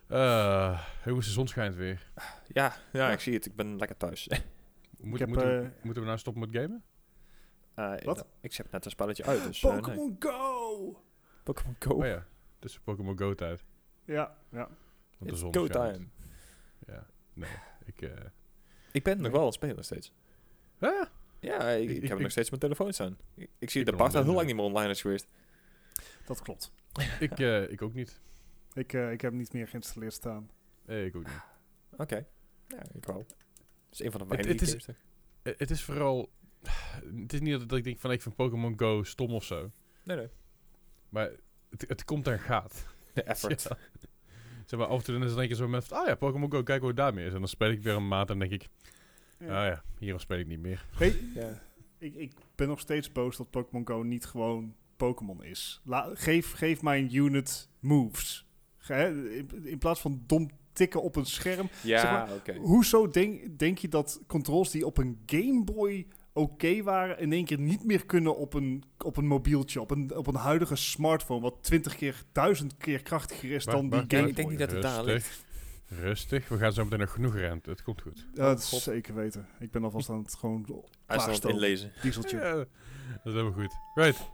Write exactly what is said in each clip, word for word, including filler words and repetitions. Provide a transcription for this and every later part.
Uh, hoe is de zon schijnt weer? Ja, ja, ja, ik zie het. Ik ben lekker thuis. Moet, heb, moeten, uh, we, moeten we nou stoppen met gamen? Uh, Wat? Ik, ik zet net een spelletje uit, dus... Pokémon uh, nee. Go! Pokémon Go? Oh ja, het is Pokémon Go tijd. Ja, ja. Want de It's zon go schijnt. time. Ja, nee. Ik, uh, ik ben nog wel aan het spelen steeds. ah, Ja, ik, ik, Ik- ik heb ik- nog steeds mijn telefoon staan. Ik, ik zie Ik dat ben Bart al heel online, lang niet meer online is geweest. Dat klopt. ik, uh, ik ook niet. Ik, uh, ik heb niet meer geïnstalleerd staan. Nee, ik ook niet. Oké. Okay. Ja, ik wel. Dat is een van de Het- weinige het is- games, toch? Uh, het is vooral... Het is niet dat, dat ik denk van ik vind Pokémon Go stom of zo. Nee, nee. Maar het, het komt en gaat. De effort. Ja. Zeg maar, af en toe dan is het denk je zo met... van, oh ja, Pokémon Go, kijk hoe het daarmee is. En dan speel ik weer een maand en denk ik... Ja. Ah ja, hierom speel ik niet meer. Weet, Ja. ik, ik ben nog steeds boos dat Pokémon Go niet gewoon Pokémon is. La, geef, geef mijn unit moves. Ge, in, in plaats van dom tikken op een scherm. Ja, Zeg maar, oké. Hoezo denk, denk je dat controls die op een Game Boy oké okay waren... in één keer niet meer kunnen op een, op een mobieltje, op een, op een huidige smartphone... wat twintig keer, duizend keer krachtiger is Maar- dan maar- die Game ik denk Boy. niet dat het daar ligt. Rustig. We gaan zo meteen nog genoeg renten. Het komt goed. Ja, dat is God. zeker weten. Ik ben alvast aan het gewoon Hij is aan het klaarstomen. inlezen. Dieseltje. Ja, dat is helemaal goed. Right.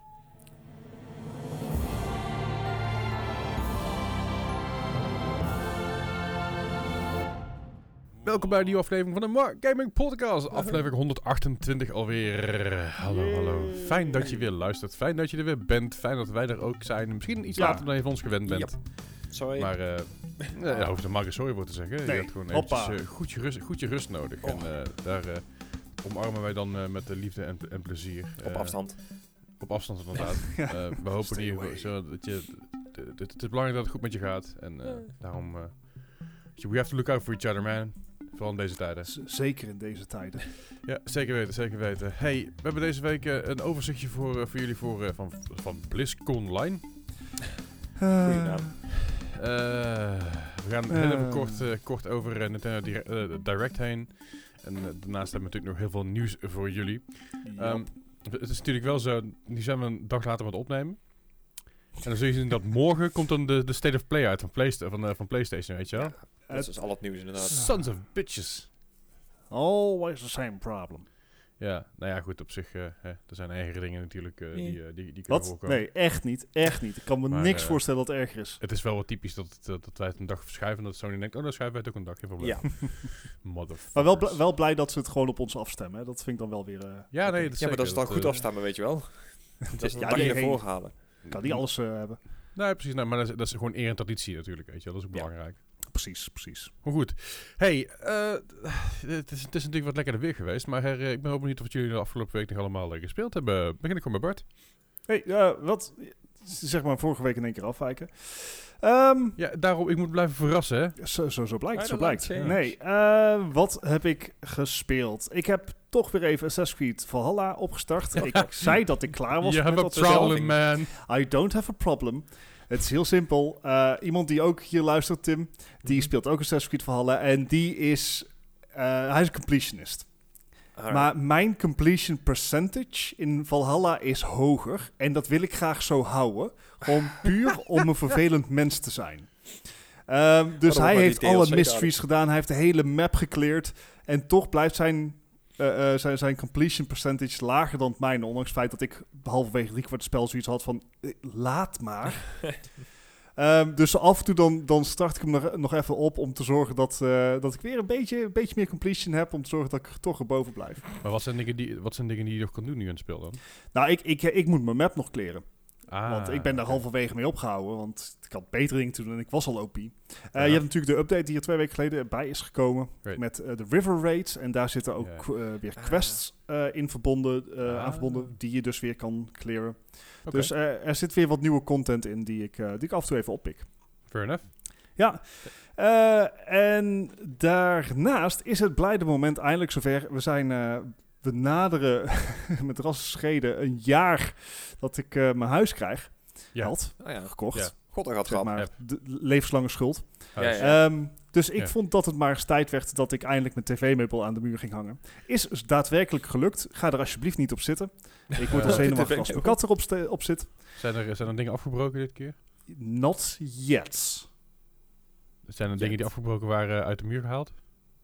Welkom bij een nieuwe aflevering van de Mark Gaming Podcast. Aflevering honderdachtentwintig alweer. Hallo, hallo. Fijn dat je weer luistert. Fijn dat je er weer bent. Fijn dat wij er ook zijn. Misschien iets Ja. later dan je van ons gewend bent. Yep. Sorry. Maar uh, ja, daar hoef je maar geen sorry voor te zeggen. Nee. Je hebt gewoon Hoppa. eventjes uh, goed, je rust, goed je rust nodig. Oh. En uh, daar uh, omarmen wij dan uh, met de liefde en, en plezier. Op Uh, afstand. Op afstand inderdaad. Ja. Uh, we hopen Stay hier away. zo dat je... d- d- Het is belangrijk dat het goed met je gaat. En uh, Ja. daarom... Uh, we have to look out for each other, man. Vooral in deze tijden. Z- zeker in deze tijden. Ja, zeker weten, zeker weten. Hey, we hebben deze week uh, een overzichtje voor, uh, voor jullie voor, uh, van, van BlizzCon Online. Uh, Goeie naam. Uh, we gaan heel even Uh. kort, uh, kort over uh, Nintendo Direct, uh, Direct heen. En uh, daarnaast hebben we natuurlijk nog heel veel nieuws voor jullie. Um, het is natuurlijk wel zo, nu zijn we een dag later met opnemen. En dan zul je zien dat morgen komt dan de, de State of Play uit van, Playsta- van, uh, van PlayStation, weet je wel? Ja, dat is al het nieuws inderdaad. Sons of bitches. Always the same problem. Ja, nou ja, goed, op zich, uh, hè, er zijn ergere dingen natuurlijk uh, die, uh, die, die kunnen Wat? voorkomen. Nee, echt niet. Echt niet. Ik kan me Maar, niks uh, voorstellen dat het erger is. Het is wel wat typisch dat, het, uh, dat wij het een dag verschuiven en dat Sony denkt, oh, dan schuiven wij het ook een dag, geen probleem. Ja. Motherfuckers. Maar wel, bl- wel blij dat ze het gewoon op ons afstemmen. Hè. Dat vind ik dan wel weer... Uh, Ja, nee, dat is Ja, maar dat is zeker, dan goed uh, afstaan, weet je wel. Dat is een Ja, dagje nee, ervoor hey. halen. kan niet alles uh, hebben. Nee, precies, nou, maar dat is, dat is gewoon eer en traditie natuurlijk, weet je wel. Dat is ook Ja. belangrijk. Precies, precies. Maar goed. Hey, uh, het, is, het is natuurlijk wat lekkerder weer geweest, maar uh, ik ben ook benieuwd of jullie de afgelopen week nog allemaal uh, gespeeld hebben. Begin ik gewoon bij Bart. Hey, uh, wat... Zeg maar vorige week in één keer afwijken. Um, Ja, daarom, ik moet blijven verrassen, hè. Zo, zo, zo blijkt, I zo don't blijkt. like Nee, uh, wat heb ik gespeeld? Ik heb toch weer even Assassin's Creed Valhalla opgestart. Ik zei dat ik klaar was You met have a dat spel. problem, man. I don't have a problem. Het is heel simpel. Uh, iemand die ook hier luistert, Tim, die Mhm. speelt ook Assassin's Creed Valhalla. En die is... Uh, hij is een completionist. Alright. Maar mijn completion percentage in Valhalla is hoger. En dat wil ik graag zo houden. Gewoon puur om een vervelend mens te zijn. Um, dus Waarom hij maar heeft die alle D L C mysteries dadelijk? gedaan. Hij heeft de hele map gecleared. En toch blijft zijn, uh, uh, zijn, zijn completion percentage lager dan het mijne. Ondanks het feit dat ik halverwege drie kwart spel zoiets had van... eh, laat maar. Um, dus af en toe dan, dan start ik hem nog, nog even op om te zorgen dat, uh, dat ik weer een beetje, een beetje meer completion heb. Om te zorgen dat ik er toch erboven blijf. Maar wat zijn dingen die, wat zijn dingen die je nog kan doen nu in het spel dan? Nou, ik, ik, ik moet mijn map nog clearen. Ah, Want ik ben daar oké. halverwege mee opgehouden. Want ik had betere dingen te doen en ik was al O P. Uh, Ja. Je hebt natuurlijk de update die er twee weken geleden bij is gekomen. Right. Met uh, de River Raids. En daar zitten ook Ja. uh, weer Ah. quests uh, in verbonden, uh, Ah. aan verbonden. Die je dus weer kan clearen. Oké, Dus uh, er zit weer wat nieuwe content in die ik, uh, die ik af en toe even oppik. fair enough. Ja, uh, en daarnaast is het blijde moment eindelijk zover. We zijn, uh, we naderen met rasse schreden een jaar dat ik uh, mijn huis krijg. Ja. Had, Oh ja. gekocht. Ja. God, dat gaat Zeg grap. maar, Ja. de levenslange schuld. Huis. Ja, ja. Um, dus ik Ja. vond dat het maar eens tijd werd dat ik eindelijk mijn tv-meubel aan de muur ging hangen. Is dus daadwerkelijk gelukt. Ga er alsjeblieft niet op zitten. Ik word Ja. al zenuwachtig De als mijn tv-meubel. kat erop st- op zit. Zijn er, zijn er dingen afgebroken dit keer? Not yet. Zijn er Ja, dingen die het- afgebroken waren uit de muur gehaald?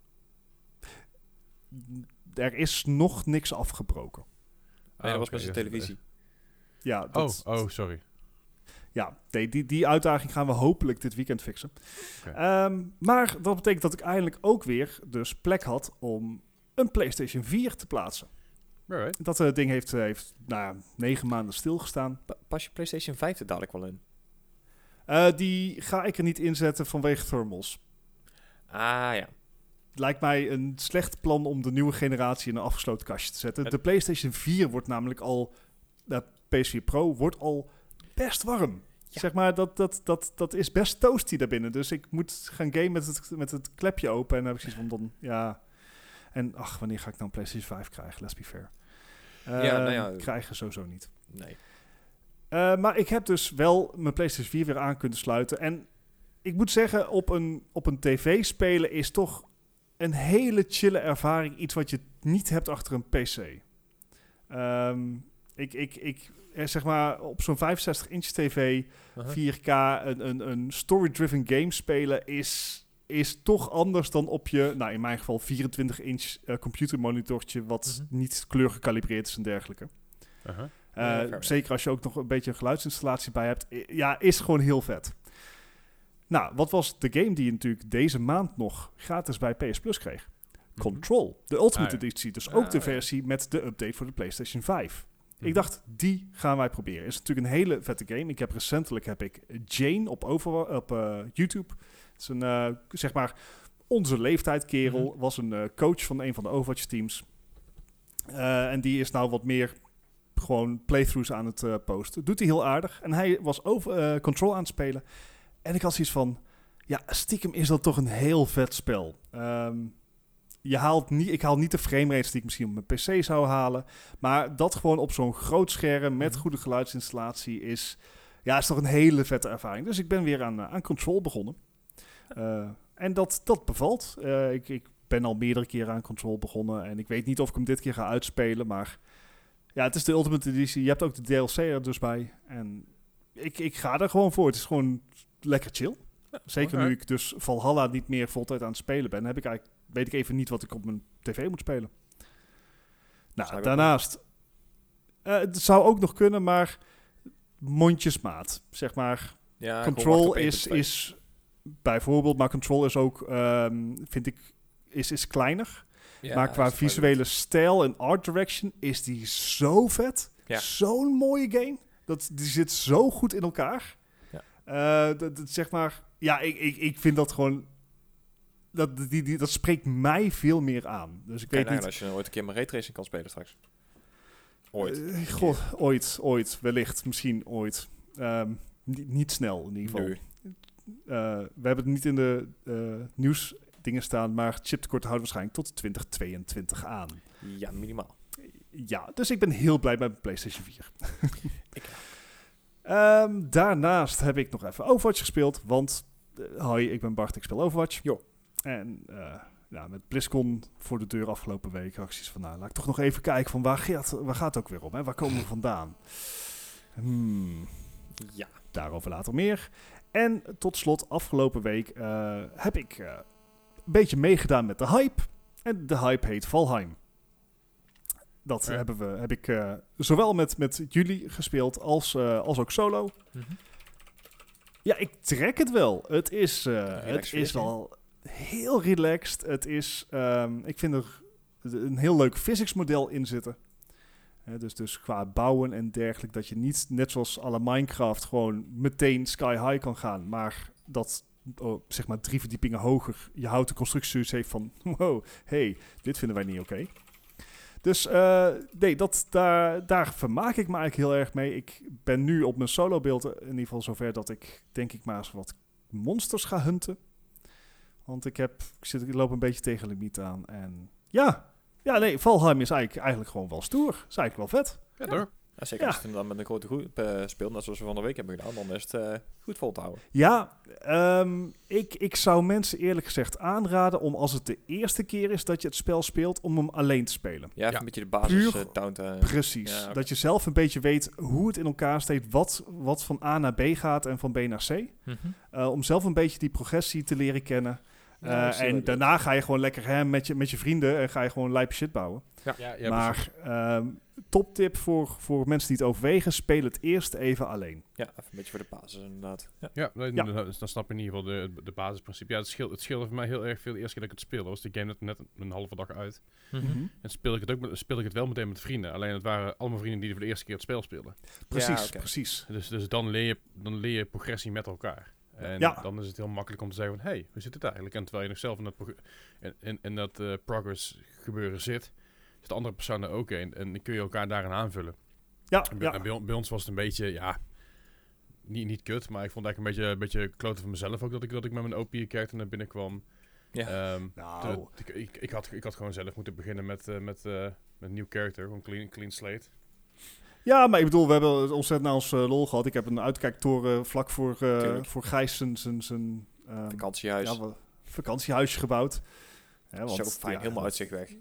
Er is nog niks afgebroken. Nee, dat was oké, met zijn dus- televisie. Ja, Oh, dat, oh, sorry. ja nee, die, die uitdaging gaan we hopelijk dit weekend fixen. Oké. Ehm, maar dat betekent dat ik eindelijk ook weer dus plek had om een PlayStation vier te plaatsen. Alright. Dat eh, ding heeft, eh, heeft nou, ja, negen maanden stilgestaan. Pa- pas je PlayStation vijf er dadelijk wel in? Eh, die ga ik er niet inzetten vanwege thermals. Ah ja. Lijkt mij een slecht plan om de nieuwe generatie in een afgesloten kastje te zetten. Het- De PlayStation vier wordt namelijk al, de P S vier Pro wordt al best warm. Ja. Zeg maar, dat, dat, dat, dat is best toasty daarbinnen. Dus ik moet gaan gamen met het, met het klepje open. En dan heb ik zoiets van, dan, ja... En ach, wanneer ga ik nou een PlayStation vijf krijgen? Let's be fair. Ja, Eh, nou ja. Krijgen sowieso niet. Nee. Uh, maar ik heb dus wel mijn PlayStation vier weer aan kunnen sluiten. En ik moet zeggen, op een, op een tv spelen is toch een hele chille ervaring. Iets wat je niet hebt achter een P C. Um, ik, ik, ik, zeg maar, op zo'n vijfenzestig inch tv, Uh-huh. vier K, een, een, een story-driven game spelen is, is toch anders dan op je, nou in mijn geval, vierentwintig inch uh, computermonitortje, wat Mhm. niet kleurgecalibreerd is en dergelijke. Uh-huh. Uh, Ja, fair enough. zeker als je ook nog een beetje een geluidsinstallatie bij hebt. I- Ja, is gewoon heel vet. Nou, wat was de game die je natuurlijk deze maand nog gratis bij P S Plus kreeg? Mhm. Control, de Ultimate Ah, ja. Editie. Dus Ah, ook de ja. versie met de update voor de PlayStation vijf. Mhm. Ik dacht, die gaan wij proberen. Is natuurlijk een hele vette game. Ik heb recentelijk heb ik Jane op, over, op uh, YouTube. Het is een, uh, zeg maar, onze leeftijd kerel. Mhm. Was een uh, coach van een van de Overwatch teams. Uh, en die is nou wat meer gewoon playthroughs aan het uh, posten. Doet hij heel aardig. En hij was over uh, Control aan het spelen. En ik had zoiets van, ja, stiekem is dat toch een heel vet spel. Um, je haalt niet, ik haal niet de framerate die ik misschien op mijn P C zou halen. Maar dat gewoon op zo'n groot scherm met Mhm. goede geluidsinstallatie is, ja, is toch een hele vette ervaring. Dus ik ben weer aan, uh, aan Control begonnen. Uh, en dat, dat bevalt. Uh, ik, ik ben al meerdere keren aan Control begonnen. En ik weet niet of ik hem dit keer ga uitspelen. Maar ja, het is de Ultimate Edition. Je hebt ook de D L C er dus bij. En ik, ik ga er gewoon voor. Het is gewoon lekker chill. Ja, Zeker oké. nu ik dus Valhalla niet meer voltijd aan het spelen ben, heb ik eigenlijk, weet ik even niet wat ik op mijn tv moet spelen. Nou, Zou ik daarnaast, uh, het zou ook nog kunnen, maar mondjesmaat, zeg maar. Ja, ik wil Control wachten op is, één punt is bijvoorbeeld, maar Control is ook, um, vind ik, is, is kleiner. twee. Ja, maar qua dat is wel visuele stijl en art direction is die zo vet. Ja. Zo'n mooie game. Dat, die zit zo goed in elkaar. Ja. Uh, dat, dat, zeg maar, ja, ik, ik, ik vind dat gewoon, dat, die, die, dat spreekt mij veel meer aan. Dus ik Kijk weet nou, niet. als je ooit een keer mijn raytracing kan spelen straks. Ooit. Uh, God, ooit, ooit, wellicht, misschien ooit. Um, niet, niet snel in ieder geval. Nee. Uh, we hebben het niet in de uh, nieuwsdingen staan, maar chiptekort houdt waarschijnlijk tot twintig tweeëntwintig aan. Ja, minimaal. Ja, dus ik ben heel blij met mijn PlayStation vier. Ik ook. Um, daarnaast heb ik nog even Overwatch gespeeld, want uh, hoi, ik ben Bart, ik speel Overwatch. Jo. En uh, ja, met BlizzCon voor de deur afgelopen week had ik zoiets van, nou, laat ik toch nog even kijken van waar gaat, waar gaat het ook weer om, hè? Waar komen we vandaan? Hmm, Ja. daarover later meer. En tot slot, afgelopen week uh, heb ik uh, een beetje meegedaan met de hype. En de hype heet Valheim. Dat Ja. hebben we, heb ik uh, zowel met, met jullie gespeeld als, uh, als ook solo. Mm-hmm. Ja, ik trek het wel. Het is, uh, Relaxed het is game. wel heel relaxed. Het is, um, ik vind er een heel leuk physics model in zitten. Uh, dus, dus qua bouwen en dergelijke, dat je niet net zoals alle Minecraft gewoon meteen sky high kan gaan, maar dat oh, zeg maar drie verdiepingen hoger je houten constructies heeft van wow, hey, dit vinden wij niet oké. Okay. Dus uh, nee, dat, daar, daar vermaak ik me eigenlijk heel erg mee. Ik ben nu op mijn solo beeld in ieder geval zover dat ik denk ik maar eens wat monsters ga hunten. Want ik heb, ik, zit, ik loop een beetje tegen de limiet aan. En ja, ja nee, Valheim is eigenlijk, eigenlijk gewoon wel stoer. Is eigenlijk wel vet. Ja, door. Ja, zeker Ja. als je het dan met een grote groep uh, speelt, net zoals we van de week hebben gedaan, dan is het uh, goed vol te houden. Ja, um, ik, ik zou mensen eerlijk gezegd aanraden om als het de eerste keer is dat je het spel speelt, om hem alleen te spelen. Ja, even Ja. een beetje de basis Puur- uh, toont. Uh, Precies. Ja, okay. Dat je zelf een beetje weet hoe het in elkaar steekt, wat, wat van A naar B gaat en van B naar C. mm-hmm. Uh, om zelf een beetje die progressie te leren kennen. Uh, Ja, en leuk. daarna ga je gewoon lekker hè, met, je, met je vrienden en ga je gewoon lijp shit bouwen. Ja, ja, ja, maar um, toptip voor, voor mensen die het overwegen, speel het eerst even alleen. Ja, even een beetje voor de basis inderdaad. Ja, Ja, nee, Ja. Dan, dan snap je in ieder geval de, de basisprincipe. Ja, het scheelde, het scheelde voor mij heel erg veel de eerste keer dat ik het speelde. Was de game net, net een halve dag uit. mm-hmm. En speelde ik het ook met, speelde ik het wel meteen met vrienden. Alleen het waren allemaal vrienden die voor de eerste keer het spel speelden. Precies, Ja, okay. precies. Dus, dus dan, leer je, dan leer je progressie met elkaar. En Ja. dan is het heel makkelijk om te zeggen van, hé, hey, hoe zit het eigenlijk? En terwijl je nog zelf in dat, prog- in, in, in dat uh, progress gebeuren zit, zit de andere persoon er ook in. En dan kun je elkaar daarin aanvullen. Ja, En, bij, ja. en bij, on- bij ons was het een beetje, ja, niet, niet kut, maar ik vond het eigenlijk een beetje, een beetje kloten van mezelf ook, dat ik, dat ik met mijn O P-character naar binnen kwam. Ja. Um, Nou. te- ik, ik, ik, had, ik had gewoon zelf moeten beginnen met, uh, met, uh, met een nieuw character, gewoon clean, clean slate. Ja, maar ik bedoel, we hebben het ontzettend naar ons uh, lol gehad. Ik heb een uitkijktoren vlak voor, uh, Tuurlijk. voor Gijs zijn, zijn, zijn um, Vakantiehuis. ja, wa- vakantiehuisje gebouwd. Ja, want, Zo fijn, ja, helemaal uitzicht weg.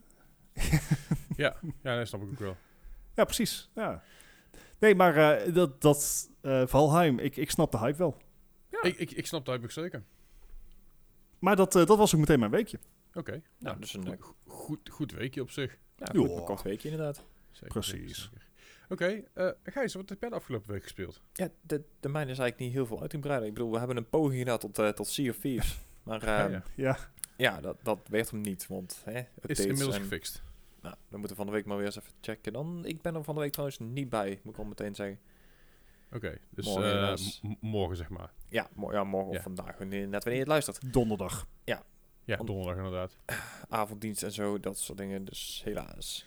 Ja, ja, dat snap ik ook wel. Ja, precies. Ja. Nee, maar uh, dat, dat uh, Valheim, ik, ik snap de hype wel. Ja. Ik, ik, ik snap dat ook zeker. Maar dat, uh, dat was ook meteen mijn weekje. Oké, okay. Nou, nou, dus een uh, goed, goed, goed weekje op zich. ja, Joh. goed, een kort weekje inderdaad. Zeker, Precies. zeker, zeker. Oké, okay, uh, Gijs, wat heb jij de afgelopen week gespeeld? Ja, de, de mijne is eigenlijk niet heel veel uitgebreid. Ik bedoel, we hebben een poging gedaan tot, uh, tot Sea of Thieves. Maar uh, Ja, ja. Ja, ja, dat, dat werd hem niet, want hè, Is updates inmiddels en, gefixt. nou, dan moeten we van de week maar weer eens even checken. Dan, ik ben er van de week trouwens niet bij, moet ik al meteen zeggen. Oké, okay, dus Morgen uh, helaas. m- morgen zeg maar. Ja, mo- ja morgen Ja. of vandaag, wanneer- net wanneer je het luistert. donderdag. Ja, Om- donderdag inderdaad. Avonddienst en zo, dat soort dingen, dus helaas.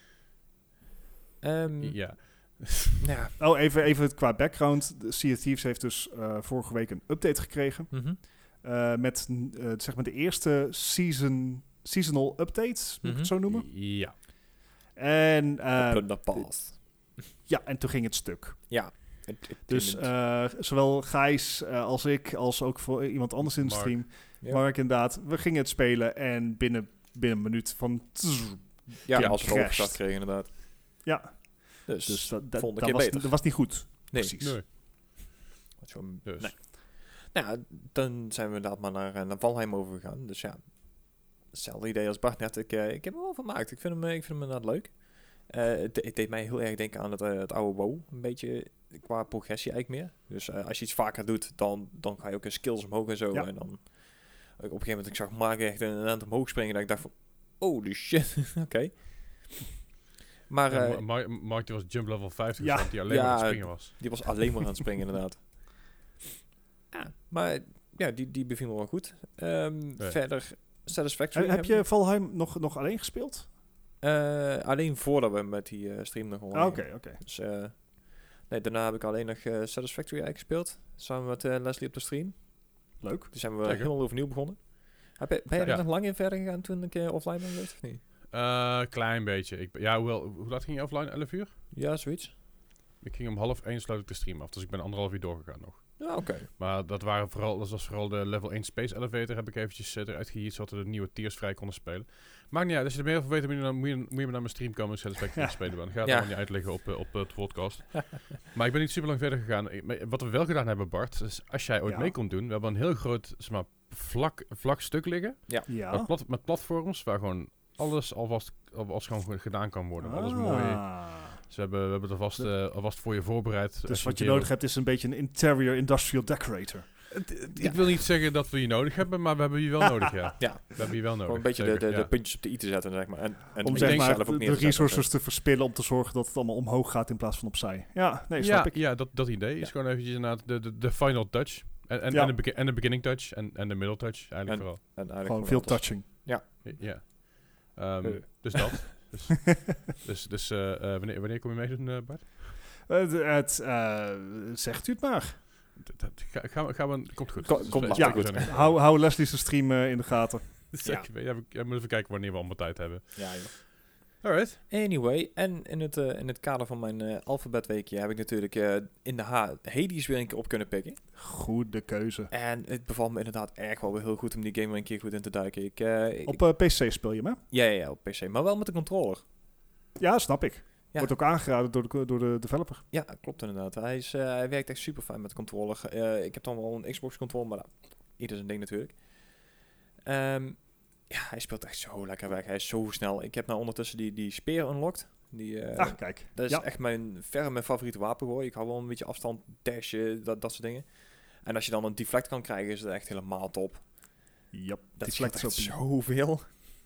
Um, Ja. ja. Oh, even, even qua background. De Sea of Thieves heeft dus uh, vorige week een update gekregen. Mm-hmm. Uh, met uh, zeg maar de eerste season, seasonal updates, moet ik het zo noemen. Ja. En, uh, Plunder Pass. ja, en toen ging het stuk. Ja. Het, het, Dus uh, zowel Gijs uh, als ik, als ook voor iemand anders in de Mark. stream, ja. Mark inderdaad, we gingen het spelen en binnen, binnen een minuut van... Tss, ja, ja, als we het crashed. overgestart kregen inderdaad. ja, Dus, dus dat, dat, volgende dat, keer was, beter. dat was niet goed. Nee. Precies. Nee. Wat zo'n- Dus. nee. Nou ja, dan zijn we inderdaad maar naar, uh, naar Valheim overgegaan. Dus ja, hetzelfde idee als Bart net. Ik, uh, ik heb er wel van gemaakt. Ik vind hem, uh, ik vind hem inderdaad leuk. Uh, het, het deed mij heel erg denken aan het, uh, het oude WoW. Een beetje qua progressie eigenlijk meer. Dus uh, als je iets vaker doet, dan, dan ga je ook in skills omhoog en zo. Ja. En dan op een gegeven moment, ik zag Mark echt een eind omhoog springen. Dat ik dacht van, holy shit, oké. Okay. Maar Ja, uh, Ma- Ma- Mark die was jump level vijftig, Ja. ja. die alleen Ja, maar aan het springen was. die was alleen maar aan het springen inderdaad. Ja, maar ja, die, die beviel me wel goed. Um, Ja. Verder, Satisfactory. Uh, heb je Valheim nog, nog alleen gespeeld? Uh, alleen voordat we met die uh, stream nog online. Ah, Oké, oké. Okay. Dus uh, nee, daarna heb ik alleen nog uh, Satisfactory eigenlijk gespeeld. Samen met uh, Leslie op de stream. Leuk. Dus zijn we Lekker. helemaal overnieuw begonnen. Heb je, ben je Ja. er nog lang in verder gegaan toen ik uh, offline ben geweest of niet? Uh, klein beetje. Ik, ja, hoewel, hoe laat ging je offline? elf uur? Ja, zoiets. Ik ging om half één sloot ik de stream af, dus ik ben anderhalf uur doorgegaan nog. Ja, oké. Okay. Maar dat, waren vooral, dat was vooral de level één Space Elevator, heb ik eventjes uh, eruit gehierd, zodat we de nieuwe tiers vrij konden spelen. Maakt niet uit, als je er meer over weet, moet je, dan, moet je, moet je maar naar mijn stream komen en Satisfactory Ja. spelen. Dan ga ik het Ja. allemaal niet uitleggen op, uh, op uh, het podcast. Maar ik ben niet super lang verder gegaan. Ik, maar wat we wel gedaan hebben, Bart, is als jij ooit Ja. mee kon doen, we hebben een heel groot zeg maar, vlak, vlak stuk liggen. Ja. Met, plat, met platforms waar gewoon alles alvast, alvast gewoon gedaan kan worden. Alles Ah. mooi. Dus we hebben, we hebben het alvast, uh, alvast voor je voorbereid. Dus wat je nodig hebt is een beetje een interior industrial decorator. Ik ja. wil niet zeggen dat we je nodig hebben, maar we hebben je wel nodig, ja. Ja. We hebben je wel nodig. Gewoon een beetje de, de, zeker, de ja. puntjes op de i te zetten, zeg maar. En, en Om ik zeg denk maar zelf ook de, neer de te zetten. resources te verspillen om te zorgen dat het allemaal omhoog gaat in plaats van opzij. Ja, nee, snap ja, ik. ja, dat, dat idee Ja. is gewoon eventjes inderdaad de, de, de final touch. En, en, Ja. en, de, begin, en de beginning touch en, en de middle touch eigenlijk En- vooral. En eigenlijk Gewoon veel alles. touching. Ja. Um, Uh. Dus dat. dus dus, dus uh, uh, wanneer, wanneer kom je meedoen, uh, Bart? Uh, het, uh, zegt u het maar. Dat, dat, ga, gaan we, gaan we, komt goed. Ko- Dus komt we- later we goed. zijn er. hou, hou Leslie's stream uh, in de gaten. Zeker. Ja. Ja, we moeten even kijken wanneer we allemaal tijd hebben. Ja, joh. Alright. Anyway, en in het, uh, in het kader van mijn uh, alfabetweekje heb ik natuurlijk uh, in de H Hades weer een keer op kunnen pikken. Goede keuze. En het bevalt me inderdaad echt wel weer heel goed om die game weer een keer goed in te duiken. Ik, uh, ik, Op uh, P C speel je hem, hè? ja, ja, ja, op P C. Maar wel met de controller. Ja, snap ik. Ja. Wordt ook aangeraden door de, door de developer. Ja, klopt inderdaad. Hij, is, uh, hij werkt echt super fijn met de controller. Uh, ik heb dan wel een Xbox controller, maar nou, ieder zijn ding natuurlijk. Um, ja, hij speelt echt zo lekker weg. Hij is zo snel. Ik heb nou ondertussen die, die speer unlocked. Die, uh, ah, kijk. Dat is ja. echt mijn verre mijn favoriete wapen hoor. Ik hou wel een beetje afstand, dashen, dat, dat soort dingen. En als je dan een deflect kan krijgen, is het echt helemaal top. Yep, dat scheelt echt zoveel.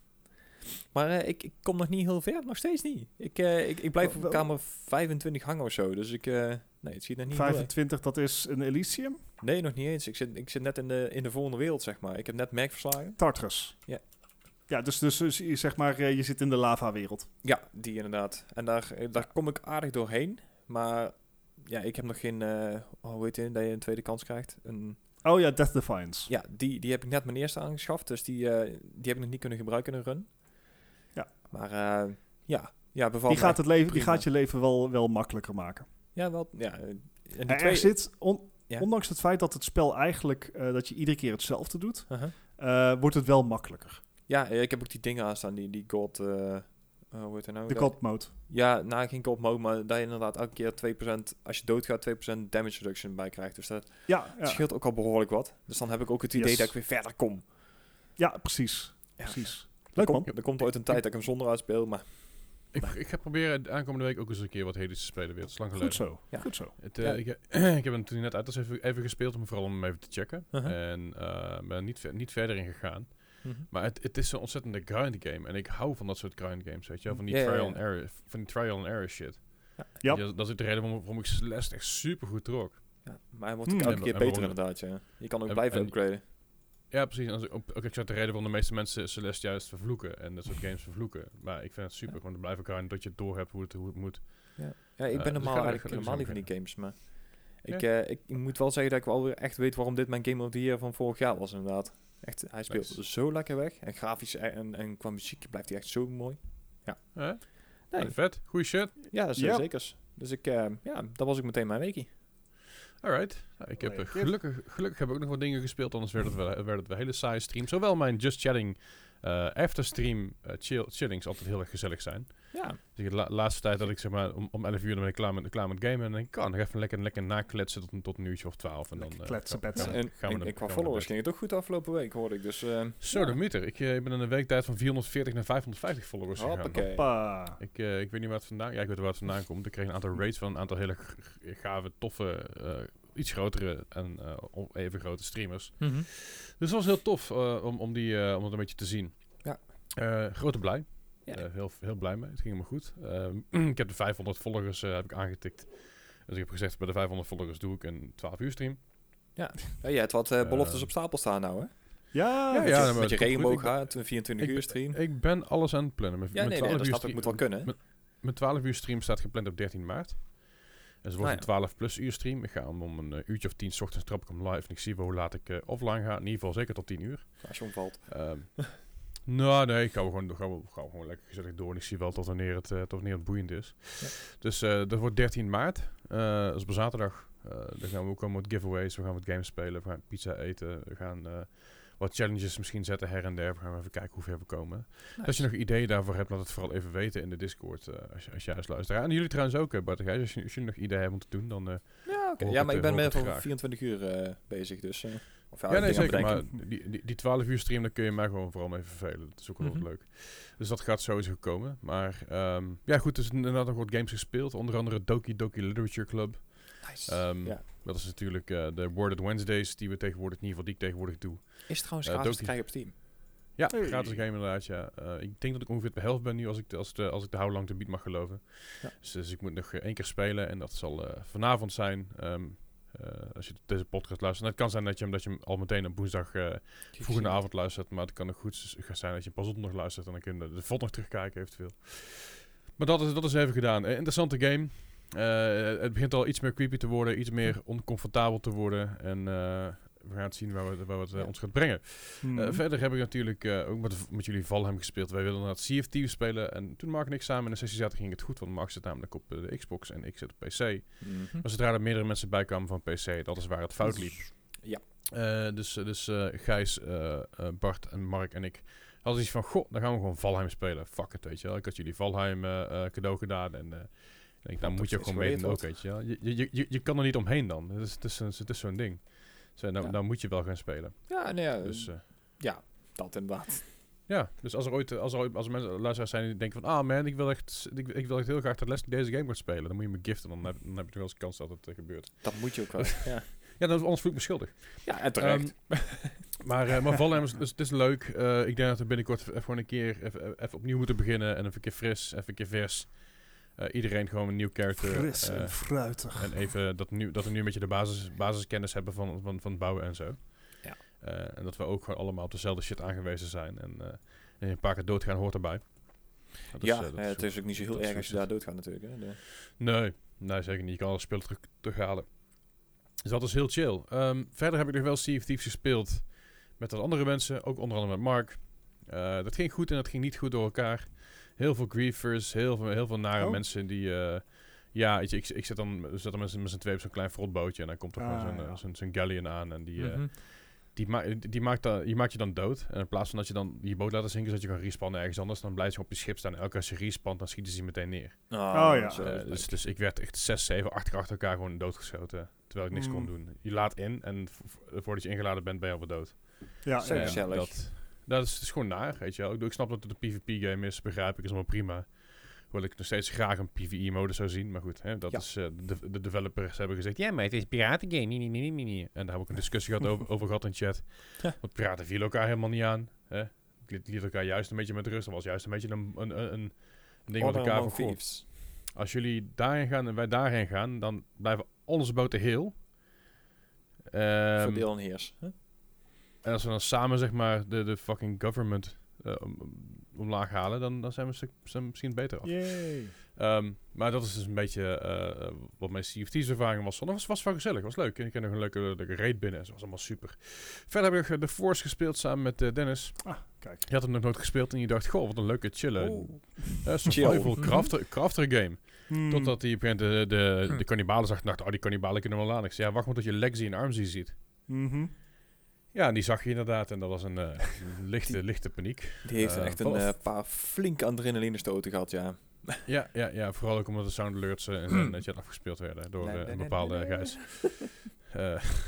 Maar uh, ik, ik kom nog niet heel ver, nog steeds niet. Ik, uh, ik, ik blijf op kamer vijfentwintig hangen of zo, dus ik... Uh, nee, het ziet er niet vijfentwintig, dat is een Elysium? Nee, nog niet eens. Ik zit, ik zit net in de, in de volgende wereld, zeg maar. Ik heb net Merk verslagen. Tartarus. Ja. Ja, dus, dus, dus zeg maar, je zit in de lava-wereld. Ja, die inderdaad. En daar, daar kom ik aardig doorheen. Maar ja, ik heb nog geen... Uh, hoe heet het, dat je een tweede kans krijgt? Een... Oh ja, Death Defiance. Ja, die, die heb ik net mijn eerste aangeschaft. Dus die, uh, die heb ik nog niet kunnen gebruiken in een run. Ja. Maar uh, ja, ja bevalt die gaat, het leven, die gaat je leven wel, wel makkelijker maken. Ja, wel. Ja, en die er twee... zit, on, ja? ondanks het feit dat het spel eigenlijk... Uh, dat je iedere keer hetzelfde doet... Uh-huh. Uh, wordt het wel makkelijker. Ja, ik heb ook die dingen aanstaan, die, die God... Uh, uh, hoe heet het nou? De God mode. Ja, nou geen God mode, maar dat je inderdaad elke keer twee procent... Als je doodgaat, twee procent damage reduction bij krijgt. Dus dat ja, ja. scheelt ook al behoorlijk wat. Dus dan heb ik ook het idee yes. dat ik weer verder kom. Ja, precies. Ja. Precies. Leuk man. Er komt ooit een tijd dat ik hem zonder uitspeel, maar... Ik, ik ga proberen de aankomende week ook eens een keer wat Hades te spelen weer. Het is lang geleden. Goed zo. Ja. Goed zo. Het, uh, ja. ik, ik heb hem toen net uit als even, even gespeeld, om vooral om hem even te checken. Uh-huh. En uh, ben niet, ver, niet verder in gegaan. Uh-huh. Maar het, het is zo'n ontzettende grind game. En ik hou van dat soort grind games, weet je wel. Van die, yeah, trial, yeah, yeah. And error, van die trial and error shit. Ja. Ja. Je, dat is de reden waarom, waarom ik Celeste echt super goed trok. Ja, maar hij wordt hmm. elke keer en, beter en inderdaad, ja. Je kan ook en, blijven en, upgraden. Ja, precies. Als, ook, ook ik zat de reden waarom de meeste mensen Celeste juist vervloeken. En dat soort games vervloeken. Maar ik vind het super. Ja. Gewoon te blijven grinden dat je door hebt hoe het, hoe het moet. Ja, ja ik ben uh, normaal dus eigenlijk helemaal niet van die games. Maar ik, ja. uh, ik, ik moet wel zeggen dat ik wel weer echt weet waarom dit mijn Game of the Year van vorig jaar was inderdaad. Echt, hij speelt nice. zo lekker weg. En grafisch en, en qua muziek blijft hij echt zo mooi. Ja. Uh, nee. Ja, vet. Goeie shit. Ja, zeker. Ja. Zekers. Dus ik, uh, ja, dat was ik meteen mijn weekie. Alright. Nou, ik heb uh, gelukkig, gelukkig heb ik ook nog wat dingen gespeeld, anders werd het wel, werd het wel hele saaie stream. Zowel mijn Just Chatting uh, afterstream uh, chill, chillings altijd heel erg gezellig zijn. Ja. Dus de la- laatste tijd dat ik zeg maar om, om elf uur dan ben ik klaar met, klaar met gamen en dan kan ik nog even lekker, lekker nakletsen tot, tot een uurtje of twaalf. En dan uh, kletsen, gaan, gaan, en, gaan we en, en qua followers ging het ook goed afgelopen week, hoorde ik. Dus, uh, Zo, ja. de meter. Ik uh, ben in een weektijd van vierhonderdveertig naar vijfhonderdvijftig followers Hoppakee. gegaan. Ik, uh, ik weet niet waar het vandaan, ja, ik weet waar het vandaan komt. Ik kreeg een aantal rates van een aantal hele g- g- gave, toffe... Uh, iets grotere en uh, even grote streamers. Mm-hmm. Dus het was heel tof uh, om, om, die, uh, om het een beetje te zien. Ja. Uh, grote blij. Ja. Uh, heel, heel blij mee. Het ging me goed. Uh, ik heb de vijfhonderd volgers uh, heb ik aangetikt. Dus ik heb gezegd, bij de vijfhonderd volgers doe ik een twaalf uur stream. Ja, ja je hebt wat uh, beloftes uh, op stapel staan nou, hè? Ja, ja, met ja, je, met je regenboog gaat, een vierentwintig uur stream. Ik, ik ben alles aan het plannen. Met, ja, met nee, nee, dat snap ik, moet wel kunnen. Met, met twaalf uur stream staat gepland op dertien maart. En ze wordt ah, ja. een twaalf plus uur stream. Ik ga om, om een uh, uurtje of tien 's ochtends trap ik hem live. En ik zie wel hoe laat ik uh, offline ga. In ieder geval zeker tot tien uur. Als je omvalt. Um, nou, nee, ik ga gewoon, ga, ga gewoon lekker gezellig door. En ik zie wel tot wanneer het, uh, tot wanneer het boeiend is. Ja. Dus uh, dat wordt dertien maart. Uh, dat is op zaterdag. Uh, dan gaan we ook komen met giveaways. We gaan wat games spelen. We gaan pizza eten. We gaan... Uh, wat challenges misschien zetten her en der. We gaan even kijken hoe ver we komen. Nice. Als je nog ideeën daarvoor hebt, laat het vooral even weten in de Discord. Uh, als, je, als jij eens luistert. En jullie trouwens ook, uh, Bart en Gijs. Als je, als je nog ideeën hebt om te doen, dan... Uh, ja, okay. ja, maar ik ben meer voor vierentwintig uur uh, bezig. Dus, uh, of ja, ja, nee, zeker. Maar die, die, die twaalf uur stream, dan kun je mij gewoon vooral mee vervelen. Dat is ook wel mm-hmm. leuk. Dus dat gaat sowieso komen. Maar um, ja, goed. Dus inderdaad nog wat games gespeeld. Onder andere Doki Doki Literature Club. Nice. Um, ja. Dat is natuurlijk uh, de Worded Wednesdays die we tegenwoordig, in ieder geval die ik tegenwoordig doe. Is het trouwens gratis uh, te krijgen op Steam? Ja, hey. gratis game inderdaad, ja. Uh, ik denk dat ik ongeveer de helft ben nu als ik de, als de, als ik de How Long to Beat mag geloven. Ja. Dus, dus ik moet nog uh, één keer spelen en dat zal uh, vanavond zijn. Um, uh, als je deze podcast luistert. En het kan zijn dat je hem, dat je hem al meteen op woensdag uh, vroeg in de avond luistert. Maar het kan ook goed zijn dat je pas op nog luistert en dan kun je de, de V O D nog terugkijken eventueel. Maar dat is, dat is even gedaan. Uh, interessante game. Uh, het begint al iets meer creepy te worden, iets meer oncomfortabel te worden. En uh, we gaan het zien waar, we, waar het uh, Ja. ons gaat brengen. Hmm. Uh, verder heb ik natuurlijk uh, ook met, met jullie Valheim gespeeld. Wij wilden naar Sea of Thieves spelen. En toen Mark en ik samen in de sessie zaten, ging het goed. Want Mark zit namelijk op uh, de Xbox en ik zit op P C. Mhm. Maar zodra er meerdere mensen bij kwamen van P C, dat is waar het fout liep. Ja. Uh, dus dus uh, Gijs, uh, uh, Bart en Mark en ik hadden iets van, goh, dan gaan we gewoon Valheim spelen. Fuck it, weet je wel. Ik had jullie Valheim uh, uh, cadeau gedaan en... Uh, ik denk, dan moet je ook gewoon weten ook, weet je wel. Je, je, je, je kan er niet omheen dan. Het is, het is, het is zo'n ding. Zo, dan, Ja. dan moet je wel gaan spelen. Ja, nee, ja, Dus, uh, ja, dat inderdaad. ja, dus als er ooit, als er ooit als er mensen, luisteraars zijn die denken van, ah man, ik wil echt, ik, ik wil echt heel graag dat Leslie deze game gaat spelen. Dan moet je me giften, dan heb, dan heb je wel eens kans dat het uh, gebeurt. Dat moet je ook wel. ja. Ja, dan, anders voel ik me schuldig. ja, en terecht. Um, maar uh, maar Valheim is, is, het is leuk. Uh, ik denk dat we binnenkort even gewoon een keer even, even opnieuw moeten beginnen. En even een keer fris, even een keer vers. Uh, iedereen gewoon een nieuw character. Fris uh, en fruitig. En even dat, nu, dat we nu een beetje de basis, basiskennis hebben van, van, van bouwen en zo. Ja. Uh, en dat we ook gewoon allemaal op dezelfde shit aangewezen zijn. En, uh, en een paar keer doodgaan hoort erbij. Dat is, ja, uh, dat uh, is het is ook niet zo heel dat is erg als je goed. daar doodgaat natuurlijk. Hè. De, Nee, nee, zeker niet. Je kan alle spullen terug, terughalen. Dus dat is heel chill. Um, verder heb ik nog wel Sea of Thieves gespeeld met wat andere mensen. Ook onder andere met Mark. Uh, dat ging goed en dat ging niet goed door elkaar. Heel veel griefers, heel veel, heel veel nare Oh. mensen die... Uh, ja, weet je, ik, ik zit dan, we zitten met z'n met z'n tweeën op zo'n klein vrotbootje. En dan komt er Ah, gewoon zo'n, ja. uh, zo'n, zo'n galleon aan. En die, uh, Mhm. die, ma- die maakt, dan, die maakt je dan dood. En in plaats van dat je dan je boot laat zinken, zodat je kan respannen ergens anders, dan blijf je op je schip staan. En elke keer als je respawnt, dan schieten ze je meteen neer. Oh, ja. zo, Uh, dat is dus, leuk. dus ik werd echt zes, zeven, acht keer achter elkaar gewoon doodgeschoten. Terwijl ik niks Mm. kon doen. Je laat in en v- v- voordat je ingeladen bent, ben je alweer dood. Ja, Zo ja, En ja. gezellig. Dat, dat is, het is gewoon naar, weet je wel. Ik, bedoel, ik snap dat het een PvP-game is, begrijp ik, is allemaal prima. Hoewel ik nog steeds graag een PvE-modus zou zien. Maar goed, hè, dat Ja. is, uh, de, de developers hebben gezegd, ja, maar het is een piratengame. Nee, nee, nee, nee, nee. En daar heb ik een discussie gehad over, over gehad in chat. Ja. Want piraten vielen elkaar helemaal niet aan. Hè. Ik liet, liet elkaar juist een beetje met rust. Dat was juist een beetje een, een, een, een ding met Honor elkaar among van, goh, thieves. als jullie daarheen gaan en wij daarheen gaan, dan blijven onze boten heel. Ehm, Verdeel en heers. Huh? en als we dan samen, zeg maar, de, de fucking government uh, om, omlaag halen, dan, dan zijn we een stuk, zijn we misschien beter af. Yay. Um, maar dat is dus een beetje uh, wat mijn Sea of Thieves ervaring was. Dat was, was wel gezellig, was leuk. En ik heb nog een leuke, leuke raid binnen. Dat was allemaal super. Verder heb ik The Force gespeeld samen met uh, Dennis. Ah, kijk. Je had hem nog nooit gespeeld en je dacht, goh, wat een leuke chillen. Oeh. Uh, survival Chill. crafter, crafter game. Hmm. Totdat hij op een gegeven moment de, de, Hm. de kannibalen zag en dacht, oh, die kannibalen kunnen wel aan. Ik zei, ja, wacht maar tot je Lexi en Armsy ziet. Mhm. Ja, en die zag je inderdaad en dat was een uh, lichte, Die- lichte paniek. Die heeft Uh, echt een vol- uh, paar flinke adrenaline stoten gehad, ja. Ja, ja, ja, vooral ook omdat de sound alerts uh, in zijn uh, chat afgespeeld werden door Nee, uh, nee, een nee, bepaalde nee, nee. Gijs. Uh,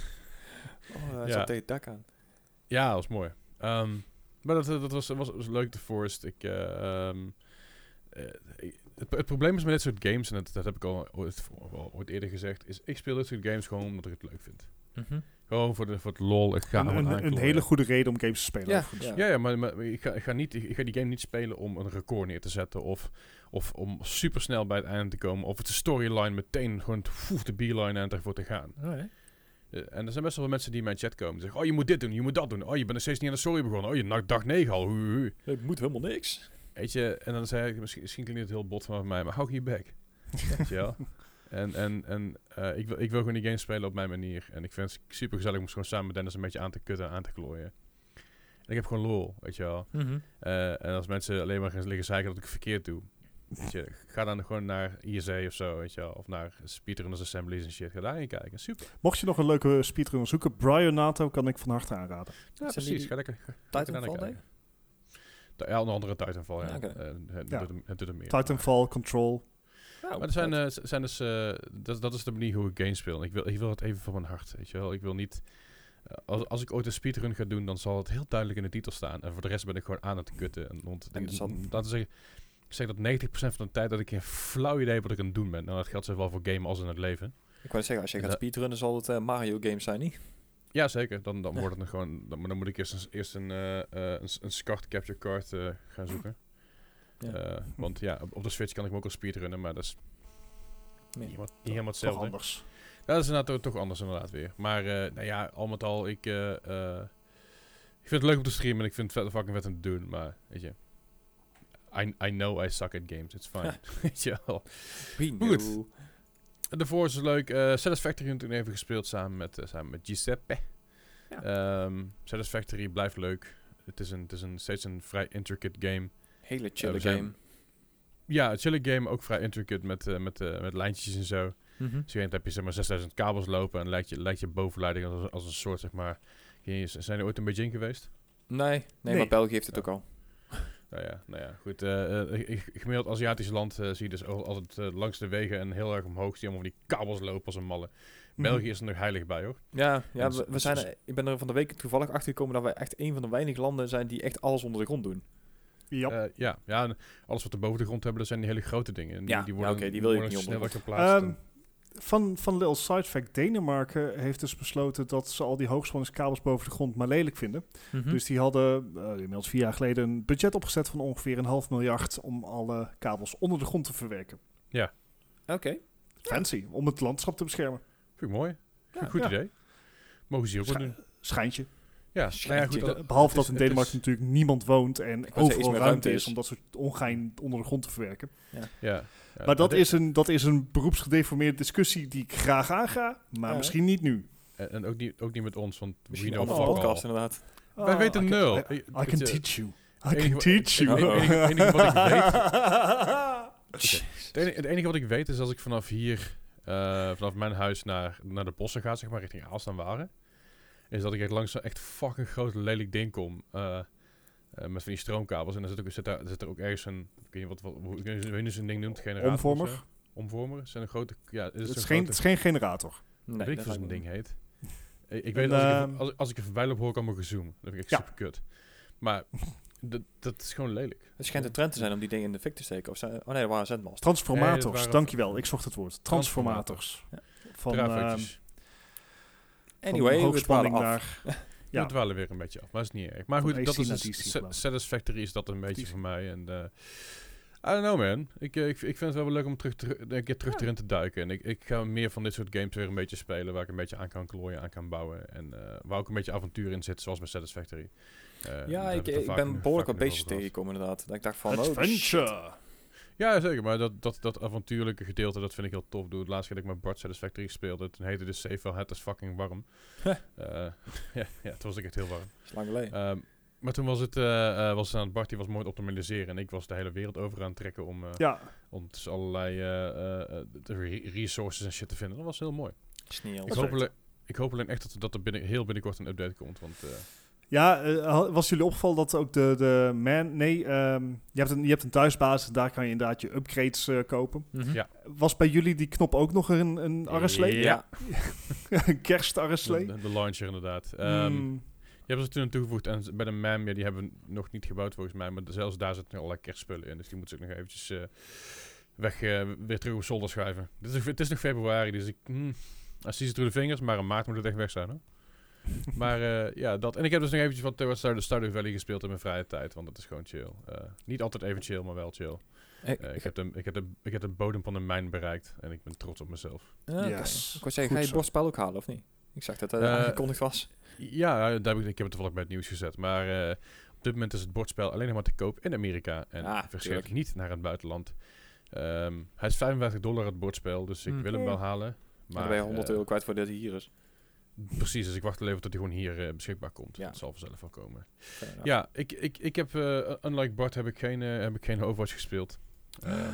Oh, hij Ja. zat tegen het dak aan. ja, dat was mooi. Um, maar dat, dat was, was, was leuk, de Forest. Ik, uh, um, uh, ik- het, het probleem is met dit soort games, en dat, dat heb ik al ooit, al ooit eerder gezegd, is ik speel dit soort games gewoon omdat ik het leuk vind. Mhm. Gewoon voor, de, voor het lol. Ik ga Een, gewoon een, een aanklooien. hele goede reden om games te spelen. Ja, overigens. ja. Ja, ja, maar, maar ik, ga, ik, ga niet, ik, ik ga die game niet spelen om een record neer te zetten. Of, of om super snel bij het einde te komen. Of het de storyline meteen gewoon foef, de beeline en ervoor te gaan. Alright. Uh, en er zijn best wel veel mensen die in mijn chat komen. Die zeggen, oh je moet dit doen, je moet dat doen. Oh je bent nog steeds niet aan de story begonnen. Oh je na dag negen al. Hu, hu, hu. Het moet helemaal niks. Weet je, en dan zei ik, misschien, misschien klinkt het heel bot van mij. Maar hou je bek. Weet je wel. En, en, en uh, ik, wil, ik wil gewoon die game spelen op mijn manier. En ik vind het super gezellig om gewoon samen met Dennis een beetje aan te kutten en aan te klooien. En ik heb gewoon lol, weet je wel. Mhm. Uh, en als mensen alleen maar gaan liggen zeiken dat ik verkeerd doe. Weet je, ga dan gewoon naar I S A of zo, weet je wel. Of naar Speedrunners Assemblies en shit. Ga daarheen kijken. Super. Mocht je nog een leuke speedrun zoeken, Brian Nato kan ik van harte aanraden. Ja, Zijn precies. die Ga lekker. Ga, ga Titanfall, daar naar denk kijken. Ta- Ja, een andere Titanfall, ja. Ja, oké. Uh, het, Ja. doet er, het doet er meer. Titanfall, Control. Oh, Maar er zijn, uh, z- zijn dus, uh, dat, dat is de manier hoe ik games speel. Ik wil, ik wil het even van mijn hart, weet je wel. Ik wil niet... Uh, als, als ik ooit een speedrun ga doen, dan zal het heel duidelijk in de titel staan. En voor de rest ben ik gewoon aan het kutten. En, want, En dat zal- laten we zeggen, ik zeg dat negentig procent van de tijd dat ik geen flauw idee heb wat ik aan het doen ben. Nou, dat geldt zowel voor game als in het leven. Ik wou zeggen, als je gaat Ja. speedrunnen zal het uh, Mario games zijn, niet? Ja, zeker. Dan, dan wordt het nog gewoon... Dan, dan moet ik eerst een, eerst een, uh, uh, een, een SCART capture card uh, gaan zoeken. Ja. Uh, want ja, op, op de Switch kan ik hem ook al speedrunnen, maar dat is Nee. niet helemaal, niet helemaal Toch hetzelfde. anders. Ja, dat is inderdaad toch, toch anders inderdaad weer. Maar uh, nou ja, al met al, ik, uh, uh, ik vind het leuk om te streamen en ik vind het vet, fucking vet om te doen, maar weet je, I, I know I suck at games, it's fine. Weet je wel. We Goed. know. De Force is leuk. Uh, Satisfactory toen even gespeeld samen met, uh, samen met Giuseppe. Ja. Um, Satisfactory blijft leuk. Het is, een, het is een, steeds een vrij intricate game. Hele Uh, chille we zijn- game. Ja, een chille game, ook vrij intricate met, uh, met, uh, met lijntjes en zo. Mhm. Dus je heb je zeg maar zesduizend kabels lopen en lijkt je, lijkt je bovenleiding als, als een soort, zeg maar... Zijn jullie ooit in Beijing geweest? Nee, nee, Nee. maar België heeft het Ja. ook al. Nou ja, nou ja, goed. Uh, uh, gemiddeld Aziatisch land uh, zie je dus al- altijd uh, langs de wegen en heel erg omhoog zie je allemaal van die kabels lopen als een malle. Mhm. België is er nog heilig bij, hoor. Ja, ja En we, s- we zijn s- er, ik ben er van de week toevallig achter gekomen dat wij echt een van de weinige landen zijn die echt alles onder de grond doen. Ja. Uh, ja, ja, en alles wat we boven de grond hebben, dat zijn die hele grote dingen. En die, Ja, die ja, worden, oké, die wil je worden niet onder de sneller geplaatst. Ehm, en- van, van Little Side Fact, Denemarken heeft dus besloten dat ze al die hoogspanningskabels boven de grond maar lelijk vinden. Mhm. Dus die hadden uh, inmiddels vier jaar geleden een budget opgezet van ongeveer een half miljard om alle kabels onder de grond te verwerken. Oké. Fancy, om het landschap te beschermen. Vind ik mooi. Vind ik een goed Ja. idee. Mogen ze hier ook wel Scha- doen. Schijntje. Ja, nou ja, Schijntje. goed. De- dat- behalve het dat is- in het Denemarken is- natuurlijk niemand woont en zeggen, iets overal meer ruimte ruimte is is. om dat soort ongein onder de grond te verwerken. Ja. Ja, Maar dat dit- is, een, dat is een beroepsgedeformeerde discussie die ik graag aanga, maar Ja. misschien niet nu. En, en ook, niet, ook niet met ons, want Misschien we een know andere Oh. fuck all. podcast inderdaad. Wij Ah, weten I can- nul. I, Eh, I weet can je, teach you. I enige can wa- teach you. het enige- het enige wat ik weet- weet. Het enige, het enige wat ik weet is als ik vanaf hier, uh, vanaf mijn huis naar, naar de bossen ga, zeg maar, richting Aalst en Waren, is dat ik echt langs zo'n echt fucking groot lelijk ding kom. Uh, uh, met van die stroomkabels. En dan zit, ook, zit, daar, zit er ook ergens een, ik weet niet wat, wat hoe weet je nu zo'n ding noemt, generator. of Omvormer? zo? Omvormer? Zijn een grote, ja, is het Het zo'n is, geen, grote, het is geen generator. Nee, weet ik dat veel zo'n lijkt me ding heet. ik ik Een, weet, als, ik ehm, er, als, als ik er voorbij loop, hoor ik allemaal gezoom. Dat vind ik echt Ja. super kut. Maar dat, dat is gewoon lelijk. Het schijnt de trend te zijn om die dingen in de fik te steken. Of zijn, oh nee, dat waren zendmast. Transformators, Nee, dat waren- dankjewel. Ik zocht het woord. Transformators. Van ehm Draadvoetjes. Anyway, van we hoogspanning dwalen af. naar... Ja. Ja. We dwalen weer een beetje af, maar dat is niet erg. Maar Van goed, dat A C is naar dus D C sa- geloof ik. Satisfactory is dat een beetje D C. voor mij. En uh, I don't know, man. Ik, uh, ik, ik vind het wel wel leuk om terug te, een keer terug Ja. erin te duiken. En ik, ik ga meer van dit soort games weer een beetje spelen, waar ik een beetje aan kan klooien, aan kan bouwen. En uh, waar ook een beetje avontuur in zit, zoals bij Satisfactory. Uh, daar Ja, hebben ik, we het ik er ben vaak- behoorlijk vaak wat nog beestjes over gehad. tegengekomen inderdaad. Dat ik dacht van, oh, shit. Adventure. Ja, zeker. Maar dat, dat, dat avontuurlijke gedeelte, dat vind ik heel tof. Doe het laatste keer dat ik met Bart Satisfactory speelde, toen heette de safe wel het is fucking warm. Huh. Uh, ja, ja, toen was ik echt heel warm. Dat is lang geleden. Um, maar toen was het, uh, uh, was het aan Bart, die was mooi aan het optimaliseren. En ik was de hele wereld over aan het trekken om, uh, Ja, om dus allerlei uh, uh, de re- resources en shit te vinden. Dat was heel mooi. Sneeuw. Ik Dat hoop, werkt. alleen, ik hoop alleen echt dat, dat er binnen, heel binnenkort een update komt. Want uh, ja uh, was jullie opgevallen dat ook de, de man... Nee, um, je, hebt een, je hebt een thuisbasis, daar kan je inderdaad je upgrades uh, kopen. Mhm. Ja. Was bij jullie die knop ook nog een, een arreslee? Ja. Een kerstarreslee? de, de launcher inderdaad. Um, Mm, Die hebben ze toen toegevoegd. En bij de M A M, ja, die hebben we nog niet gebouwd volgens mij. Maar zelfs daar zitten nog allerlei kerstspullen in. Dus die moeten ze ook nog eventjes uh, weg, uh, weer terug op zolder schuiven. Het is, nog- het is nog februari, dus ik... Mm, als zie ze door de vingers, maar in maart moet het echt weg zijn, hoor. Maar uh, ja, dat. En ik heb dus nog eventjes wat Terra Stardew Stardew Valley gespeeld in mijn vrije tijd. Want dat is gewoon chill. Uh, niet altijd even chill, maar wel chill. Ik, Uh, ik, heb de, ik, heb de, ik heb de bodem van de mijn bereikt. En ik ben trots op mezelf. Ja, oké. Yes. Ik wou zeggen, ga Goed je zo. bordspel ook halen of niet? Ik zag dat het Eh, aangekondigd was. Ja, daar heb ik, ik heb het toevallig bij het nieuws gezet. Maar uh, op dit moment is het bordspel alleen nog maar te koop in Amerika. En Ah, verschrikt tuurlijk. niet naar het buitenland. Um, hij is vijfenvijftig dollar het bordspel, dus ik Hmm. wil hem wel halen. Maar Maar dan ben je honderd uh, euro kwijt voor dit hier is. Precies, dus ik wacht alleen tot hij gewoon hier uh, beschikbaar komt. Ja. Dat zal vanzelf wel komen. Fair enough. Ja, ik, ik, ik heb, uh, unlike Bart, heb ik geen, uh, heb ik geen Overwatch gespeeld. Um,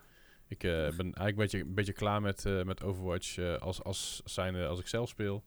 ik uh, ben eigenlijk een beetje, een beetje klaar met, uh, met Overwatch uh, als, als, zijnde, als ik zelf speel.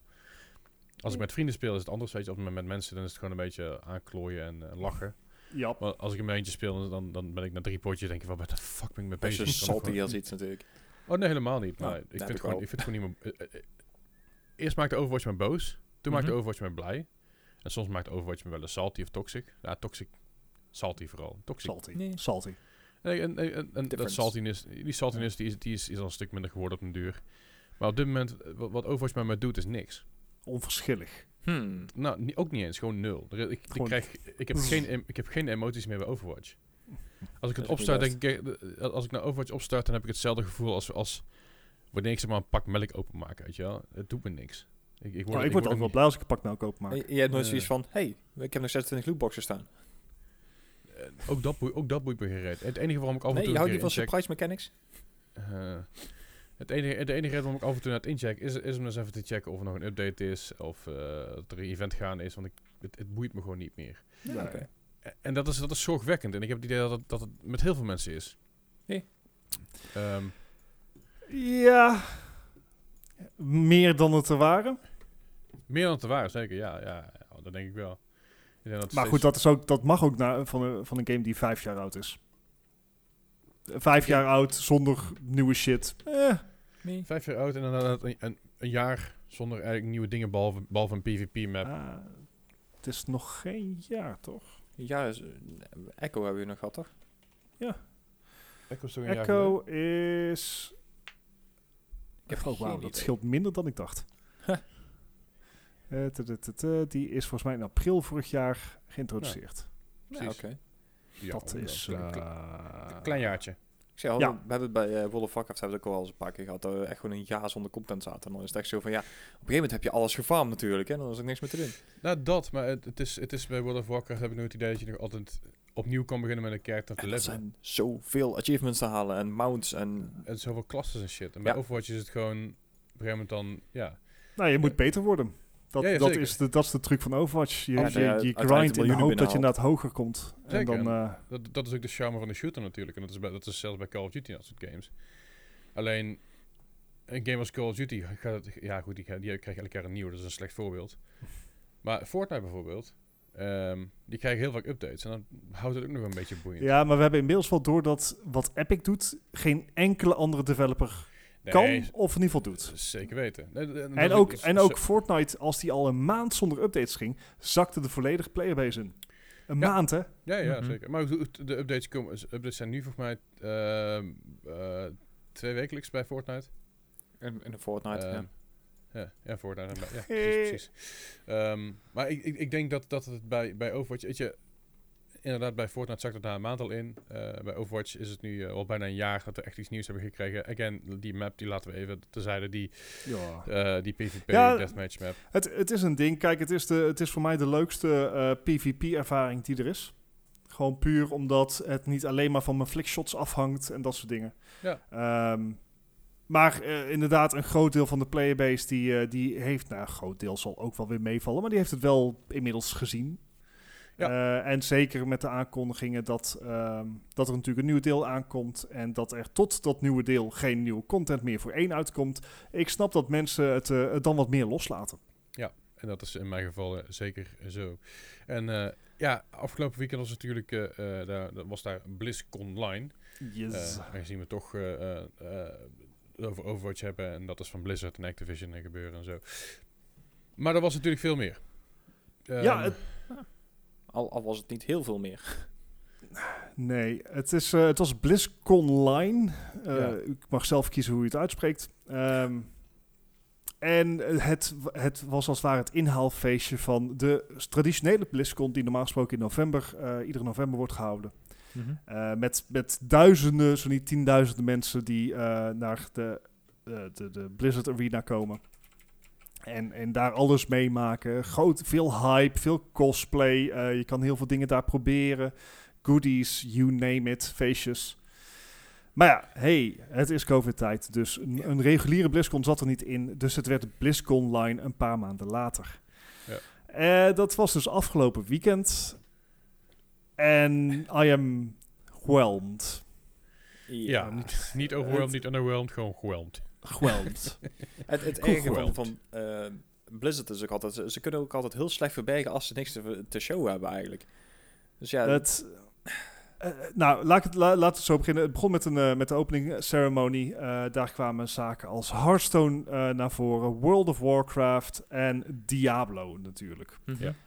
Als ik met vrienden speel is het anders, weet je. Als ik met, met mensen, dan is het gewoon een beetje aanklooien en uh, lachen. ja. Maar als ik in mijn eentje speel, dan, dan ben ik na drie potjes denk ik, wat de fuck ben ik mee Als bezig? je Ik kan nog salty gewoon- als iets natuurlijk. Oh nee, helemaal niet. Maar Ja, ik, dat heb vind ik gewoon, wel. ik vind het gewoon niet meer... uh, uh, eerst maakte Overwatch me boos. Toen maakte Mhm. Overwatch me blij. En soms maakt Overwatch me wel eens salty of toxic. Ja, toxic. Salty vooral. Toxic. Salty. Nee. Salty. Nee, en, en, en, en dat Difference. saltiness, die saltiness die is, die is, is al een stuk minder geworden op een duur. Maar op dit moment, uh, wat, wat Overwatch met mij doet, is niks. Onverschillig. Hmm. Nou, ni- ook niet eens. Gewoon nul. Er- Ik, ik, Gewoon- krijg, ik, heb geen, em- ik heb geen emoties meer bij Overwatch. Als ik het Dat is opstart, niet denk ik, eh, als ik naar Overwatch opstart, dan heb ik hetzelfde gevoel als, als wanneer ik zeg maar een pak melk openmaak, weet je wel. Het doet me niks. Ik, ik word, Oh, ik word ook ook wel niet- blij als ik een pak melk openmaak. Je, je hebt nooit Eh. zoiets van, hey, ik heb nog zesentwintig lootboxen staan. eh, ook, dat boeit, ook dat boeit me gereed. Het enige waarom ik af en Nee, toe je een houdt keer niet van incheck- surprise mechanics? eh, Het enige, de enige reden waarom ik af en toe naar het incheck is, is om eens even te checken of er nog een update is of uh, dat er een event gaande is, want ik, het, het boeit me gewoon niet meer. Ja, Nee. oké. En, en dat is, dat is zorgwekkend en ik heb het idee dat het, dat het met heel veel mensen is. Nee. Um, Ja, meer dan het er waren. meer dan te waar, zeker. Ja, ja, ja, dat denk ik wel. Ik denk dat Maar steeds- goed, dat, is ook, dat mag ook na, van, een, van een game die vijf jaar oud is. Vijf Ja. jaar oud, zonder nieuwe shit. Eh, Nee. Vijf jaar oud en dan een, een, een, een jaar zonder eigenlijk nieuwe dingen, behalve, behalve een PvP-map. ah, het is nog geen jaar, toch? Ja, is, uh, Echo hebben we nog gehad, toch? Echo is toch een jaar Echo is... Ik heb Oh, geen wauw, dat idee. scheelt minder dan ik dacht. Huh. Eh, t- t- t- t- die is volgens mij in april vorig jaar geïntroduceerd. Ja, precies. oké. Ja, dat is... een kle- eh, een klein jaartje. Ik zei al, Ja. we hebben het bij uh, World of Warcraft hebben we het ook al eens een paar keer gehad, dat we echt gewoon een jaar zonder content zaten. En dan is het echt zo van, ja, op een gegeven moment heb je alles gefarmd natuurlijk, hè, en dan is er niks meer te doen. Nou, dat, maar het, het, is, het is bij World of Warcraft heb ik nu het idee dat je nog altijd opnieuw kan beginnen met een character te En er levelen. zijn zoveel achievements te halen en mounts en... En zoveel klassen en shit. En bij Ja. Overwatch is het gewoon op een gegeven moment dan, ja. Nou, je moet beter worden. Dat, Ja, ja, dat, zeker. is de, dat is de truc van Overwatch. Je, Ja, je, ja, je uiteindelijk grind in de miljoenen hoop dat je binnenhaalt. inderdaad hoger komt. Zeker, En dan... en- eh, Dat, dat is ook de charme van de shooter natuurlijk. En dat is, bij, dat is zelfs bij Call of Duty en dat soort games. Alleen, een game als Call of Duty, gaat het, ja goed, die, ga- die krijg je elk jaar een nieuwe. Dat is een slecht voorbeeld. Maar Fortnite bijvoorbeeld, ehm, die krijgen heel vaak updates. En dan houdt het ook nog een beetje boeiend. ja, maar we hebben inmiddels wel door dat wat Epic doet, geen enkele andere developer Nee, kan of in ieder geval doet. zeker weten. Nee, dat En is- ook, dat is- en zo- ook Fortnite, als die al een maand zonder updates ging, zakte de volledige playerbase in. Een Ja. maand, hè? Ja, ja, Mhm. zeker. Maar goed, de updates, komen, updates zijn nu volgens mij ehm, eh, twee wekelijks bij Fortnite. In, in de Fortnite, Ehm, ja. Ja, ja, Fortnite. en bij- Ja, precies, precies. Ehm, maar ik, ik, ik denk dat, dat het bij, bij Overwatch, weet je, inderdaad bij Fortnite zakt het na een maand al in. Uh, bij Overwatch is het nu uh, al bijna een jaar dat we echt iets nieuws hebben gekregen. Again, die map, die laten we even terzijde, die, Ja. uh, die PvP Ja, deathmatch map. Het, het is een ding. Kijk, het is, de, het is voor mij de leukste uh, PvP-ervaring die er is. Gewoon puur omdat het niet alleen maar van mijn flickshots afhangt en dat soort dingen. Ja. Um, maar uh, inderdaad, een groot deel van de playerbase die, uh, die heeft... Nou, een groot deel zal ook wel weer meevallen, maar die heeft het wel inmiddels gezien. Ja. Uh, en zeker met de aankondigingen dat, um, dat er natuurlijk een nieuw deel aankomt en dat er tot dat nieuwe deel geen nieuwe content meer voor één uitkomt. Ik snap dat mensen het, uh, het dan wat meer loslaten. Ja, en dat is in mijn geval uh, zeker zo. En uh, ja, afgelopen weekend was natuurlijk, uh, uh, daar, was daar BlizzCon Online. Yes. Uh, aangezien we toch uh, uh, uh, over Overwatch hebben en dat is van Blizzard en Activision en gebeuren en zo. Maar er was natuurlijk veel meer. Um, ja, het, Al, al was het niet heel veel meer. Nee, het, is, uh, het was BlizzCon Online. Uh, Ja. Ik mag zelf kiezen hoe je het uitspreekt. Um, en het, het was als het ware het inhaalfeestje van de traditionele BlizzCon die normaal gesproken in november, uh, iedere november wordt gehouden. Mm-hmm. Uh, met, met duizenden, zo niet tienduizenden mensen die uh, naar de, uh, de, de Blizzard Arena komen. En, en daar alles meemaken. Groot, veel hype, veel cosplay. Uh, je kan heel veel dingen daar proberen. Goodies, you name it, feestjes. Maar ja, hey, het is COVID-tijd. Dus een, een reguliere BlizzCon zat er niet in. Dus het werd BlizzCon Line een paar maanden later. Ja. Uh, dat was dus afgelopen weekend. En I am whelmed. Ja, Ja, niet, niet overwhelmed, niet underwhelmed, gewoon gewhelmed. Gewhelmed. Het, het Cool erge van, geweld. van uh, Blizzard is ook altijd... Ze, ze kunnen ook altijd heel slecht verbergen als ze niks te, te showen hebben eigenlijk. Dus ja... Het, uh, nou, laat ik het, la, laten we zo beginnen. Het begon met, een, uh, met de opening ceremony. Uh, daar kwamen zaken als Hearthstone uh, naar voren, World of Warcraft en Diablo natuurlijk. Mm-hmm. Ja.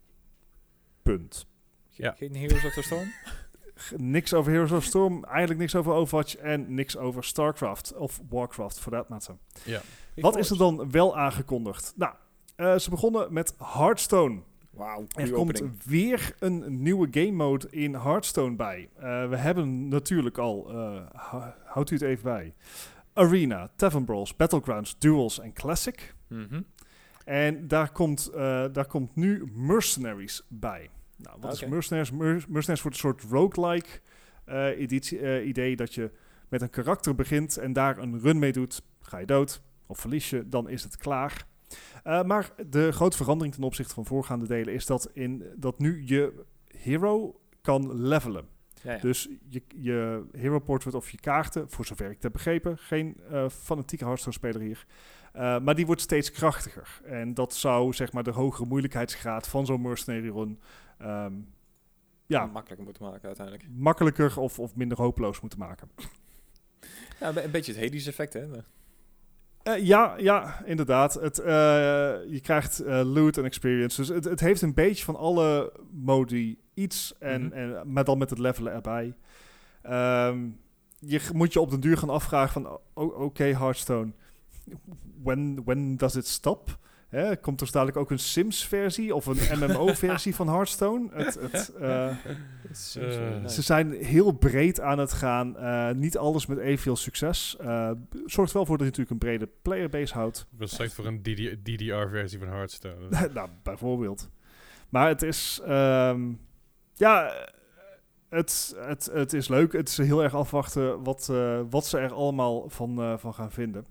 Punt. Ge- Ja. Geen Heroes of the Storm? G- Niks over Heroes of Storm, eigenlijk niks over Overwatch en niks over StarCraft of Warcraft, voor dat matter. Ja. Wat is er dan wel aangekondigd? Nou, uh, ze begonnen met Hearthstone. Wauw, Er komt weer een nieuwe game mode in Hearthstone bij. Uh, we hebben natuurlijk al, uh, houdt u het even bij, Arena, Tavern Brawls, Battlegrounds, Duels en Classic. Mm-hmm. En daar komt, uh, daar komt nu Mercenaries bij. Nou, wat Okay. is Mercenaries? Mer- Mercenaries wordt een soort roguelike uh, editie, uh, idee dat je met een karakter begint en daar een run mee doet ga je dood of verlies je, dan is het klaar. Uh, maar de grote verandering ten opzichte van voorgaande delen is dat, in, dat nu je hero kan levelen. Ja, ja. Dus je, je hero portrait of je kaarten, voor zover ik het heb begrepen, geen uh, fanatieke Hearthstone-speler hier, uh, maar die wordt steeds krachtiger. En dat zou zeg maar de hogere moeilijkheidsgraad van zo'n mercenary run um, ja, makkelijker moeten maken uiteindelijk. Makkelijker of, of minder hopeloos moeten maken. Ja, een beetje het Hades effect, hè? Uh, ja, ja, inderdaad. Het, uh, je krijgt uh, loot en experience. Dus het, het heeft een beetje van alle modi iets. En, mm-hmm. en, maar dan met het levelen erbij. Um, je moet je op den duur gaan afvragen van... Oké, okay, Hearthstone. When, when does it stop? Hè, komt er dadelijk ook een Sims-versie of een M M O-versie van Hearthstone? Het, het, uh, uh, ze zijn heel breed aan het gaan. Uh, niet alles met evenveel succes. Uh, zorgt wel voor dat je natuurlijk een brede playerbase houdt. Ik ben slecht voor een D D R-versie van Hearthstone. Nou, bijvoorbeeld. Maar het is... Um, ja... Het, het, het is leuk. Het is heel erg afwachten wat, uh, wat ze er allemaal van, uh, van gaan vinden.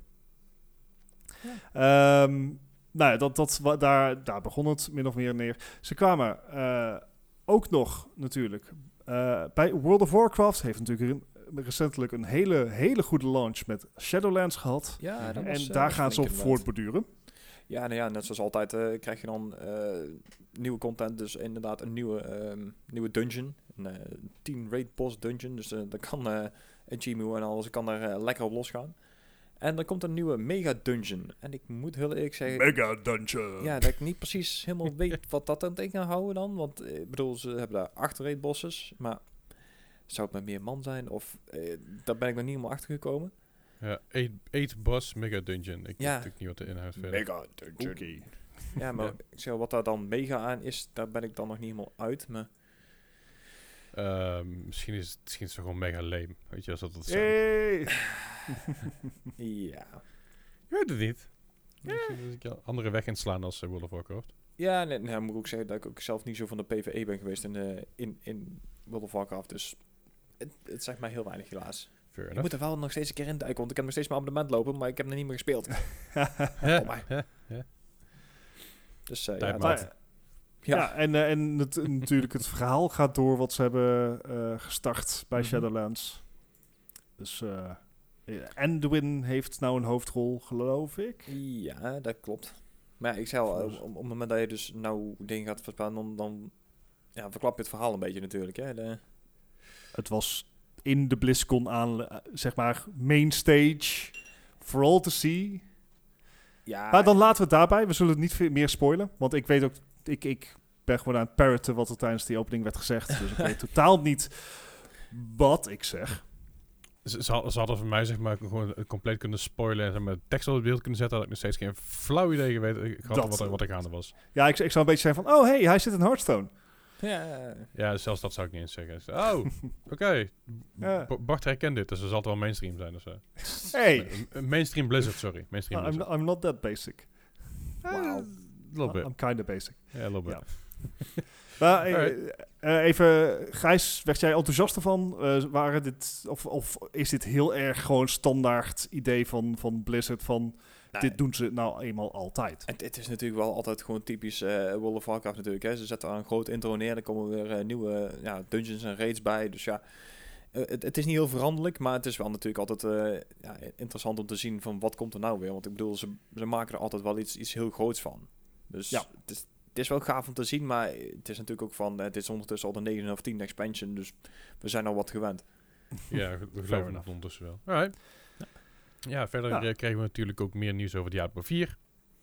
Ja. Um, Nou ja, dat, dat, daar, daar begon het min of meer neer. Ze kwamen uh, ook nog natuurlijk uh, bij World of Warcraft. Heeft natuurlijk een, recentelijk een hele, hele goede launch met Shadowlands gehad. Ja, dat en was, daar uh, gaan ze op inderdaad. voortborduren. Ja, nou ja, net zoals altijd uh, krijg je dan uh, nieuwe content. Dus inderdaad een nieuwe, um, nieuwe dungeon. Een uh, tien raid boss dungeon. Dus uh, dan kan uh, een Gmu en alles kan er uh, lekker op losgaan. En er komt een nieuwe Mega Dungeon. En ik moet heel eerlijk zeggen... Mega Dungeon! Ja, dat ik niet precies helemaal weet wat dat dan tegen houden dan. Want ik bedoel, ze hebben daar acht raid bosses. Maar zou het met meer man zijn? Of eh, daar ben ik nog niet helemaal achter gekomen. Ja, eight boss Mega Dungeon. Ik ja. weet natuurlijk niet wat de inhoud verder. Mega Dungeon. Okay. Ja, maar ja. Ik zeg, wat daar dan mega aan is, daar ben ik dan nog niet helemaal uit. Maar... Uh, misschien is het misschien is het gewoon mega lame. Weet je, als dat het zijn. Hey. Ja. Ik weet het niet. Ja. Misschien is ik een andere weg inslaan als uh, World of Warcraft. Ja, nee, nee, moet ik ook zeggen dat ik ook zelf niet zo van de P V E ben geweest in, uh, in, in World of Warcraft. Dus het, het zegt mij heel weinig helaas. Fair ik moet er wel nog steeds een keer in duiken, want ik heb nog steeds mijn abonnement lopen, maar ik heb er niet meer gespeeld. ja, ja, ja. Dus uh, ja, maar, ja. ja, en, uh, en het, natuurlijk het verhaal gaat door wat ze hebben uh, gestart bij mm-hmm. Shadowlands. Dus uh, Anduin heeft nou een hoofdrol, geloof ik. Ja, dat klopt. Maar ja, ik zei al, uh, op, op het moment dat je dus nou dingen gaat voorspellen, dan, dan ja, verklap je het verhaal een beetje natuurlijk. Hè? De... Het was in de BlizzCon aan, uh, zeg maar, main stage, for all to see. Ja. Maar dan laten we het daarbij. We zullen het niet veel meer spoilen. Want ik weet ook, ik, ik ben gewoon aan het parroten wat er tijdens die opening werd gezegd. Dus ik weet totaal niet wat ik zeg. Ze, ze hadden voor mij zeg maar gewoon compleet kunnen spoilen en zeg maar, tekst op het beeld kunnen zetten. Dat ik nog steeds geen flauw idee geweten gehad wat, wat er gaande was. Ja, ik, ik zou een beetje zijn van, oh hey, hij zit in Hearthstone. Ja, ja, zelfs dat zou ik niet eens zeggen. Oh, oké. Okay. Ja. Bart herkent dit, dus er zal het wel mainstream zijn of zo. Hey. Mainstream Blizzard, sorry. Mainstream uh, I'm, Blizzard. I'm not that basic. Wow. A little bit. I'm kinda basic. Ja, yeah, a little bit. Ja. Maar uh, uh, even, Gijs, werd jij enthousiast ervan? Uh, waren dit, of, of is dit heel erg gewoon standaard idee van, van Blizzard van... Nee. Dit doen ze nou eenmaal altijd. Het, het is natuurlijk wel altijd gewoon typisch uh, World of Warcraft natuurlijk. Hè. Ze zetten er een groot intro neer. Dan komen weer uh, nieuwe ja, dungeons en raids bij. Dus ja, uh, het, het is niet heel veranderlijk. Maar het is wel natuurlijk altijd uh, ja, interessant om te zien van wat komt er nou weer. Want ik bedoel, ze, ze maken er altijd wel iets, iets heel groots van. Dus ja. het, is, het is wel gaaf om te zien. Maar het is natuurlijk ook van... Uh, dit is ondertussen al de negen of tien expansion. Dus we zijn al wat gewend. Ja, we geloven het ondertussen wel. Alright. Ja, verder ja. kregen we natuurlijk ook meer nieuws over Diablo vier.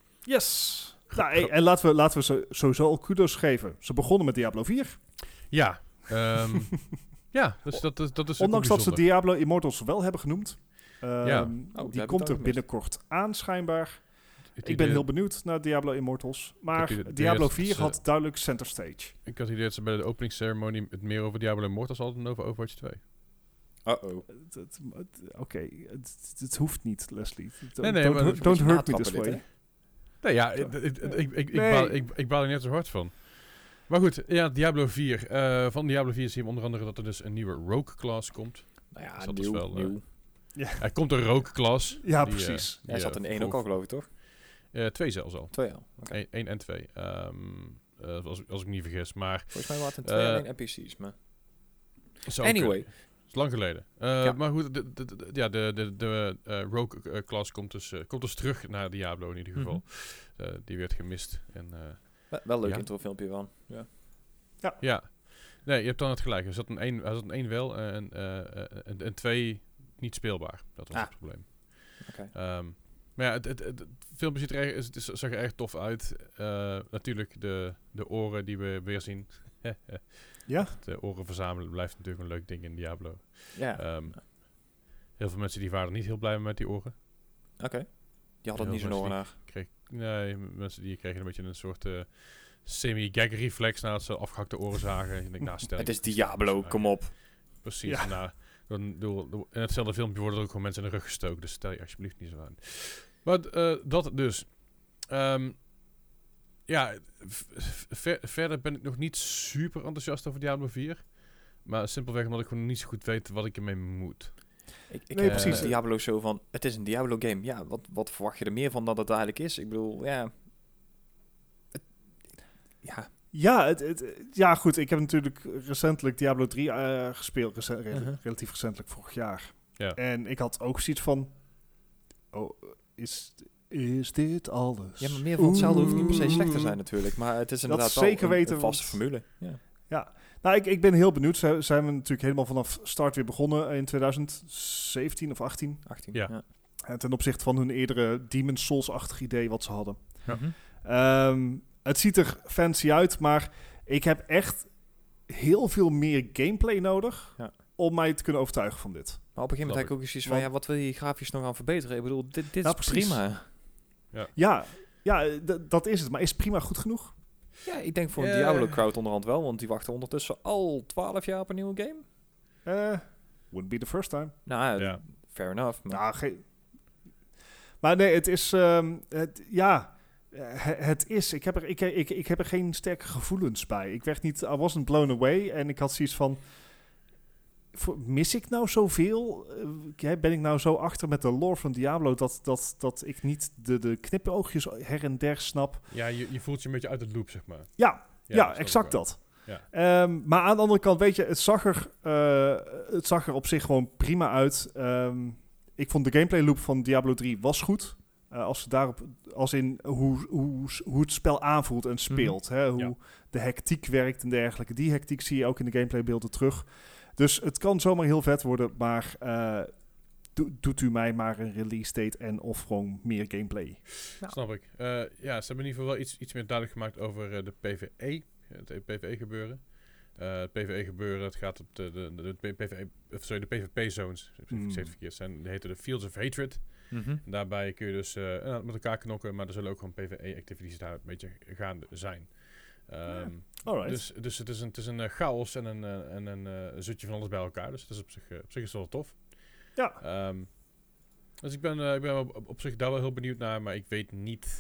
Yes! Nou, hey, en laten we, laten we zo, sowieso al kudos geven. Ze begonnen met Diablo vier. Ja. Um, ja, dus dat, dat, dat is ondanks dat ze Diablo Immortals wel hebben genoemd. Um, ja. oh, die komt er binnenkort aan, schijnbaar. Het ik ben heel benieuwd naar Diablo Immortals. Maar idee, Diablo vier had ze, duidelijk center stage. Ik had het idee dat ze bij de openingsceremonie het meer over Diablo Immortals hadden dan over Overwatch twee. Uh-oh. Oké, okay. het, het hoeft niet, Leslie. Don't, nee, nee, don't, maar don't, don't hurt me this way. Dit, nee, ja, ik, ik, ik, ik, nee. baal, ik, ik baal er net zo hard van. Maar goed, ja, Diablo vier. Uh, van Diablo vier zien we onder andere dat er dus een nieuwe Rogue class komt. Nou ja, dus dat nieuw, is wel, nieuw. Uh, Ja. Er komt een rook-klas. Ja, die, precies. Uh, Hij ja, zat in één ook al, geloof ik, toch? Uh, twee zelfs al. Twee al, oké. Okay. Eén en twee. Um, uh, als, als ik me niet vergis, maar... Volgens mij waren het een twee uh, alleen N P C's, maar... Anyway. Het is lang geleden. Uh, ja. Maar goed, de, de, de, ja, de, de, de uh, Rogue-klas komt, dus, uh, komt dus terug naar Diablo in ieder geval. Mm-hmm. Uh, die werd gemist. En, uh, wel, wel leuk ja. introfilmpje van. Ja. Ja. ja. Nee, je hebt dan het gelijk. Er zat een één, er zat een één wel en, uh, en, en twee niet speelbaar. Dat was ah. het probleem. Okay. Um, maar ja, het, het, het, het filmpje ziet er erg, het zag er erg tof uit. Uh, natuurlijk de, de oren die we weer zien. Ja. De oren verzamelen blijft natuurlijk een leuk ding in Diablo. Ja. Um, heel veel mensen die waren niet heel blij met die oren. Oké. Okay. Die hadden niet zo'n oren naar. Kreeg, nee, mensen die kregen een beetje een soort uh, semi-gag reflex nadat ze afgehakte oren zagen. Ik denk, nou, stel het is Diablo, kom op. Precies. Ja. Nou, dan, door, door, in hetzelfde filmpje worden er ook gewoon mensen in de rug gestoken. Dus stel je alsjeblieft niet zo aan. Maar uh, dat dus. Um, ja, ver, verder ben ik nog niet super enthousiast over Diablo vier. Maar simpelweg omdat ik gewoon niet zo goed weet wat ik ermee moet. Ik, ik nee, heb precies uh, Diablo zo van, het is een Diablo game. Ja, wat, wat verwacht je er meer van dan het eigenlijk is? Ik bedoel, ja... Het, ja... Ja, het, het, ja, goed. Ik heb natuurlijk recentelijk Diablo drie uh, gespeeld. Recent, uh-huh. re- relatief recentelijk, vorig jaar. Ja. En ik had ook zoiets van... Oh, is, is dit alles? Ja, maar meer van hetzelfde hoeft niet per se slecht te zijn natuurlijk. Maar het is inderdaad dat zeker wel een, weten, een vaste formule. Ja, ja. Nou, ik, ik ben heel benieuwd. Zijn we natuurlijk helemaal vanaf start weer begonnen in twintig zeventien of achttien. achttien, ja. ja. En ten opzichte van hun eerdere Demon's Souls-achtig idee wat ze hadden. Ja. Um, Het ziet er fancy uit, maar ik heb echt heel veel meer gameplay nodig ja. om mij te kunnen overtuigen van dit. Maar op een gegeven moment heb ik ook eens iets van, ja, wat wil je grafisch nog aan verbeteren? Ik bedoel, dit, dit nou, is precies. prima. Ja, ja, ja d- dat is het. Maar is prima goed genoeg? Ja, ik denk voor een uh, Diablo-crowd onderhand wel, want die wachten ondertussen al twaalf jaar op een nieuwe game. Uh, wouldn't be the first time. Nou, ja. fair enough. Maar, nou, ge- maar nee, het is... Um, het, ja... Uh, het is, ik heb, er, ik, ik, ik heb er geen sterke gevoelens bij. Ik werd niet, I wasn't blown away. En ik had zoiets van, voor, mis ik nou zoveel? Uh, ben ik nou zo achter met de lore van Diablo dat, dat, dat ik niet de, de knipoogjes her en der snap? Ja, je, je voelt je een beetje uit het loop, zeg maar. Ja, ja, ja dat exact dat. Ja. Um, maar aan de andere kant, weet je, het zag er, uh, het zag er op zich gewoon prima uit. Um, ik vond de gameplay loop van Diablo drie was goed. Uh, als ze daarop, als in hoe, hoe, hoe het spel aanvoelt en speelt. Mm-hmm. Hè? Hoe ja. de hectiek werkt en dergelijke. Die hectiek zie je ook in de gameplaybeelden terug. Dus het kan zomaar heel vet worden, maar uh, do, doet u mij maar een release date en of gewoon meer gameplay. Nou. Snap ik. Uh, ja, ze hebben in ieder geval wel iets, iets meer duidelijk gemaakt over uh, de PvE. Het PvE-gebeuren. Uh, het PvE-gebeuren, het gaat op de, de, de, de, PvE, sorry, de PvP-zones. Mm. Ik zeg het verkeerd. Zijn, die heten de Fields of Hatred. Mm-hmm. Daarbij kun je dus uh, met elkaar knokken, maar er zullen ook gewoon PvE-activities daar een beetje gaande zijn. Um, yeah. dus, dus het is een, het is een uh, chaos en een, uh, en een uh, zutje van alles bij elkaar. Dus het is op zich, uh, op zich is wel tof. Ja. Um, dus ik ben, uh, ik ben op, op zich daar wel heel benieuwd naar, maar ik weet niet...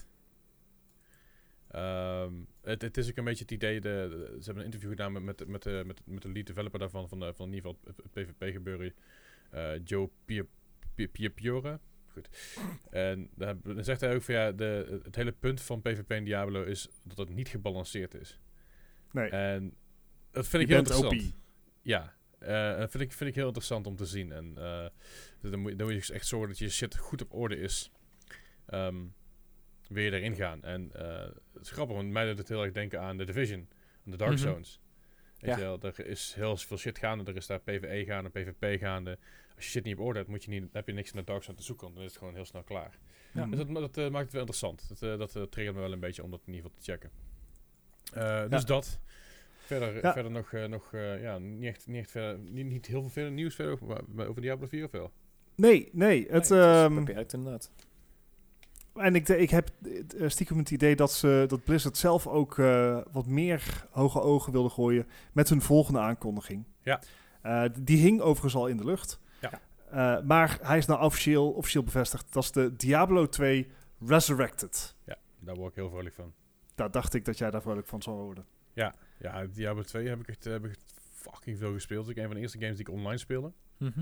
Um, het, het is ook een beetje het idee, de, de, ze hebben een interview gedaan met, met, met, de, met, met de lead developer daarvan, van, de, van in ieder geval het, het PvP-gebeuren, uh, Joe Piapiora. Goed. En dan, dan zegt hij ook van ja, de, het hele punt van PvP in Diablo is dat het niet gebalanceerd is. Nee. En dat vind ik Je heel bent interessant. O P. Ja, uh, dat vind ik, vind ik heel interessant om te zien. En uh, dan, moet, dan moet je echt zorgen dat je shit goed op orde is. Um, wil je erin gaan. En uh, het is grappig, want mij doet het heel erg denken aan The Division, aan de Dark mm-hmm. Zones. Weet ja. je wel, er is heel veel shit gaande, er is daar PvE gaande, PvP gaande. Als je shit niet op orde hebt, moet je niet, heb je niks in de Dark Zone te zoeken, dan is het gewoon heel snel klaar. Ja. Dus dat, dat uh, maakt het wel interessant. Dat, uh, dat uh, triggert me wel een beetje om dat in ieder geval te checken. Uh, dus ja. dat. Verder, ja. verder nog, uh, nog uh, ja, niet, echt, niet, echt verder, niet, niet heel veel verder nieuws verder over, over Diablo vier of wel? Nee, nee. Het, nee, het um, is beperkt inderdaad. En ik, ik heb stiekem het idee dat, ze, dat Blizzard zelf ook uh, wat meer hoge ogen wilde gooien met hun volgende aankondiging. Ja. Uh, die hing overigens al in de lucht. Ja. Uh, maar hij is nou officieel, officieel bevestigd. Dat is de Diablo twee Resurrected. Ja, daar word ik heel vrolijk van. Daar dacht ik dat jij daar vrolijk van zou worden. Ja, ja Diablo twee heb ik echt, heb ik echt fucking veel gespeeld. Ik een van de eerste games die ik online speelde. Mm-hmm.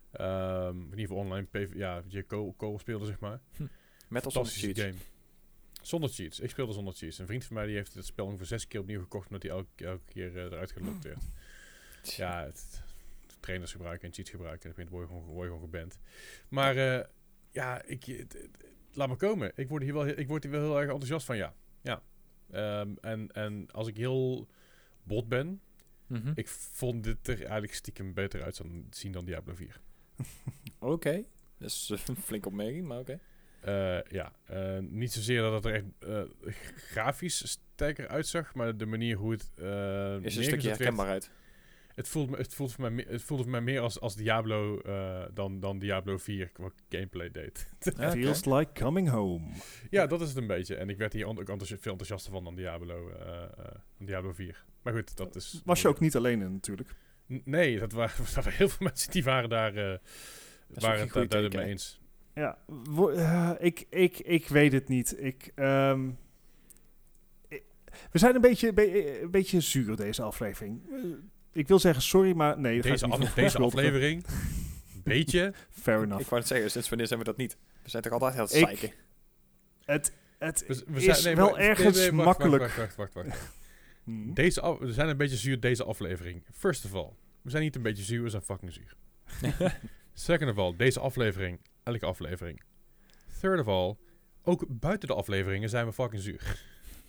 Um, in ieder geval online P V, ja, je co- co speelde, zeg maar. Hm. Met of zonder Fantastische cheats? game. Zonder cheats. Ik speelde zonder cheats. Een vriend van mij die heeft het spel ongeveer zes keer opnieuw gekocht omdat hij elke, elke keer uh, eruit gelokt werd. Ja, het, het, trainers gebruiken en cheats gebruiken. En dan word je gewoon, word je gewoon geband. Maar uh, ja, ik, het, het, laat me komen. Ik word hier wel, ik word hier wel heel erg enthousiast van, ja. ja. Um, en, en als ik heel bot ben, Mm-hmm. ik vond dit er eigenlijk stiekem beter uit zien dan Diablo vier. Oké. Okay. Dat is een flinke opmerking, maar oké. Okay. Uh, ja, uh, niet zozeer dat het er echt uh, grafisch sterker uitzag, maar de manier hoe het uh, is een stukje herkenbaarheid. Het voelt, me, het voelt voor mij, me, het voelde voor mij meer als, als Diablo uh, dan, dan Diablo vier wat gameplay deed. Okay. Feels like coming home. Ja, dat is het een beetje. En ik werd hier ook enthousi- veel enthousiaster van dan Diablo, uh, uh, dan Diablo vier. Maar goed, dat is... Was je ook niet alleen in natuurlijk? N- nee, dat waren, dat waren heel veel mensen die waren daar, uh, waren het daar, daar mee eens. Ja, wo- uh, ik, ik, ik weet het niet. Ik, um, ik, we zijn een beetje, be- een beetje zuur deze aflevering. Uh, ik wil zeggen sorry, maar nee. Deze, af, deze aflevering, beetje. Fair enough. Ik wou het zeggen, sinds wanneer zijn we dat niet? We zijn toch altijd heel zeiken? Het, het we, we is zijn, nee, wel maar, ergens nee, nee, wacht, makkelijk. Wacht, wacht, wacht, wacht, wacht. hmm. Deze af, we zijn een beetje zuur deze aflevering. First of all, we zijn niet een beetje zuur, we zijn fucking zuur. Second of all, deze aflevering, elke aflevering. Third of all, ook buiten de afleveringen zijn we fucking zuur.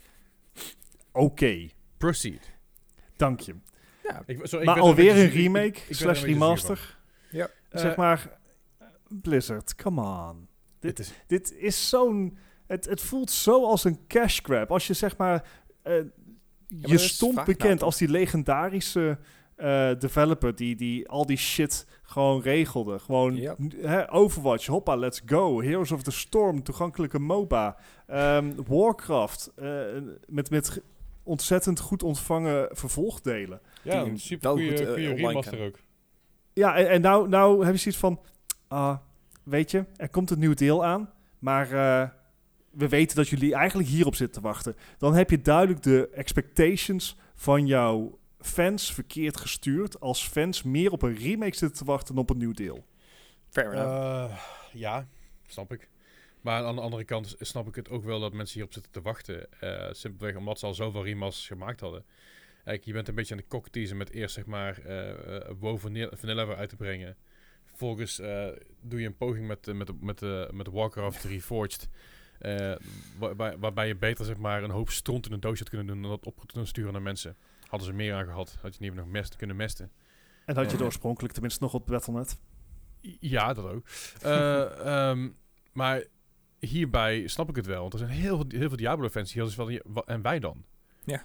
Oké. Okay. Proceed. Dank je. Ja. Ik, sorry, maar alweer een, een remake ik, ik, slash een remaster. Ja. Uh, zeg maar, Blizzard, come on. Dit is, dit is zo'n... Het, het voelt zo als een cash grab. Als je zeg maar... Uh, ja, je stond bekend als die legendarische uh, developer die, die al die shit gewoon regelde. Gewoon ja. hè, Overwatch, hoppa, let's go. Heroes of the Storm, toegankelijke MOBA. Um, Warcraft, uh, met, met ontzettend goed ontvangen vervolgdelen. Ja, een super goede uh, remaster kan. Ook. Ja, en, en nou, nou heb je zoiets van... Uh, weet je, er komt een nieuw deel aan, maar... Uh, we weten dat jullie eigenlijk hierop zitten te wachten. Dan heb je duidelijk de expectations van jouw fans verkeerd gestuurd. Als fans meer op een remake zitten te wachten dan op een nieuw deel. Fair enough. Uh, ja, snap ik. Maar aan de andere kant snap ik het ook wel dat mensen hierop zitten te wachten. Uh, simpelweg omdat ze al zoveel remasters gemaakt hadden. Kijk, je bent een beetje aan de cockteasen met eerst zeg maar uh, uh, WoW Vanilla, Vanilla weer uit te brengen. Vervolgens uh, doe je een poging met, uh, met, met, uh, met Warcraft Reforged. Uh, waar, waarbij je beter zeg maar een hoop stront in een doosje had kunnen doen en dat op kunnen sturen naar mensen. Hadden ze meer aan gehad, had je niet meer nog mest kunnen mesten. En had je uh, oorspronkelijk tenminste nog op Battle punt net? Ja, dat ook. uh, um, maar hierbij snap ik het wel, want er zijn heel veel, heel veel Diablo-fans die hadden dus wel, en wij dan? Ja.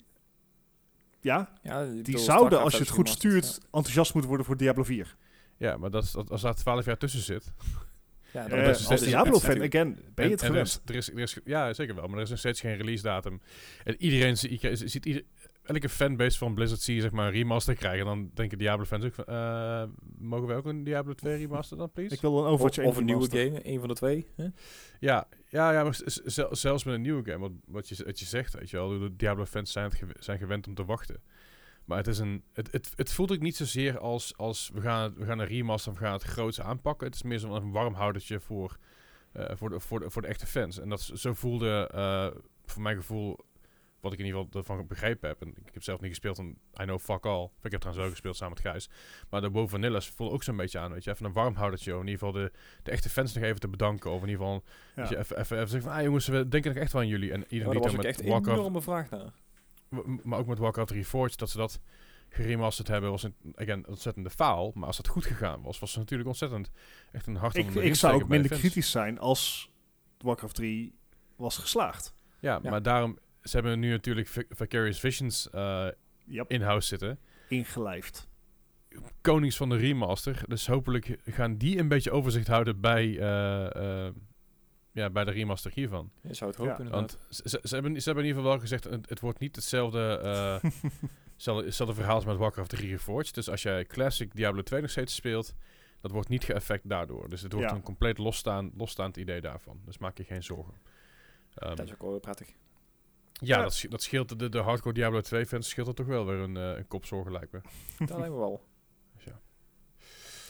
Ja, ja die, die zouden, als je het goed stuurt, ja. enthousiast moeten worden voor Diablo vier. Ja, maar dat is, dat, als daar twaalf jaar tussen zit... Ja, uh, is als Diablo-fan, again, ben je het en, gewend? En er is, er is, er is, ja, zeker wel, maar er is nog steeds geen release datum. En iedereen ziet, ziet ieder, elke fanbase van Blizzard zie je zeg maar een remaster krijgen. En dan denken Diablo-fans ook van, uh, mogen we ook een Diablo twee remaster dan, please? Ik wil een Overwatch Of, of een nieuwe game, een van de twee. Huh? Ja, ja, ja, maar z- zelfs met een nieuwe game, wat, wat, je, wat je zegt, weet je wel, de Diablo-fans zijn, gew- zijn gewend om te wachten. Maar het, is een, het, het, het voelt ook niet zozeer als, als we, gaan, we gaan een remaster of we gaan het groots aanpakken. Het is meer zo'n warmhoudertje voor, uh, voor, de, voor, de, voor de echte fans. En dat zo voelde, uh, voor mijn gevoel, wat ik in ieder geval ervan begrepen heb. En ik heb zelf niet gespeeld, en I know fuck all. Ik heb trouwens ook gespeeld samen met Gijs. Maar de WoW Vanilla's voelde ook zo'n beetje aan, weet je. Even een warmhoudertje, om in ieder geval de, de echte fans nog even te bedanken. Of in ieder geval, ja. je, even, even, even zeggen van, ah jongens, we denken nog echt wel aan jullie. En iedereen ja, die was met echt een Warcraft, enorme vraag naar. Maar ook met Warcraft Reforged, dat ze dat geremasterd hebben, was een again, ontzettende faal. Maar als dat goed gegaan was, was het natuurlijk ontzettend echt een hart onder de riem. Ik zou ook minder kritisch zijn als Warcraft drie was geslaagd. Ja, ja, maar daarom, ze hebben nu natuurlijk Vicarious Visions uh, yep. in-house zitten. Ingelijfd. Konings van de remaster. Dus hopelijk gaan die een beetje overzicht houden bij... Uh, uh, Ja, bij de remaster hiervan. Je zou het hopen, ja. Want ze, ze, hebben, ze hebben in ieder geval wel gezegd... het, het wordt niet hetzelfde, uh, hetzelfde, hetzelfde verhaal als met Warcraft drie Reforged. Dus als jij Classic Diablo twee nog steeds speelt... dat wordt niet geëffect daardoor. Dus het wordt ja. een compleet losstaand, losstaand idee daarvan. Dus maak je geen zorgen. Um, dat is ook wel prettig. Ja, ja. Dat, dat scheelt de, de hardcore Diablo twee fans... scheelt er toch wel weer een, uh, een kop zorgen, lijkt me. Dat lijkt me wel. Dus ja.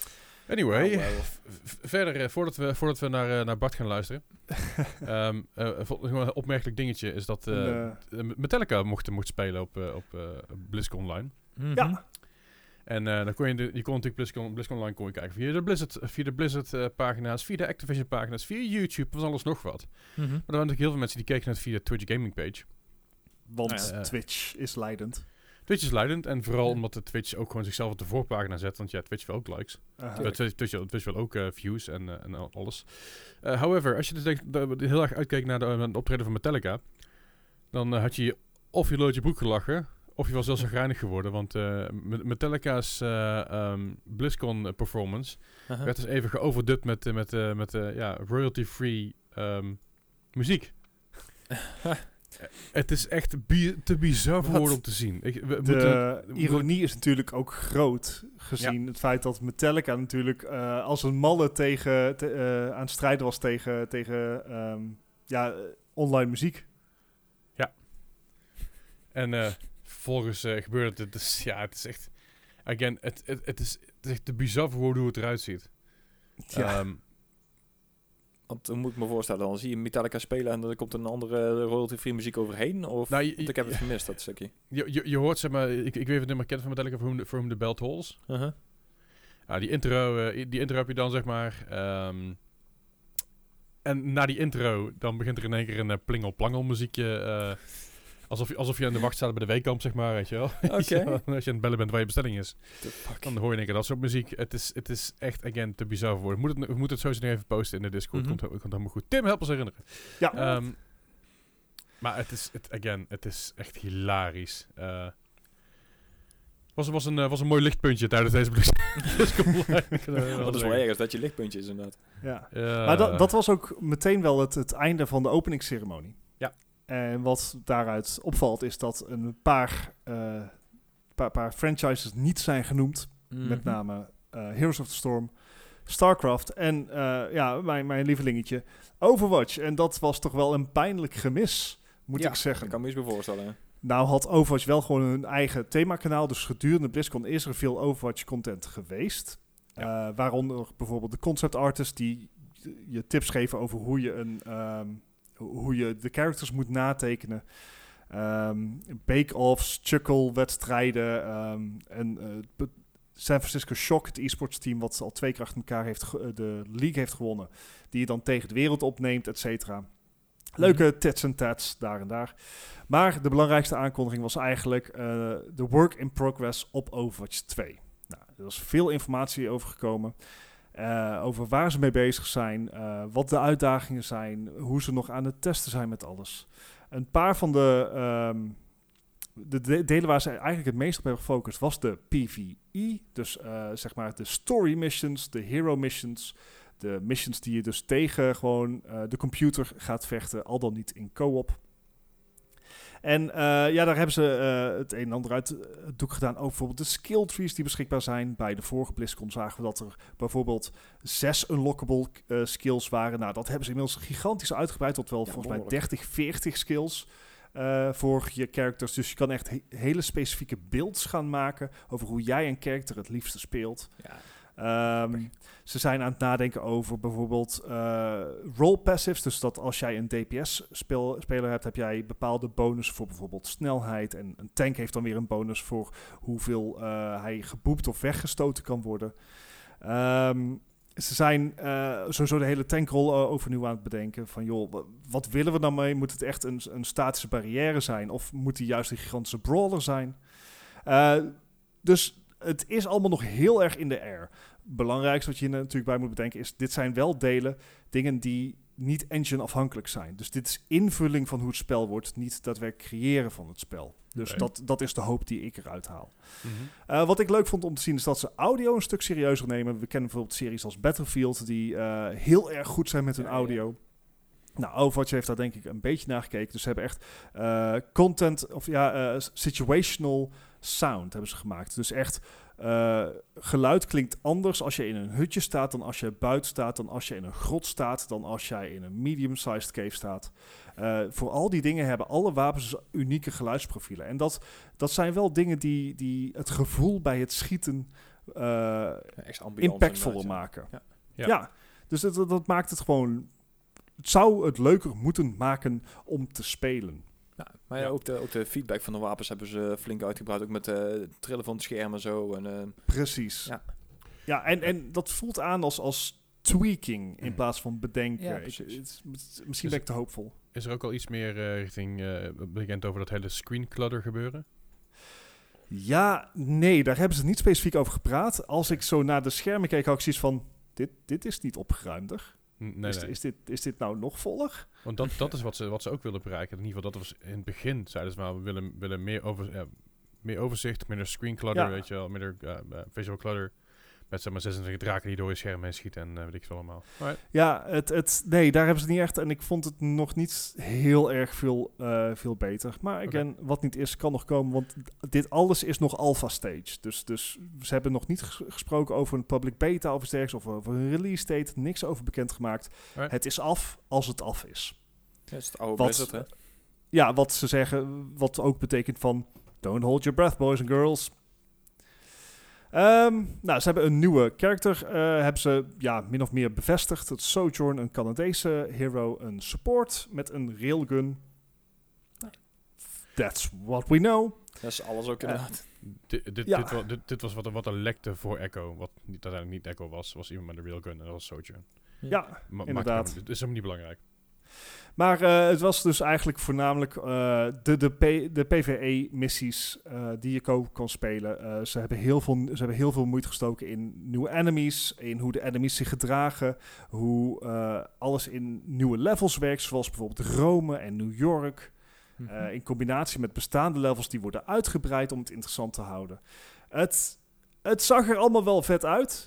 Anyway, Oh, wow. v- v- verder, eh, voordat we, voordat we naar, eh, naar Bart gaan luisteren. um, uh, een opmerkelijk dingetje is dat uh, En, uh, Metallica mocht, mocht spelen op, uh, op uh, BlizzCon Online. Mhm. Ja. En uh, dan kon je, de, je kon natuurlijk BlizzCon, BlizzCon Online kon je kijken via de Blizzard, via de Blizzard uh, pagina's, via de Activision pagina's, via YouTube, van alles nog wat. Mhm. Maar er waren natuurlijk heel veel mensen die keken naar het via de Twitch Gaming page. Want Uh, Twitch is leidend. Twitch is leidend en vooral omdat de Twitch ook gewoon zichzelf op de voorpagina zet, want ja, Twitch wil ook likes. Uh, Uh, Twitch, Twitch, Twitch wil ook uh, views en, uh, en alles. Uh, however, als je dus denkt, dat we heel erg uitkeek naar de, uh, de optreden van Metallica, dan uh, had je of je lood je broek gelachen, of je was zelfs chagrijnig geworden, want uh, Metallica's uh, um, BlizzCon performance Uh-huh. werd dus even geoverdubbed met, uh, met, uh, met uh, ja, royalty-free um, muziek. Het is echt bi- te bizar voor Wat? woorden om te zien. Ik, we, we de moeten- ironie is natuurlijk ook groot, gezien het feit dat Metallica natuurlijk uh, als een malle tegen, te, uh, aan het strijden was tegen, tegen um, ja, uh, online muziek. En uh, vervolgens uh, gebeurde het. Dus ja, het is echt... Again, het, het, het, is, het is echt te bizar voor woorden hoe het eruit ziet. Ja. Um, Want hoe moet ik me voorstellen? Dan zie je Metallica spelen en dan komt een andere royalty-free muziek overheen? Of, Nou, je- want ik heb het gemist, dat stukje. je, je, je hoort, zeg maar... Ik, ik weet het nummer kent van Metallica, For Whom the, For Whom the Bell Tolls. Uh-huh. Ja, die intro, uh, die intro heb je dan, zeg maar... Um, en na die intro, dan begint er in één keer een uh, plingel-plangel muziekje... Uh, alsof, je, alsof je aan de wacht staat bij de weekkamp, zeg maar, weet je wel. Oké. Als je aan het bellen bent waar je bestelling is. The fuck? Dan hoor je in één keer dat soort muziek. Het is, het is echt, again, te bizar voor woorden. We moeten het, we moeten het sowieso nog even posten in de Discord. Mhm. komt, komt helemaal goed. Tim, help ons herinneren. Ja. Um, maar het is, het, again, het is echt hilarisch. Uh, was, was, een, uh, was een mooi lichtpuntje tijdens deze BlizzCon. Dat is wel ergens dat je lichtpuntje is inderdaad. Ja. Uh, Maar dat, dat was ook meteen wel het, het einde van de openingsceremonie. Ja. En wat daaruit opvalt is dat een paar, uh, paar, paar franchises niet zijn genoemd. Mhm. Met name uh, Heroes of the Storm, StarCraft en uh, ja, mijn, mijn lievelingetje Overwatch. En dat was toch wel een pijnlijk gemis, moet Ja, ik zeggen. Ik kan me eens bij voorstellen. Hè. Nou had Overwatch wel gewoon een eigen themakanaal. Dus gedurende BlizzCon is er veel Overwatch-content geweest. Ja. Uh, waaronder bijvoorbeeld de concept artists die je tips geven over hoe je, een, um, hoe je de characters moet natekenen. Um, bake-offs, chuckle-wedstrijden um, en uh, San Francisco Shock, het e-sports team wat al twee keer achter elkaar heeft ge- de league heeft gewonnen, die je dan tegen de wereld opneemt, et cetera. Leuke Mhm. tits en tats daar en daar. Maar de belangrijkste aankondiging was eigenlijk uh, de work in progress op Overwatch twee. Nou, er was veel informatie over gekomen. Uh, over waar ze mee bezig zijn, uh, wat de uitdagingen zijn, hoe ze nog aan het testen zijn met alles. Een paar van de, um, de de- delen waar ze eigenlijk het meest op hebben gefocust was de P V E. Dus uh, zeg maar de story missions, de hero missions. De missions die je dus tegen gewoon uh, de computer gaat vechten, al dan niet in co-op. En uh, ja, daar hebben ze uh, het een en ander uit het doek gedaan. Ook bijvoorbeeld de skill trees die beschikbaar zijn. Bij de vorige BlizzCon zagen we dat er bijvoorbeeld zes unlockable uh, skills waren. Nou, dat hebben ze inmiddels gigantisch uitgebreid tot wel Ja, volgens mij behoorlijk. dertig, veertig skills uh, voor je characters. Dus je kan echt he- hele specifieke builds gaan maken over hoe jij een character het liefste speelt. Ja. Um, ze zijn aan het nadenken over bijvoorbeeld uh, role passives. Dus dat als jij een D P S-speler hebt, heb jij bepaalde bonus voor bijvoorbeeld snelheid. En een tank heeft dan weer een bonus voor hoeveel uh, hij geboept of weggestoten kan worden. Um, ze zijn uh, sowieso de hele tankrol uh, overnieuw aan het bedenken. Van joh, wa- wat willen we dan mee? Moet het echt een, een statische barrière zijn? Of moet die juist een gigantische brawler zijn? Uh, dus het is allemaal nog heel erg in de air. Belangrijkste wat je hier natuurlijk bij moet bedenken is, dit zijn wel delen, dingen die niet engine afhankelijk zijn. Dus dit is invulling van hoe het spel wordt, niet daadwerkelijk creëren van het spel. Dus Nee. dat, dat is de hoop die ik eruit haal. Mhm. Uh, wat ik leuk vond om te zien is dat ze audio een stuk serieuzer nemen. We kennen bijvoorbeeld series als Battlefield die uh, heel erg goed zijn met hun Ja, ja. audio. Nou, Overwatch heeft daar denk ik een beetje naar gekeken. Dus ze hebben echt uh, content, of ja, uh, situational sound hebben ze gemaakt. Dus echt, uh, geluid klinkt anders als je in een hutje staat, dan als je buiten staat, dan als je in een grot staat, dan als jij in een medium-sized cave staat. Uh, voor al die dingen hebben alle wapens unieke geluidsprofielen. En dat, dat zijn wel dingen die, die het gevoel bij het schieten uh, Echt ambiance impactvoller inderdaad, maken. Ja. Ja, Ja. dus dat, dat, dat maakt het gewoon... Het zou het leuker moeten maken om te spelen. Ja, maar ja, Ja. Ook, de, ook de feedback van de wapens hebben ze flink uitgebreid. Ook met uh, het trillen van het scherm en zo. En, uh, Precies. Ja. Ja, en, en dat voelt aan als, als tweaking in Mm. plaats van bedenken. Ja, ik, precies. het, het- misschien ben ik te hoopvol. Is er ook al iets meer uh, richting uh, bekend over dat hele screen clutter gebeuren? Ja, nee, daar hebben ze niet specifiek over gepraat. Als ik zo naar de schermen keek, had ik zoiets van... Dit, dit is niet opgeruimder. N- Nee, is, nee. is, dit, is dit nou nog voller? Want dat, dat is wat ze, wat ze ook willen bereiken. In ieder geval, dat was in het begin, zeiden ze maar, we willen, willen meer, over, ja, meer overzicht, minder screen clutter, Ja. weet je wel, minder uh, uh, visual clutter. Met zeg maar zesentwintig draken die door je scherm heen schieten en uh, weet ik veel allemaal. Alright. Ja, het, het, nee, daar hebben ze niet echt. En ik vond het nog niet heel erg veel, uh, veel beter. Maar again, okay. Wat niet is, kan nog komen. Want dit alles is nog alpha stage. Dus, dus ze hebben nog niet ges- gesproken over een public beta of iets dergelijks. Of over een release date. Niks over bekendgemaakt. Alright. Het is af als het af is. Ja, is het oude wat, Blizzard, hè? Ja, wat ze zeggen. Wat ook betekent van... Don't hold your breath, boys and girls. Um, nou, ze hebben een nieuwe character, uh, hebben ze ja, min of meer bevestigd. Het is Sojourn, een Canadese hero, een support met een railgun. That's what we know. Dat is alles ook inderdaad. Uh, dit, dit, ja. dit, wa- dit, dit was wat er, wat er lekte voor Echo. Wat niet, uiteindelijk niet Echo was, was iemand met een railgun en dat was Sojourn. Ja, Ma- inderdaad. Het is helemaal niet belangrijk. Maar uh, het was dus eigenlijk voornamelijk uh, de, de, P, de PvE-missies uh, die je ko- kon spelen. Uh, ze, hebben heel veel, ze hebben heel veel moeite gestoken in nieuwe enemies, in hoe de enemies zich gedragen, hoe uh, alles in nieuwe levels werkt, zoals bijvoorbeeld Rome en New York. Mm-hmm. Uh, in combinatie met bestaande levels die worden uitgebreid om het interessant te houden. Het, het zag er allemaal wel vet uit.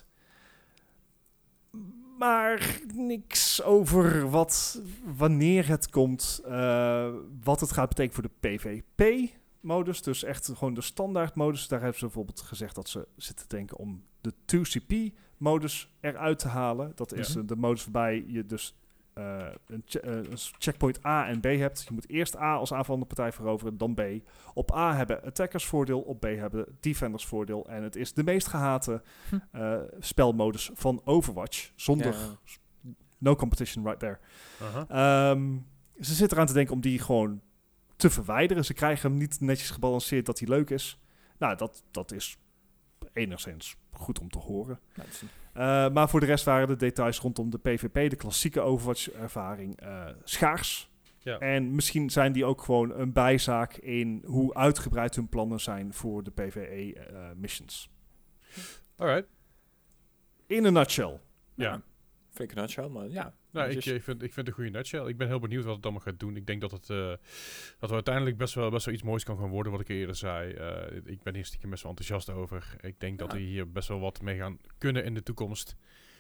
Maar niks over wat, wanneer het komt, uh, wat het gaat betekenen voor de PvP-modus. Dus echt gewoon de standaard-modus. Daar hebben ze bijvoorbeeld gezegd dat ze zitten te denken om de twee C P-modus eruit te halen. Dat is ja. de modus waarbij je dus uh, een, che- uh, een checkpoint A en B hebt. Je moet eerst A als aanvallende partij veroveren, dan B. Op A hebben attackers voordeel, op B hebben defenders voordeel. En het is de meest gehate hm. uh, spelmodus van Overwatch. Zonder ja. no competition right there. Uh-huh. Um, ze zitten eraan te denken om die gewoon te verwijderen. Ze krijgen hem niet netjes gebalanceerd dat hij leuk is. Nou, dat, dat is enigszins goed om te horen. Ja, Uh, maar voor de rest waren de details rondom de PvP, de klassieke Overwatch-ervaring, uh, schaars. Ja. En misschien zijn die ook gewoon een bijzaak in hoe uitgebreid hun plannen zijn voor de PvE-missions. Uh, Alright. In a nutshell. Ja. ja. Flinke nutshell, maar ja. Nou, ik, ik, vind, ik vind het een goede nutshell. Ik ben heel benieuwd wat het allemaal gaat doen. Ik denk dat het uh, dat we uiteindelijk best wel, best wel iets moois kan gaan worden, wat ik eerder zei. Uh, ik ben hier stiekem best wel enthousiast over. Ik denk ja. dat we hier best wel wat mee gaan kunnen in de toekomst.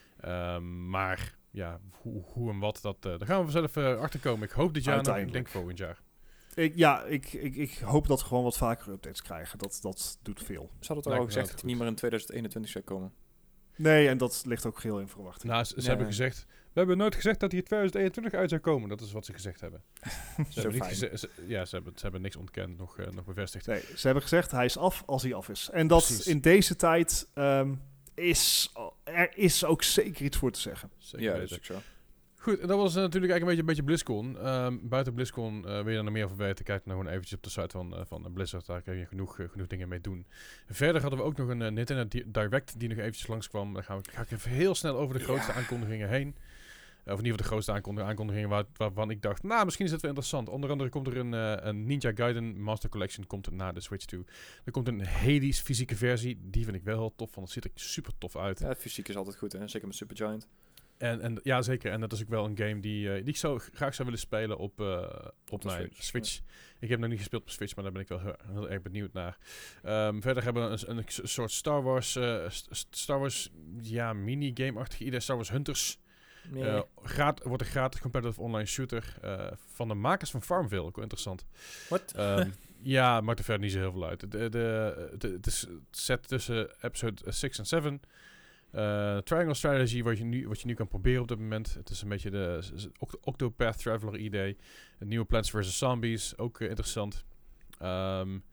Um, maar ja, hoe, hoe en wat, dat, uh, daar gaan we zelf uh, achterkomen. Ik hoop dit jaar nog, ik denk volgend jaar. Ik, ja, ik, ik, ik hoop dat we gewoon wat vaker updates krijgen. Dat, dat doet veel. Ze hadden toch al gezegd dat het niet meer in twintig eenentwintig zou komen? Nee, en dat ligt ook geheel in verwachting. Nou, ze, ze nee, hebben nee. gezegd... We hebben nooit gezegd dat hij in twintig eenentwintig uit zou komen. Dat is wat ze gezegd hebben. ze hebben niet geze- ze, ja, ze hebben, ze hebben niks ontkend, nog, uh, nog bevestigd. Nee, ze hebben gezegd hij is af als hij af is. En dat Precies. in deze tijd um, is... Er is ook zeker iets voor te zeggen. Zeker ja, dat is ook zo. Goed, en dat was uh, natuurlijk eigenlijk een beetje, een beetje BlizzCon. Um, buiten BlizzCon uh, wil je er nog meer over weten, kijk nou gewoon eventjes op de site van, uh, van Blizzard. Daar kun je genoeg, uh, genoeg dingen mee doen. Verder hadden we ook nog een uh, Nintendo di- Direct die nog eventjes langskwam. Daar ga ik, ga ik even heel snel over de grootste ja. aankondigingen heen. Uh, of in ieder geval de grootste aankondigingen, aankondigingen waar, waarvan ik dacht, nou, misschien is het wel interessant. Onder andere komt er een, uh, een Ninja Gaiden Master Collection komt naar de Switch toe. Er komt een Hades fysieke versie. Die vind ik wel heel tof, want het ziet er super tof uit. Ja, fysiek is altijd goed, hè? Zeker met Supergiant. En, en ja, zeker. En dat is ook wel een game die, uh, die ik zo graag zou willen spelen op, uh, op, op mijn Switch. Switch. Ja. Ik heb nog niet gespeeld op Switch, maar daar ben ik wel heel, heel erg benieuwd naar. Um, verder hebben we een, een soort Star Wars, uh, Star Wars, ja, minigame-achtig idee. Star Wars Hunters. Nee. Uh, graat, wordt een gratis competitive online shooter uh, van de makers van Farmville. Ook wel interessant. Wat? Um, ja, maakt er verder niet zo heel veel uit. De, de, de, de, het is set tussen episode zes en zeven. Uh, Triangle Strategy, wat je, nu, wat je nu kan proberen op dit moment. Het is een beetje de Octopath Traveler idee. Het nieuwe Plants versus. Zombies, ook uh, interessant. Um,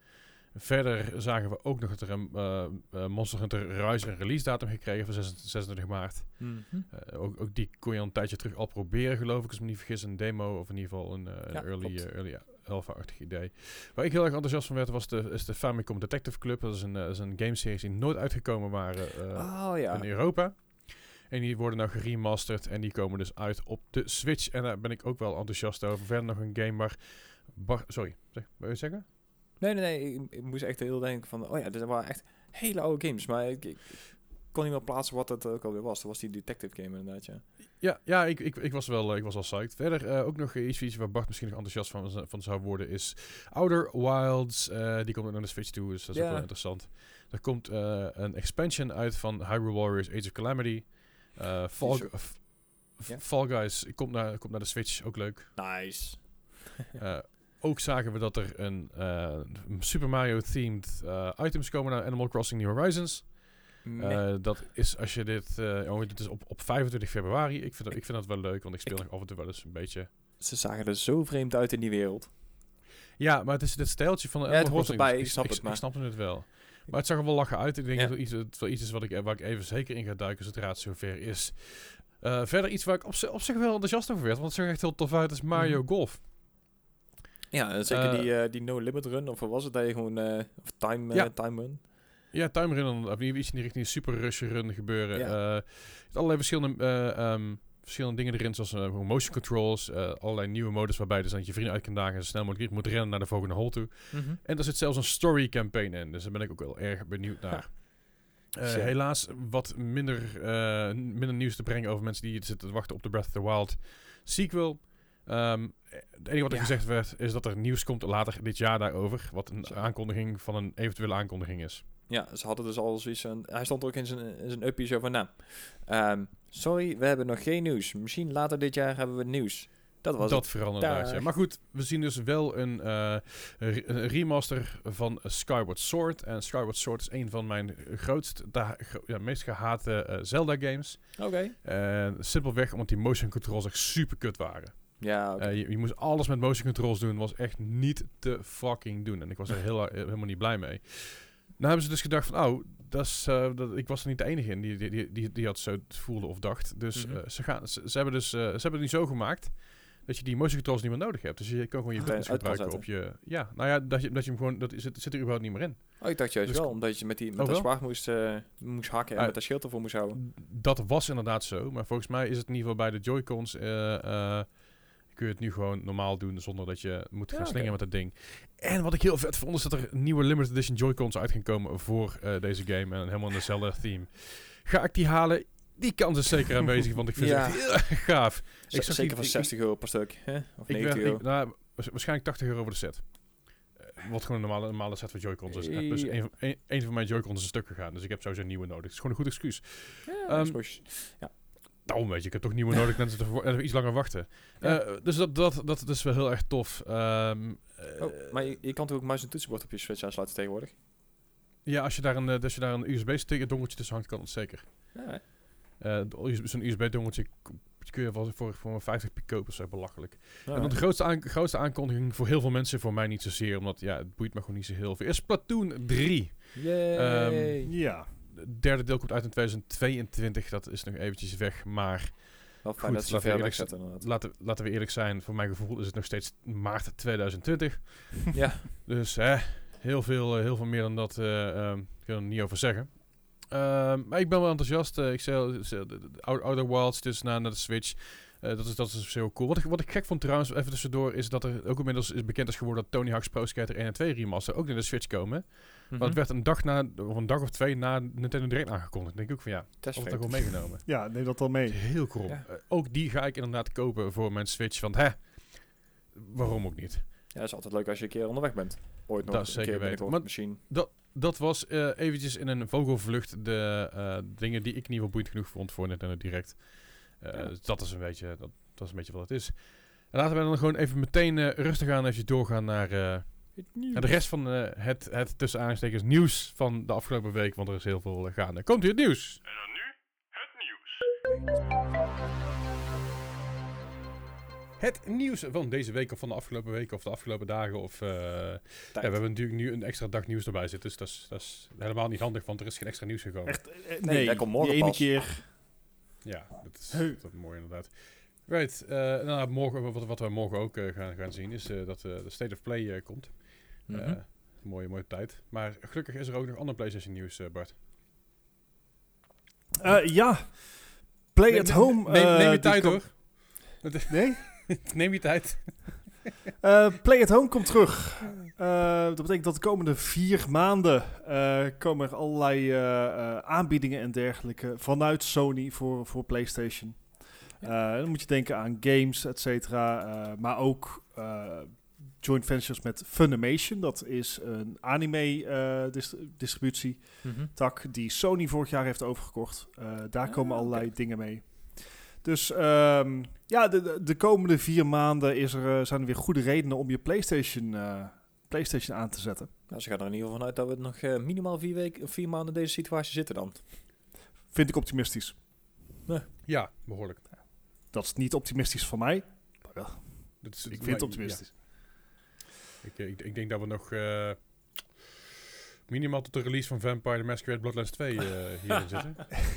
Verder zagen we ook nog dat er een uh, uh, Monster Hunter Rise een release datum gekregen van zesentwintig maart. Mm-hmm. Uh, ook, ook die kon je al een tijdje terug al proberen, geloof ik, als ik me niet vergis. Een demo of in ieder geval een uh, Ja, early, uh, early alpha-achtig idee. Waar ik heel erg enthousiast van werd, was de, is de Famicom Detective Club. Dat is een, uh, is een gameseries die nooit uitgekomen waren uh, oh, ja. in Europa. En die worden nou geremasterd en die komen dus uit op de Switch. En daar ben ik ook wel enthousiast over. Verder nog een game waar... Bar- Sorry, zeg, wil je het zeggen? Nee, nee, nee. Ik, ik moest echt heel denken van... Oh ja, dit waren echt hele oude games. Maar ik, ik kon niet meer plaatsen wat het ook alweer was. Dat was die detective game inderdaad, ja. Ja, ja ik, ik, ik was wel, ik was wel psyched. Verder uh, ook nog iets, iets waar Bart misschien nog enthousiast van, van zou worden is Outer Wilds. Uh, die komt ook naar de Switch toe, dus dat is ja. ook wel interessant. Er komt uh, een expansion uit van Hyrule Warriors Age of Calamity. Uh, Fall, Zo- uh, f- f- Ja. Fall Guys komt naar, komt naar de Switch, ook leuk. Nice. Uh, ook zagen we dat er een uh, Super Mario-themed uh, items komen naar Animal Crossing New Horizons. Uh, dat is als je dit... Uh, oh, dit is op, op vijfentwintig februari. Ik vind, dat, ik vind dat wel leuk, want ik speel Ik- nog af en toe wel eens een beetje... Ze zagen er zo vreemd uit in die wereld. Ja, maar het is dit stijltje van de Ja, het Animal hoort Crossing. erbij, ik snap ik, het, maar- Ik snap het wel. Maar het zag er wel lachen uit. Ik denk Ja. dat het, iets, het wel iets is wat ik, waar ik even zeker in ga duiken zodra het zover is. Uh, verder iets waar ik op, zi- op zich wel enthousiast over werd, want het zag er echt heel tof uit, is Mario Mhm. Golf. Ja, en zeker Uh, die, uh, die No Limit Run, of wat was het? Dat je gewoon... Uh, of Time, uh, Ja. time Run. Ja, Time Run, of iets in die richting Super Rush Run gebeuren. Ja. Uh, er zitten allerlei verschillende, uh, um, verschillende dingen erin, zoals uh, motion controls, uh, allerlei nieuwe modus waarbij dus dat je vrienden uit kan dagen en zo snel mogelijk moet rennen naar de volgende hole toe. Mm-hmm. En er zit zelfs een story campaign in, dus daar ben ik ook wel erg benieuwd naar. Uh, Shit. helaas wat minder, uh, minder nieuws te brengen over mensen die zitten te wachten op de Breath of the Wild sequel. Um, het enige wat er Ja. gezegd werd is dat er nieuws komt later dit jaar daarover. Wat een Zo. aankondiging van een eventuele aankondiging is. Ja, ze hadden dus al zoiets van... Hij stond er ook in zijn, in zijn uppie zo van... Nou, um, sorry, we hebben nog geen nieuws. Misschien later dit jaar hebben we nieuws. Dat was dat het. vooral inderdaad, Dag. ja. Maar goed, we zien dus wel een, uh, re- een remaster van Skyward Sword. En Skyward Sword is een van mijn grootst, da- gro- ja, meest gehate uh, Zelda-games. Oké. En simpelweg omdat die motion controls echt super kut waren. Ja, oké. Uh, je, je moest alles met motion controls doen. Was echt niet te fucking doen. En ik was er heel, helemaal niet blij mee. Nou hebben ze dus gedacht van... Oh, dat is, uh, dat, ik was er niet de enige in die, die, die, die, die dat zo voelde of dacht. Dus Mhm. uh, ze, gaan, ze, ze hebben dus uh, ze hebben het niet zo gemaakt... dat je die motion controls niet meer nodig hebt. Dus je kan gewoon je Ah, buttons uit kan gebruiken op je... Ja, nou ja, dat je, dat je hem gewoon... Dat zit, zit er überhaupt niet meer in. Oh, ik dacht juist dus- wel, omdat je met, die, met Oh, dat wel? zwaard moest, uh, moest hakken en Uh, met dat schild ervoor moest houden. Dat was inderdaad zo. Maar volgens mij is het in ieder geval bij de Joy-Cons... Uh, uh, kun je het nu gewoon normaal doen zonder dat je moet gaan Ja, oké. slingeren met dat ding. En wat ik heel vet vond is dat er nieuwe limited edition Joy-Cons uit gaan komen voor uh, deze game. En helemaal in dezelfde theme. Ga ik die halen? Die kans is zeker aanwezig, want ik vind Ja. het echt heel erg gaaf. Z- Ik zag zeker die- van ik- zestig euro per stuk, hè? Of Ik negentig werd, euro. ik, nou, wa- waarschijnlijk tachtig euro voor de set. Uh, wat gewoon een normale, normale set van Joy-Cons is. Uh, dus Ja. een, van- een, een van mijn Joy-Cons is een stuk gegaan. Dus ik heb sowieso een nieuwe nodig. Het is gewoon een goed excuus. Ja, Um, Xbox. Daarom weet je, ik heb toch nieuwe nodig. Dan is het ervoor- even iets langer wachten. Ja. Uh, dus dat, dat, dat, dat is wel heel erg tof. Um, uh, Oh, maar je, je kan toch ook muis en toetsenbord op je Switch aansluiten tegenwoordig? Ja, als je daar een, uh, als je daar een U S B-stick dongeltje tussen hangt, kan dat zeker. Ja, Uh, de- Zo'n U S B-dongeltje k- kun je wel voor, voor vijftig piek kopen, zo belachelijk. ja. En dan de grootste, aan, grootste aankondiging voor heel veel mensen, voor mij niet zozeer, omdat ja, het boeit me gewoon niet zo heel veel, is Splatoon drie. Yay. Ja. Het derde deel komt uit in tweeduizend tweeëntwintig, dat is nog eventjes weg, maar Wel fijn goed, dat ze laten we ver eerlijk wegzetten inderdaad. laten, laten we eerlijk zijn, voor mijn gevoel is het nog steeds maart tweeduizend twintig. Ja, Dus hè, heel, veel, uh, heel veel meer dan dat uh, um, ik kan er niet over zeggen. Um, maar ik ben wel enthousiast. Uh, ik zei, zei de, de Outer Outer Wilds dus naar, naar de Switch. Uh, dat, is, dat is heel cool. Wat ik, wat ik gek vond trouwens, even tussendoor, is dat er ook inmiddels is bekend is geworden dat Tony Hawk's Pro Skater één en twee remaster ook naar de Switch komen. Mhm. Want het werd een dag, na, of een dag of twee na Nintendo Direct aangekondigd. Dan denk ik ook van ja, Test of het fake. dan gewoon meegenomen. Ja, neem dat dan mee. Heel cool. Ja. Uh, ook die ga ik inderdaad kopen voor mijn Switch. Want hè, waarom ook niet? Ja, dat is altijd leuk als je een keer onderweg bent. Ooit nog Dat is een zeker keer weten. binnenkort Maar- misschien. Dat was uh, eventjes in een vogelvlucht de uh, dingen die ik in ieder geval boeiend genoeg vond voor Nintendo Direct. Uh, Ja. dus dat is een beetje, dat, dat is een beetje wat het is. En laten we dan gewoon even meteen uh, rustig aan even doorgaan naar, uh, naar de rest van uh, het, het tussen aanstekens nieuws van de afgelopen week, want er is heel veel uh, gaande. Komt hier het nieuws? En dan nu het nieuws. het nieuws van deze week of van de afgelopen weken of de afgelopen dagen. Of, uh, ja, we hebben natuurlijk nu een extra dag nieuws erbij zitten. Dus dat is, dat is helemaal niet handig, want er is geen extra nieuws gekomen. Echt, eh, nee, Nee, dat komt morgen die ene pas. keer. Ja, dat is, Hey. dat is mooi inderdaad. Right, uh, nou, morgen, wat, wat we morgen ook uh, gaan, gaan zien is uh, dat uh, de State of Play uh, komt. Mhm. Uh, mooie, mooie tijd. Maar gelukkig is er ook nog ander PlayStation nieuws, uh, Bart. Uh, ja, Play at neem, Home. Neem, neem, neem uh, je tijd die hoor. kom- Nee? Neem je tijd. Uh, Play at Home komt terug. Uh, dat betekent dat de komende vier maanden uh, komen er allerlei uh, uh, aanbiedingen en dergelijke vanuit Sony voor, voor PlayStation. Uh, dan moet je denken aan games, et cetera. Uh, maar ook uh, joint ventures met Funimation. Dat is een anime uh, dist- distributie Mhm. tak die Sony vorig jaar heeft overgekocht. Uh, daar Ah, komen allerlei oké. dingen mee. Dus um, ja, de, de, de komende vier maanden is er, uh, zijn er weer goede redenen om je PlayStation, uh, PlayStation aan te zetten. Nou, ze gaan er in ieder geval vanuit dat we nog uh, minimaal vier, weken, vier maanden in deze situatie zitten dan. Vind ik optimistisch. Ja, behoorlijk. Dat is niet optimistisch van mij. Maar ja, Dat is, ik vind maar- het optimistisch. ja. Ik, ik, ik denk dat we nog uh, minimaal tot de release van Vampire the Masquerade Bloodlines twee uh, hierin zitten.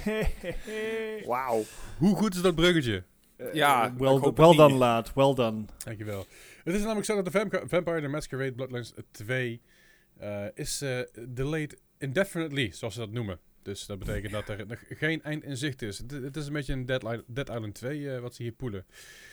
Wauw. Hoe goed is dat bruggetje? Ja, Uh, ik well, hoop het well niet. done, laat. Well done. Dankjewel. Het is namelijk zo dat de Vamp- Vampire the Masquerade Bloodlines twee uh, is uh, delayed indefinitely, zoals ze dat noemen. Dus dat betekent dat er nog geen eind in zicht is. Het, het is een beetje een Dead, Li- Dead Island twee uh, wat ze hier poelen.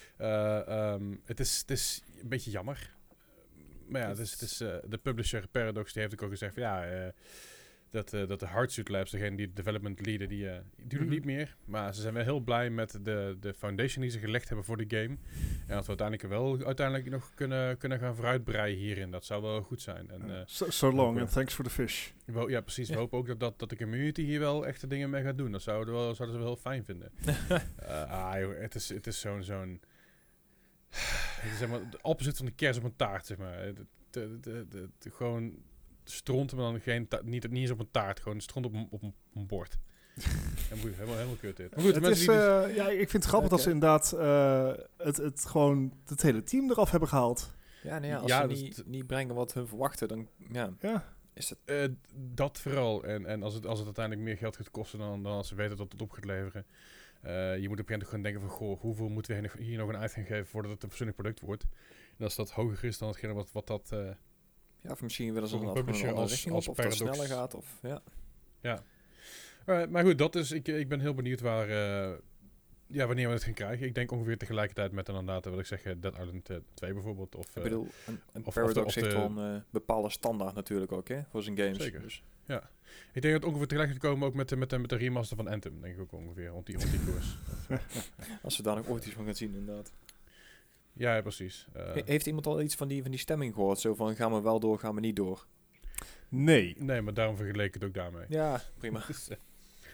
Uh, um, het, is, het is een beetje jammer. Maar ja, het is, het is, uh, de publisher Paradox die heeft ook al gezegd van ja, uh, dat, uh, dat de Hardsuit Labs, degene die de development leaden, die, uh, die doen het Mhm. niet meer. Maar ze zijn wel heel blij met de, de foundation die ze gelegd hebben voor de game. En dat we uiteindelijk wel uiteindelijk nog kunnen, kunnen gaan vooruitbreien hierin. Dat zou wel goed zijn. En, uh, So, so long ook, and uh, thanks for the fish. we, ja, precies. We Ja. hopen ook dat, dat, dat de community hier wel echte dingen mee gaat doen. Dat zouden, we wel, zouden ze wel heel fijn vinden. uh, ah, joh, het is, het is zo'n... zo'n het is zeg maar de opposite van de kers op een taart, zeg maar. De, de, de, de, de- gewoon stront, maar dan geen ta- niet, niet eens op een taart. Gewoon stront op een, op een, op een bord. helemaal, helemaal, helemaal kut dit. Maar goed, de Het mensen is, die dus- uh, ja, ik vind het grappig dat Oké. ze inderdaad uh, het, het gewoon het hele team eraf hebben gehaald. Ja, nou ja, als Ja, ze dat is niet, t- niet brengen wat hun verwachten, dan ja, Ja. is het... Uh, dat vooral. En, en als, het, als het uiteindelijk meer geld gaat kosten dan, dan als ze weten dat het op gaat leveren. Uh, je moet op een gegeven moment gewoon denken van, goh, hoeveel moeten we hier nog, hier nog een uit gaan geven voordat het een fatsoenlijk product wordt. En als dat hoger is dan hetgene wat, wat dat... Uh, Ja, of misschien willen ze Voor dan een of gewoon publisher een andere als- richting als op, of dat Paradox. sneller gaat, of ja. ja. Alright, maar goed, dat is, ik, ik ben heel benieuwd waar, uh, ja, wanneer we het gaan krijgen. Ik denk ongeveer tegelijkertijd met inderdaad, wat ik zeg, uh, Dead Island uh, twee bijvoorbeeld. Of, Ik uh, bedoel, een, een of- of Paradox de- of heeft de- wel een uh, bepaalde standaard natuurlijk ook, hè, voor zijn games. Zeker. Dus, ik denk dat het ongeveer tegelijk gaat komen ook met, de- met, de- met de remaster van Anthem. Denk ik ook ongeveer, rond die, rond die koers. Of, uh, als we daar nog ooit iets van gaan zien, inderdaad. ja, ja, precies. Uh, He- heeft iemand al iets van die, van die stemming gehoord? Zo van, gaan we wel door, gaan we niet door? Nee. nee, maar daarom vergeleek ik het ook daarmee. Ja, prima. Dus, uh,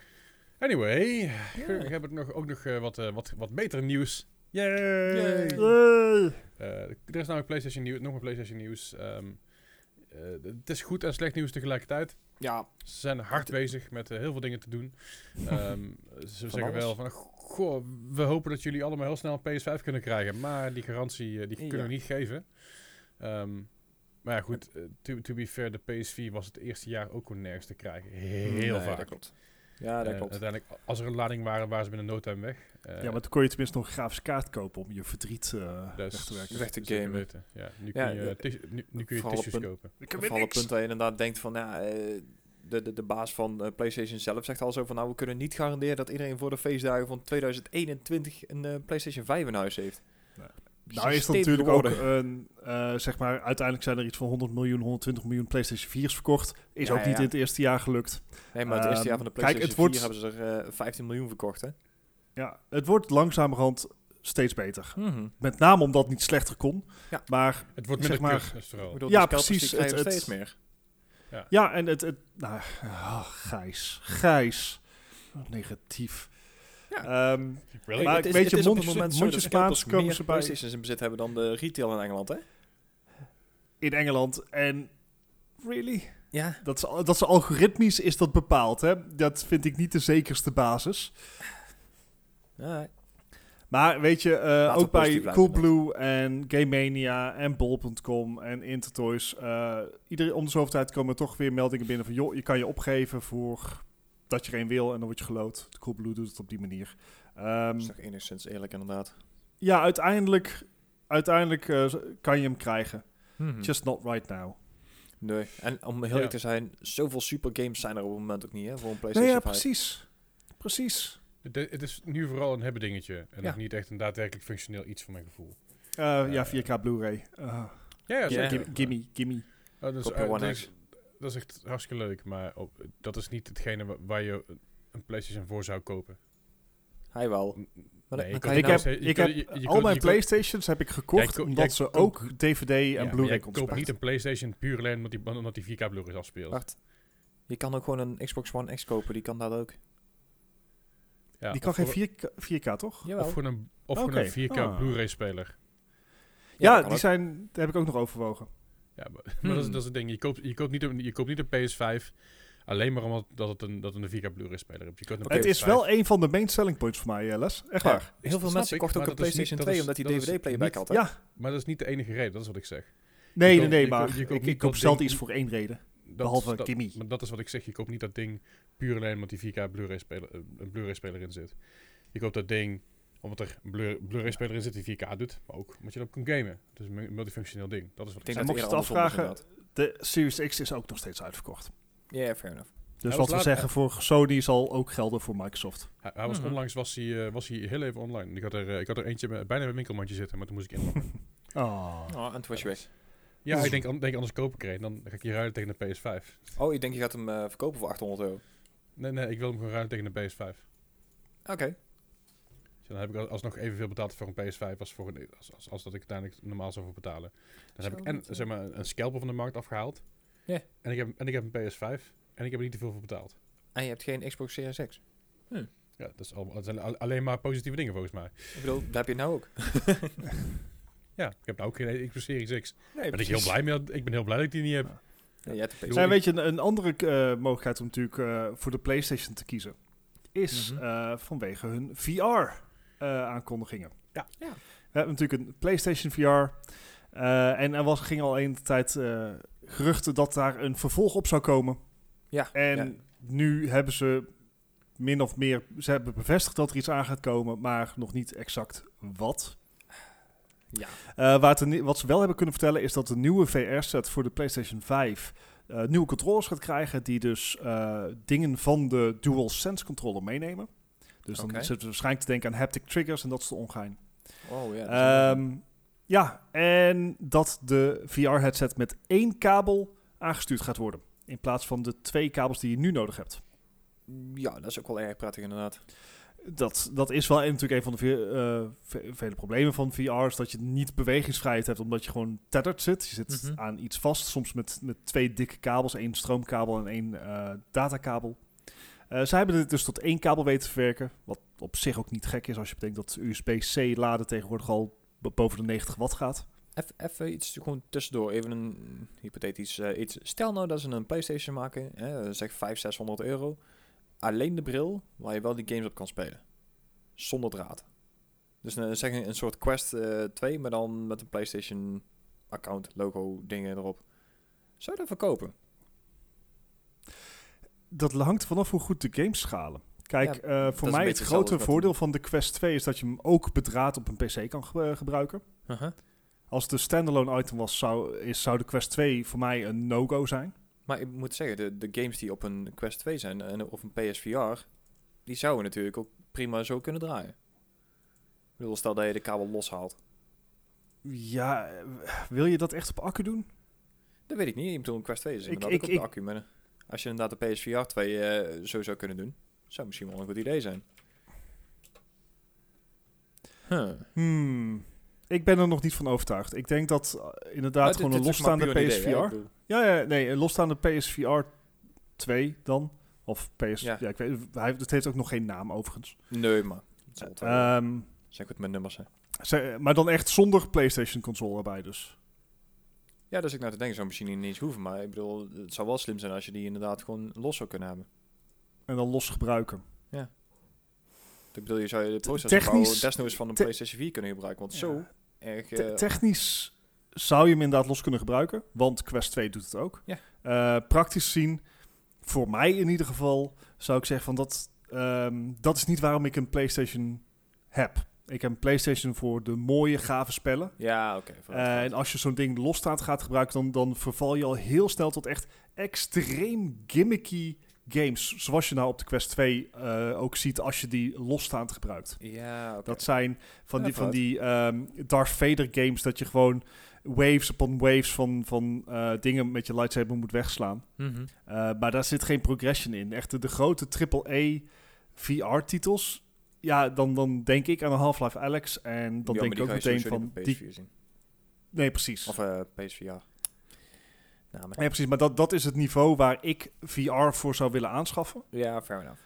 anyway, gelukkig hebben we nog, ook nog uh, wat, uh, wat, wat beter nieuws. Yay! Yay! Hey. Uh, er is namelijk PlayStation nieuws, nog een PlayStation nieuws. Um, uh, het is goed en slecht nieuws tegelijkertijd. Ja, Ze zijn hard bezig met uh, heel veel dingen te doen. Um, ze zeggen alles. wel van, goh, we hopen dat jullie allemaal heel snel een P S vijf kunnen krijgen. Maar die garantie uh, die Ja. kunnen we niet geven. Um, maar ja, goed, uh, to, to be fair, de P S vier was het eerste jaar ook gewoon nergens te krijgen. Heel nee, vaak. dat klopt. Ja, dat Uh, klopt. uiteindelijk, als er een lading waren, waren ze binnen no time weg. Uh, Ja, maar toen kon je tenminste nog een grafische kaart kopen om je verdriet uh, dat weg te werken. weg te zeker gamen. weten. Ja, nu Ja, kun je, eh, tis- nu, nu kun je vooral op tissues een- kopen. Ik heb Vooral het punt dat je inderdaad denkt van, ja, eh, de, de, de baas van uh, PlayStation zelf zegt al zo van, nou, we kunnen niet garanderen dat iedereen voor de feestdagen van tweeduizend eenentwintig een uh, PlayStation vijf in huis heeft. Nou is dat Stevige natuurlijk ook woorden. een, uh, zeg maar, uiteindelijk zijn er iets van honderd miljoen, honderdtwintig miljoen PlayStation viers verkocht. Is Ja, ook niet ja. in het eerste jaar gelukt. Nee, maar het eerste Ehm, jaar van de kijk, PlayStation het wordt- vier hebben ze er uh, vijftien miljoen verkocht, hè? Ja, het wordt langzamerhand steeds beter. Mhm. Met name omdat het niet slechter kon. Ja. Maar Het wordt Zeg minder maar- kut, dat is Ik vooral. bedoel, Ja, die scalpers precies, die krijgen het- we het- steeds meer. ja, en het... het nou, oh, Gijs. Gijs. Oh, negatief. Ja. Ehm, Really? Maar het is, weet het je, is op mondjes- het moment zo mondjes dat scalpers Spaans komen meer ze bij- PlayStations in bezit hebben dan de retail in Engeland, hè? in Engeland. En really? Ja. Dat is, al- dat is algoritmisch is dat bepaald. Hè? Dat vind ik niet de zekerste basis. Ja, Maar weet je, uh, we ook bij positief blijven, Coolblue en Game Mania en Bol punt com en Intertoys, uh, iedere om de zoveel tijd komen er toch weer meldingen binnen van, joh, je kan je opgeven voor dat je er een wil en dan word je geloot. Coolblue doet het op die manier. Um, Dat is toch enigszins eerlijk inderdaad. ja, uiteindelijk, uiteindelijk uh, kan je hem krijgen. Hmm. Just not right now. Nee, en om heel Ja. eerlijk te zijn, zoveel super games zijn er op het moment ook niet, hè, voor een Nee, PlayStation ja, vijf. precies. Precies. Het, het is nu vooral een hebben dingetje. En Ja. nog niet echt een daadwerkelijk functioneel iets voor mijn gevoel. Uh, ja, Uh, vier K Blu-ray. Uh, Ja, ja, Ja. zeker. gimme, gimme, gimme. Oh, dat, is, Koop je uh, One dat, X. is, dat is echt hartstikke leuk. Maar op, dat is niet hetgene wa- waar je een PlayStation voor zou kopen. Hij wel. N- Maar nee, dan je kan koopt- Ik nou- heb, je- je ik koopt- heb je- je al koopt- mijn je koopt- Playstations heb ik gekocht, Jij ko- omdat jij ze koopt- ook D V D en Ja, maar Blu-ray jij konden koopt niet spelen. een PlayStation puur alleen omdat die, omdat die vier K Blu-ray afspeelt. Wacht. Je kan ook gewoon een Xbox One X kopen, die kan dat ook. Ja, Die kan of geen voor- vier K, vier K toch? Jawel. Of voor een, of voor Oké. een vier K Ah. Blu-ray speler. Ja, dat kan die ook. zijn, daar heb ik ook nog overwogen. Ja, maar, maar dat, is, Hmm. dat is het ding. Je koopt, je koopt, niet, een, je koopt niet een P S vijf alleen maar omdat dat het een, dat het een vier K Blu-ray speler hebt. Je koopt een Oké, Het P S is vijf. wel een van de main selling points voor mij, eh, Les. Echt Ja, waar. heel dat veel snap mensen ik, kochten maar ook een dat is niet- PlayStation dat twee is- omdat die dat is D V D-player bij niet- had. Ja, Maar dat is niet de enige reden, dat is wat ik zeg. nee, Je nee, koopt- nee, je maar koopt- je ik, koopt ik niet koop dat zelden ding- iets voor één reden. Dat Behalve is, dat, gimme. Maar dat is wat ik zeg. Je koopt niet dat ding puur alleen omdat die vier K Blu-ray speler, eh, een Blu-ray speler in zit. Je koopt dat ding omdat er een Blu- Blu-ray speler in zit die vier K doet, maar ook omdat je erop kunt gamen. Het is een multifunctioneel ding. Dat is wat ik Ik zeg. denk En dat mocht je het het eerder afvragen, andersom de Series X is ook nog steeds uitverkocht. Ja, yeah, fair enough. Dus was wat we laat- zeggen voor Sony zal ook gelden voor Microsoft. Hij, hij was Mhm. onlangs was hij, eh, was hij heel even online. Ik had er, eh, ik had er eentje bij- bijna bij mijn winkelmandje zitten, maar toen moest ik inloggen. Oh. Oh, en toen was je weg. Ja, ik denk, an- denk anders koop ik er een. Dan ga ik hier ruilen tegen de P S vijf. Oh, ik denk je gaat hem eh, verkopen voor achthonderd euro. Nee, nee, ik wil hem gewoon ruilen tegen de P S vijf. Oké. Dus dan heb ik al- alsnog evenveel betaald voor een P S vijf als, voor een, als, als, als dat ik uiteindelijk normaal zou voor betalen. Dan heb Zo ik en goed, zeg maar, een scalper van de markt afgehaald. Ja. En, ik heb, en ik heb een P S vijf. En ik heb er niet te veel voor betaald. En je hebt geen Xbox Series X. Ja, dat, is al, dat zijn al- alleen maar positieve dingen volgens mij. Ik bedoel, daar heb je het nou ook. Ja, ik heb nou ook geen Xbox Series X. Nee, Ben ik, heel blij mee, dat- ik ben heel blij dat ik die niet heb. Ja. Nee, je hebt een P C. Nou, weet je, een, een andere eh, mogelijkheid om natuurlijk eh, voor de PlayStation te kiezen is Mhm. eh, vanwege hun V R-aankondigingen. Ja. Ja. We hebben natuurlijk een PlayStation V R. eh, en er was, ging al een tijd eh, geruchten dat daar een vervolg op zou komen. Ja. En ja. nu hebben ze min of meer, ze hebben bevestigd dat er iets aan gaat komen, maar nog niet exact wat. Ja. Uh, waar het er ni- wat ze wel hebben kunnen vertellen is dat de nieuwe V R-set voor de PlayStation vijf uh, nieuwe controllers gaat krijgen die dus uh, dingen van de DualSense controller meenemen. Dus dan Oké. zitten we waarschijnlijk te denken aan haptic triggers en dat is de ongein. Oh ja. dat is een- Um, ja, en dat de V R-headset met één kabel aangestuurd gaat worden. In plaats van de twee kabels die je nu nodig hebt. ja, dat is ook wel erg prettig inderdaad. Dat, dat is wel natuurlijk een van de ve- uh, ve- vele problemen van V R. Is dat je niet bewegingsvrijheid hebt, omdat je gewoon tethered zit. Je zit Mhm. aan iets vast, soms met, met twee dikke kabels. één stroomkabel en één uh, datakabel. Uh, zij hebben dit dus tot één kabel weten te verwerken. Wat op zich ook niet gek is als je bedenkt dat U S B-C laden tegenwoordig al b- boven de negentig watt gaat. Even, even iets gewoon tussendoor. Even een hypothetisch uh, iets. Stel nou dat ze een PlayStation maken. Hè, zeg vijfhonderd, zeshonderd euro. Alleen de bril waar je wel die games op kan spelen. Zonder draad. Dus uh, zeg een, een soort Quest uh, twee, maar dan met een PlayStation account, logo, dingen erop. Zou je dat verkopen? Dat hangt vanaf hoe goed de games schalen. Kijk, Ja, uh, is voor een mij beetje het grote hetzelfde met voordeel een- van de Quest twee is dat je hem ook bedraad op een P C kan ge- gebruiken. Uh-huh. Als het een standalone item was, zou, is, zou de Quest twee voor mij een no-go zijn. Maar ik moet zeggen, de, de games die op een Quest twee zijn en of een P S V R, die zouden natuurlijk ook prima zo kunnen draaien. Ik bedoel, stel dat je de kabel loshaalt. Ja, eh, wil je dat echt op accu doen? Dat weet ik niet. Ik bedoel, een Quest twee is Ik- inderdaad ik- ook op de ik- accu. Maar als je inderdaad de P S V R twee eh, zo zou kunnen doen, zou misschien wel een goed idee zijn. Huh. Hmm. Ik ben er nog niet van overtuigd. Ik denk dat uh, inderdaad Maar gewoon dit- een dit is maar losstaande puur P een S V idee, hè? R. Ik bedoel, Ja, ja, nee, een losstaande P S V R twee dan. Of P S... Ja, Ja. ik weet hij, het heeft ook nog geen naam overigens. Nee, maar het zal het wel Ehm, zijn goed met nummers, hè. ze- maar dan echt zonder PlayStation console erbij dus. Ja, dus ik nou te denken, zou misschien niet eens hoeven. Maar ik bedoel, het zou wel slim zijn als je die inderdaad gewoon los zou kunnen hebben. En dan los gebruiken. Dat Ik bedoel, je zou je de processor Technisch- desnoods van de te- PlayStation vier kunnen gebruiken. Want Ja. zo erg... Te- eh, technisch zou je hem inderdaad los kunnen gebruiken, want Quest twee doet het ook. Ja. Eh, praktisch gezien, voor mij in ieder geval, zou ik zeggen van dat, ehm, dat is niet waarom ik een PlayStation heb. Ik heb een PlayStation voor de mooie, gave spellen. ja, oké. Okay, Uh, en als je zo'n ding losstaand gaat gebruiken, dan, dan verval je al heel snel tot echt extreem gimmicky games. Zoals je nou op de Quest twee uh, ook ziet als je die losstaand gebruikt. Ja, oké. Dat zijn van Ja, die, van vooruit. die um, Darth Vader games dat je gewoon waves upon waves van, van uh, dingen met je lightsaber moet wegslaan. Mhm. Uh, maar daar zit geen progression in. Echt de, de grote triple A V R-titels. Ja, dan, dan denk ik aan een Half-Life Alyx. En dan Ja, denk ik maar ook die ga je meteen sowieso van... niet op Die, P S vier zien. nee, precies. Of uh, P S V R. Nou, maar... Ja, precies. Maar dat, dat is het niveau waar ik V R voor zou willen aanschaffen. Ja, fair enough.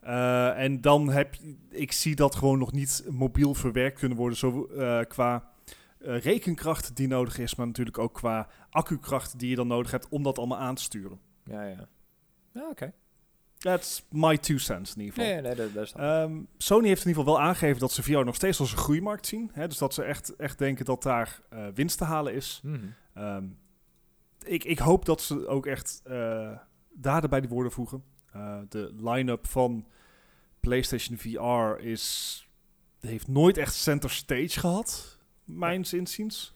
Uh, en dan heb je... Ik zie dat gewoon nog niet mobiel verwerkt kunnen worden. Zo uh, qua uh, rekenkracht die nodig is. Maar natuurlijk ook qua accukracht die je dan nodig hebt om dat allemaal aan te sturen. Ja, ja. Ja, oké. Okay. That's my two cents in ieder geval. Nee, nee, dat, dat is dat. Um, Sony heeft in ieder geval wel aangegeven dat ze V R nog steeds als een groeimarkt zien. Hè? Dus dat ze echt, echt denken dat daar uh, winst te halen is. Mm-hmm. Um, ik, ik hoop dat ze ook echt uh, daden bij die woorden voegen. Uh, de line-up van PlayStation V R is, heeft nooit echt center stage gehad, mijns inziens.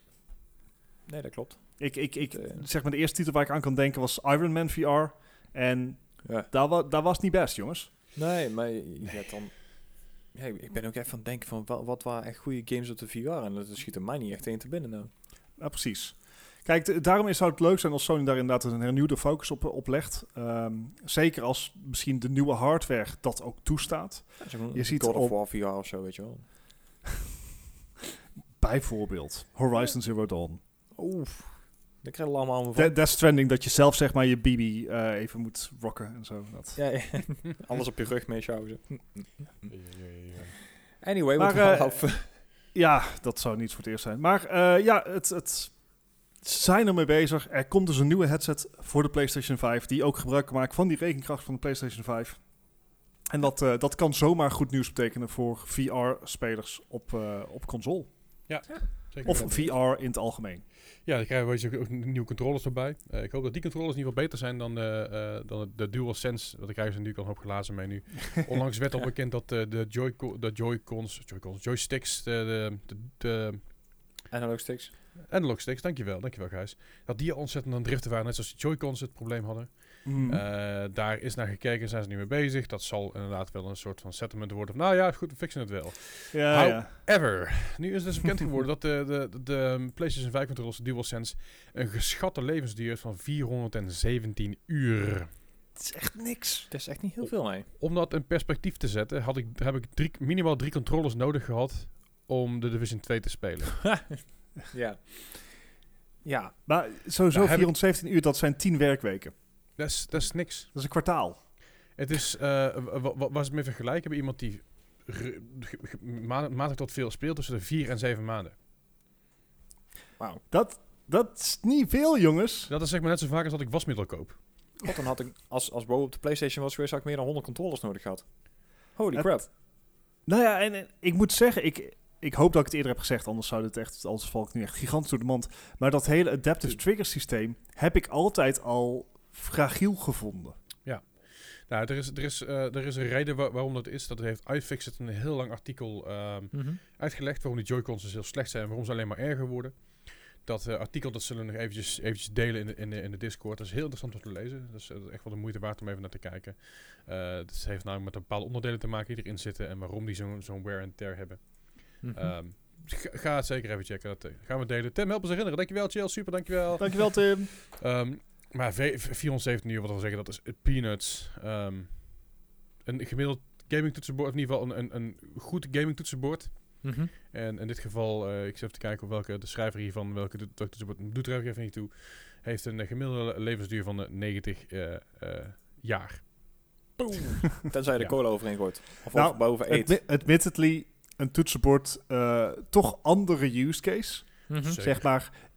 Nee, dat klopt. Ik, ik, ik, uh, zeg maar, de eerste titel waar ik aan kan denken was Iron Man V R. En ja. daar, wa- daar was het niet best, jongens. Nee, maar je hebt dan... Ja, ik ben ook even aan het denken van wat, wat waren echt goede games op de V R. En dat schiet er mij niet echt in te binnen nou. Ja, precies. Kijk, d- daarom is, zou het leuk zijn als Sony daar inderdaad een hernieuwde focus op, op legt. Um, zeker als misschien de nieuwe hardware dat ook toestaat. Ja, je je ziet God of op, War V R of zo, weet je wel. bijvoorbeeld Horizon Zero Dawn. Oef. Dat krijg je allemaal van. De- Death Stranding, dat je zelf zeg maar je B B uh, even moet rocken en zo. Dat. Ja, ja. Alles op je rug mee sjouwen. Ja, ja, ja. Anyway, Maar, we gaan uh, af. Ja, dat zou niet voor het eerst zijn. Maar uh, ja, het, het ze zijn ermee bezig. Er komt dus een nieuwe headset voor de PlayStation vijf... die ook gebruik kan maken van die rekenkracht van de PlayStation vijf. En dat, uh, dat kan zomaar goed nieuws betekenen voor V R-spelers op, uh, op console. Ja, zeker. Of V R in het algemeen. Ja, dan krijgen we ook nieuwe controllers erbij. Uh, ik hoop dat die controllers in ieder geval beter zijn dan, uh, uh, dan de DualSense. Want daar krijgen ze natuurlijk al een hoop glazen mee nu. Onlangs werd al bekend dat uh, de, Joy- de Joy-Cons, Joy-Cons, joysticks, de, de, de, de Analog sticks. analog sticks, dankjewel, dankjewel Gijs. Dat die al ontzettend aan het driften waren, net zoals de Joy-Cons het probleem hadden. Mm. Uh, daar is naar gekeken, zijn ze nu mee bezig. Dat zal inderdaad wel een soort van settlement worden. Nou ja, goed, we fixen het wel. Ja, How- ja. Ever. Nu is dus bekend geworden dat de, de, de, de PlayStation vijf controllers, de DualSense, een geschatte levensduur heeft van vierhonderdzeventien uur. Het is echt niks. Het is echt niet heel veel, nee. Om dat in perspectief te zetten, had ik, heb ik drie, minimaal drie controllers nodig gehad om de Division twee te spelen. Ja. Ja. Maar sowieso Nou, heb vierhonderdzeventien uur, dat zijn tien werkweken. Dat is, dat is niks. Dat is een kwartaal. Het is, uh, wat was het mee vergelijken bij iemand die re- ge- ge- ma- matig tot veel speelt tussen de vier en zeven maanden. Wauw. Dat, dat is niet veel, jongens. Dat is zeg maar net zo vaak als dat ik wasmiddel koop. God, dan had ik, als, als Bo op de PlayStation was geweest, had ik meer dan honderd controllers nodig gehad. Holy Het- crap. Nou ja, en, en ik moet zeggen, ik, ik hoop dat ik het eerder heb gezegd, anders zou dit echt, anders val ik nu echt gigantisch door de mand. Maar dat hele adaptive trigger systeem heb ik altijd al fragiel gevonden. Nou, er is, er is, uh, er is een reden wa- waarom dat is. Dat heeft iFixit een heel lang artikel um, Mm-hmm. uitgelegd waarom die Joy-Cons dus heel slecht zijn en waarom ze alleen maar erger worden. Dat uh, artikel dat zullen we nog eventjes, eventjes delen in de, in, de, in de Discord. Dat is heel interessant om te lezen. Dat is uh, echt wel de moeite waard om even naar te kijken. Uh, het heeft namelijk met bepaalde onderdelen te maken die erin zitten en waarom die zo'n zo'n wear and tear hebben. Mm-hmm. Um, ga, ga het zeker even checken. Dat uh, gaan we delen. Tim, help ons herinneren. Dankjewel, Chill. Super, dankjewel. Dankjewel, Tim. Um, maar v- vierhonderdzeventien uur, wat wil zeggen, dat is peanuts. Um, een gemiddeld gaming toetsenbord, of in ieder geval een, een, een goed gaming toetsenbord. Mm-hmm. En in dit geval, uh, ik zit even te kijken op welke de schrijver hiervan, welke de toetsenbord doet er even niet toe, heeft een uh, gemiddelde levensduur van uh, negentig uh, uh, jaar. Tenzij je de Ja. cola overheen gooit. Of Nou, over boven eet. Admi- admittedly, een toetsenbord, uh, toch andere use case. Mm-hmm. Zeker. Zeg maar,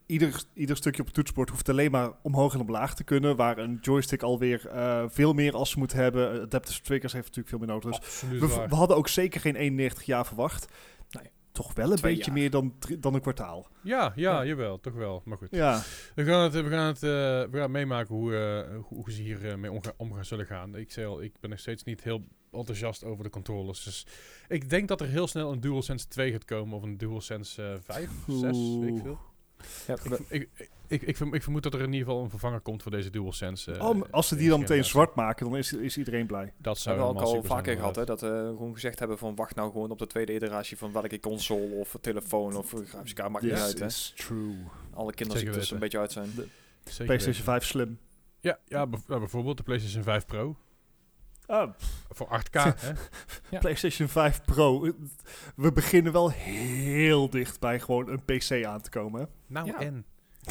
ieder, ieder stukje op het toetsenbord hoeft alleen maar omhoog en omlaag te kunnen. Waar een joystick alweer uh, veel meer as moet hebben. Adaptive triggers heeft natuurlijk veel meer nodig. Dus we, we hadden ook zeker geen eenennegentig jaar verwacht. Nee. Toch wel een Twee beetje jaar. meer dan, dan een kwartaal. Ja, ja, ja, jawel, toch wel. Maar goed. Ja. We gaan het, we gaan het, uh, we gaan meemaken hoe, uh, hoe, hoe ze hier uh, mee omgaan, omgaan zullen gaan. Ik zei al, ik ben nog steeds niet heel enthousiast over de controllers. Dus ik denk dat er heel snel een DualSense twee gaat komen of een DualSense uh, vijf, zes, weet ik veel. Ja, ik, ik, ik, ik, ik vermoed dat er in ieder geval een vervanger komt voor deze DualSense. Uh, oh, als ze die dan meteen zwart maken, dan is, is iedereen blij. Dat zou we hebben ook al vaker gehad, hè, dat we uh, gewoon gezegd hebben van wacht nou gewoon op de tweede iteratie van welke console of telefoon of grafische kaart, maakt niet uit. Hè. Is true. Alle kinderziektes een beetje uit zijn. De PlayStation vijf slim. Ja, ja, b- ja, bijvoorbeeld de PlayStation vijf Pro. Oh. Voor acht K, hè? Ja. PlayStation vijf Pro. We beginnen wel heel dicht bij gewoon een P C aan te komen. Nou ja. en?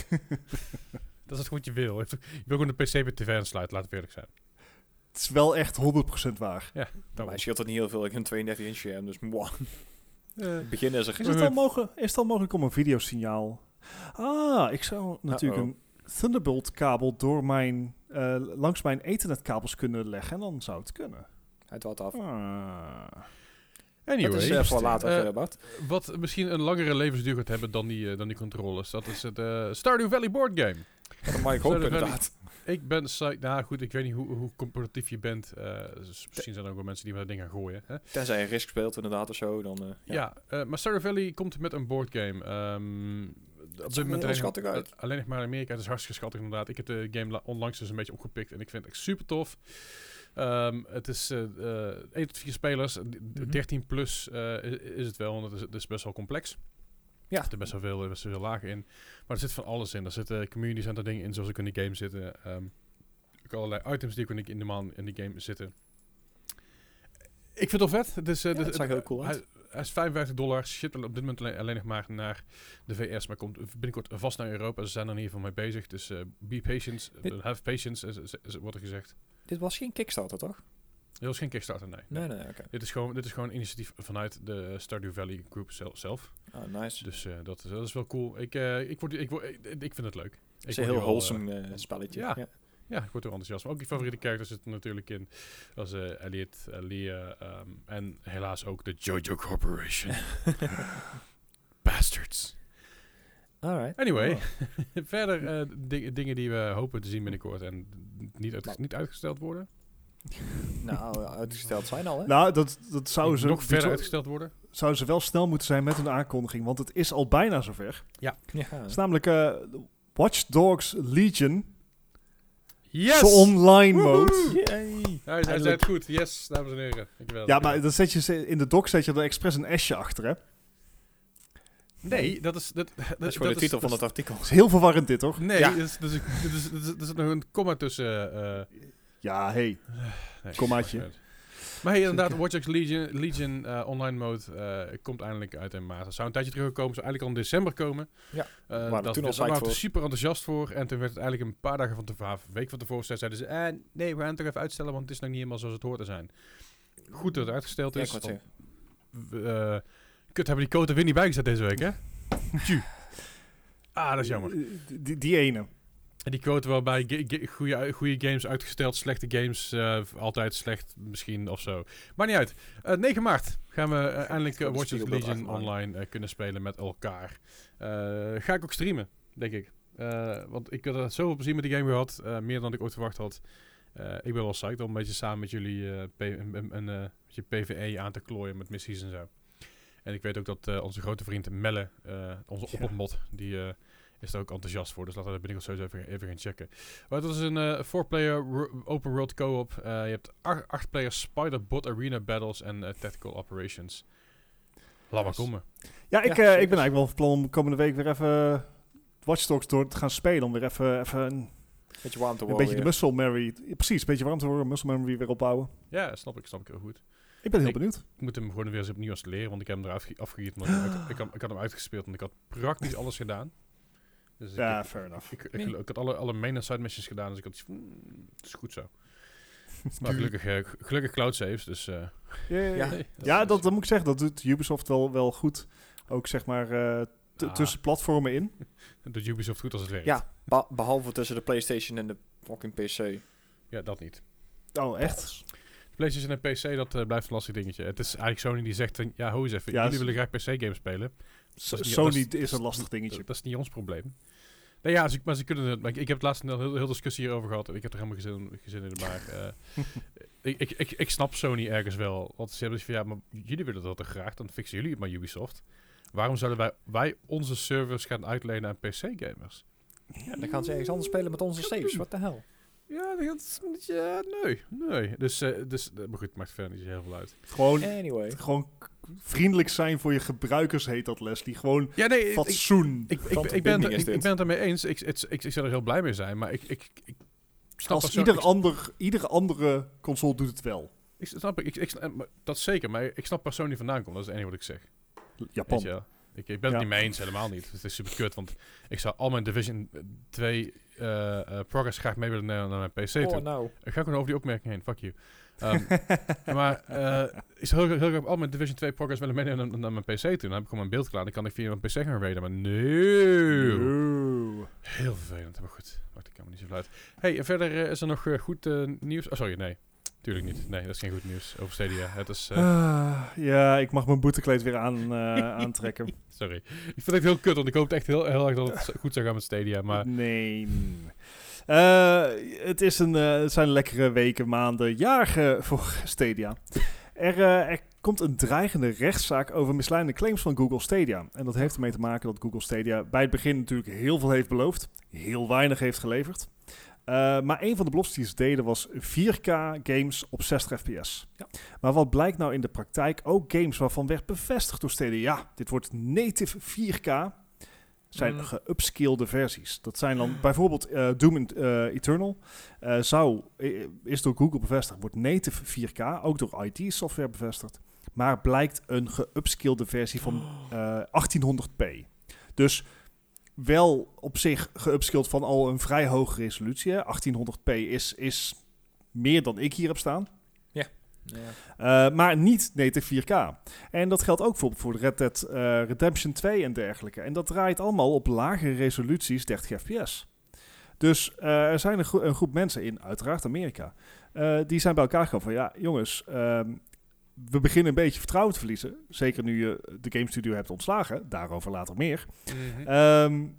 Dat is het wat je wil. Je wil gewoon de P C bij tv aansluiten, laat het eerlijk zijn. Het is wel echt honderd procent waar. Ja, maar het scheelt er niet heel veel. Ik heb een tweeëndertig inch scherm, dus mwah. Uh, het begin is er. Is het, al mogelijk, is het al mogelijk om een videosignaal... Ah, ik zou natuurlijk Uh-oh. een Thunderbolt kabel door mijn... Uh, langs mijn ethernetkabels kunnen leggen en dan zou het kunnen. Hij dwaalt af. Ah. Anyway, dat is uh, voor later, uh, Bart. Wat misschien een langere levensduur gaat hebben dan die, uh, dan die controllers. Dat is het uh, Stardew Valley board game. Dat mag ik hopen, inderdaad. Ik ben psyched. Nou goed, ik weet niet hoe, hoe competitief je bent. Uh, dus misschien zijn er ook wel mensen die met dat ding gaan gooien. Hè? Tenzij je Risk speelt inderdaad of zo. Dan, uh, ja, ja uh, maar Stardew Valley komt met een board game. Um, op dit moment alleen, schattig uit. Uh, alleen nog maar in Amerika. Het is hartstikke schattig inderdaad. Ik heb de game la- onlangs dus een beetje opgepikt. En ik vind het echt super tof. Um, het is uh, uh, één tot vier spelers. Mm-hmm. dertien plus uh, is, is het wel. Want het is, het is best wel complex. Ja. Er zitten best wel veel, best wel veel lagen in. Maar er zit van alles in. Er zitten community center dingen in zoals ik in die game zitten. Um, ook allerlei items die ook in de man in die game zitten. Ik vind het wel vet. Het is, uh, ja, dat zag heel cool uit. Hij, hij is vijfenvijftig dollar. Shit, op dit moment alleen, alleen nog maar naar de V S. Maar komt binnenkort vast naar Europa. Ze zijn er in ieder geval mee bezig. Dus uh, be patient. Uh, have patience, is, is, is, wordt er gezegd. Dit was geen Kickstarter, toch? Dit was geen Kickstarter, nee. Nee, nee, nee oké. Okay. Dit is gewoon, dit is gewoon een initiatief vanuit de Stardew Valley Group zelf. Ah, nice. Dus uh, dat, is, dat is wel cool. Ik, uh, ik, word, ik, word, ik, ik vind het leuk. Het is een heel wholesome uh, spelletje. Ja. ja. Ja, ik word er enthousiast. Maar ook die favoriete characters zitten natuurlijk in. Als uh, Elliot, uh, Leah um, en helaas ook de Jojo Corporation. Bastards. Alright. Anyway, oh. verder uh, di- dingen die we hopen te zien binnenkort en niet, uit- niet uitgesteld worden. Nou, uitgesteld zijn al, hè? Nou, dat, dat zou ze... Nog verder zo, uitgesteld worden. Zou ze wel snel moeten zijn met hun aankondiging, want het is al bijna zover. Ja. ja. Het is namelijk uh, Watch Dogs Legion. Yes! Zo online mode. Yay. Hij, hij zei het goed. Yes, dames en heren. Dankjewel. Ja, maar dan zet je in de doc zet je er expres een S'je achter, hè? Nee, dat is... Dat, dat, dat is gewoon dat de titel is, van het artikel. Dat is heel verwarrend dit, hoor. Nee, ja. er is, er zit nog een komma tussen... Uh, ja, hey. Nee, kommaatje. Maar hey, inderdaad, Watch Dogs Legion, Legion uh, online mode uh, komt eindelijk uit in maart. Het zou een tijdje terugkomen, zou eigenlijk al in december komen. Ja, uh, maar dat, toen al daar waren we super enthousiast voor. En toen werd het eigenlijk een paar dagen van tevoren, een week van tevoren, zeiden ze, eh, nee, we gaan het toch even uitstellen, want het is nog niet helemaal zoals het hoort te zijn. Goed dat het uitgesteld is. Ja, uh, kut, hebben die code er weer niet bijgezet deze week, hè? Ah, dat is jammer. Die, die ene. En die quote waarbij ge- ge- goede, goede games uitgesteld, slechte games uh, altijd slecht misschien of zo. Maar niet uit. Uh, negen maart gaan we uh, eindelijk uh, Watch Dogs Legion online uh, kunnen spelen met elkaar. Uh, ga ik ook streamen, denk ik. Uh, want ik had zoveel plezier met die game gehad. Uh, meer dan ik ooit verwacht had. Uh, ik ben wel psyched om een beetje samen met jullie uh, P- een, een, een beetje P V E aan te klooien met missies en zo. En ik weet ook dat uh, onze grote vriend Melle, uh, onze ja. oppelmod, die... Uh, is er ook enthousiast voor, dus laten we dat binnenkort sowieso even, even gaan checken. Maar dat is een uh, four-player ro- open world co-op. Uh, je hebt acht, acht players Spider-Bot Arena Battles en uh, Tactical Operations. Laat maar komen. Ja, ik, ja, uh, ik ben eigenlijk wel van plan om komende week weer even Watch Dogs door te gaan spelen. Om weer even, even een, beetje warm te worden. Een beetje de muscle memory. Ja, precies, een beetje warm te worden, muscle memory weer opbouwen. Ja, snap ik, snap ik heel goed. Ik ben heel ik, benieuwd. Ik moet hem gewoon weer eens opnieuw installeren, want ik heb hem eruit afgegiet. Maar ik, ik, ik, ik had hem uitgespeeld, want ik had praktisch alles gedaan. Dus ja, ik, fair enough. Ik, ik, ik, ik had alle, alle main en side missions gedaan, dus ik had mm, het is goed zo. Maar gelukkig, uh, gelukkig cloud saves, dus... Uh, yeah, ja, nee, dat, ja dat, dat moet ik zeggen, dat doet Ubisoft wel, wel goed. Ook zeg maar uh, t- Ah. tussen platformen in. Dat Ubisoft goed als het werkt. Ja, be- behalve tussen de PlayStation en de fucking P C. Ja, dat niet. Oh, echt? PlayStation en P C, dat uh, blijft een lastig dingetje. Het is eigenlijk Sony die zegt, van, ja, hoe eens even, Ja, jullie s- willen graag P C-games spelen. S- Dat is niet- Sony dat is- is een lastig dingetje. Dat is niet ons probleem. Nee, ja, ze, maar ze kunnen het. Maar ik, ik heb het laatst een heel, heel discussie hierover gehad en ik heb er helemaal geen zin, geen zin in. Maar uh, ik, ik, ik, ik snap Sony ergens wel. Want ze hebben dus van, ja, maar jullie willen dat toch graag, dan fixen jullie het maar Ubisoft. Waarom zouden wij, wij onze servers gaan uitlenen aan P C-gamers? Ja, dan gaan ze ergens anders spelen met onze saves. Wat de hel? Ja, dat is een beetje, ja, nee, nee. Dus, uh, dus uh, maar goed, het maakt verder niet zo heel veel uit. Gewoon, Anyway. gewoon k- vriendelijk zijn voor je gebruikers heet dat, Leslie. Gewoon Ja, nee, ik, fatsoen. ik, ik, Wat ik, een ben, het- binding is ik, ik dit. ben het ermee eens. Ik, het, ik, ik zou er heel blij mee zijn, maar ik, ik, ik snap Als perso- ieder ik- ander, iedere andere console doet het wel. Ik snap, ik, ik, snap- maar dat zeker, maar ik snap waar Sony vandaan komt. Dat is het enige wat ik zeg. Japan. Weet je wel? Ik, ik ben het Ja. niet mee eens, helemaal niet. Het is super kut, want ik zou al mijn Division twee uh, uh, progress graag mee willen nemen naar mijn P C toe. Oh, nou. Ik ga gewoon over die opmerking heen, fuck you. Um, maar uh, ik zou heel, heel graag al mijn Division twee progress willen meenemen naar, naar mijn P C toe. Dan heb ik gewoon mijn beeld klaar, dan kan ik via mijn P C gaan raiden. Maar nee. Oeh. Heel vervelend, maar goed. Wacht, ik kan me niet zo uit. Hey, en verder uh, is er nog uh, goed uh, nieuws? Oh, sorry, nee. Tuurlijk niet. Nee, dat is geen goed nieuws over Stadia. Het is... Uh, Ah, ja, ik mag mijn boetekleed weer aan, uh, aantrekken. sorry. Ik vind het heel kut, want ik hoopte echt heel, heel erg dat het goed zou gaan met Stadia, maar... Nee. Uh, het, is een, uh, het zijn lekkere weken, maanden, jaren voor Stadia. Er, uh, er komt een dreigende rechtszaak over misleidende claims van Google Stadia. En dat heeft ermee te maken dat Google Stadia bij het begin natuurlijk heel veel heeft beloofd. Heel weinig heeft geleverd. Uh, maar een van de beloftes die ze deden was vier K games op zestig F P S. Ja. Maar wat blijkt nou in de praktijk? Ook games waarvan werd bevestigd door Stadia. Ja, dit wordt native vier K. Zijn Mm. geupscalede versies. Dat zijn dan bijvoorbeeld uh, Doom uh, Eternal. Uh, zou, uh, is door Google bevestigd. Wordt native vier K. Ook door I T software bevestigd. Maar blijkt een geupscalede versie van uh, achttienhonderd p. Dus... wel op zich geupscaled van al een vrij hoge resolutie. Hè. achttienhonderd p is, is meer dan ik hier heb staan. Ja. Ja. Uh, maar niet native vier K. En dat geldt ook bijvoorbeeld voor de Red Dead uh, Redemption twee en dergelijke. En dat draait allemaal op lagere resoluties, dertig F P S. Dus uh, er zijn een, gro- een groep mensen in, uiteraard Amerika, uh, die zijn bij elkaar gekomen van, ja jongens, um, we beginnen een beetje vertrouwen te verliezen. Zeker nu je de game studio hebt ontslagen. Daarover later meer. Mm-hmm. Um,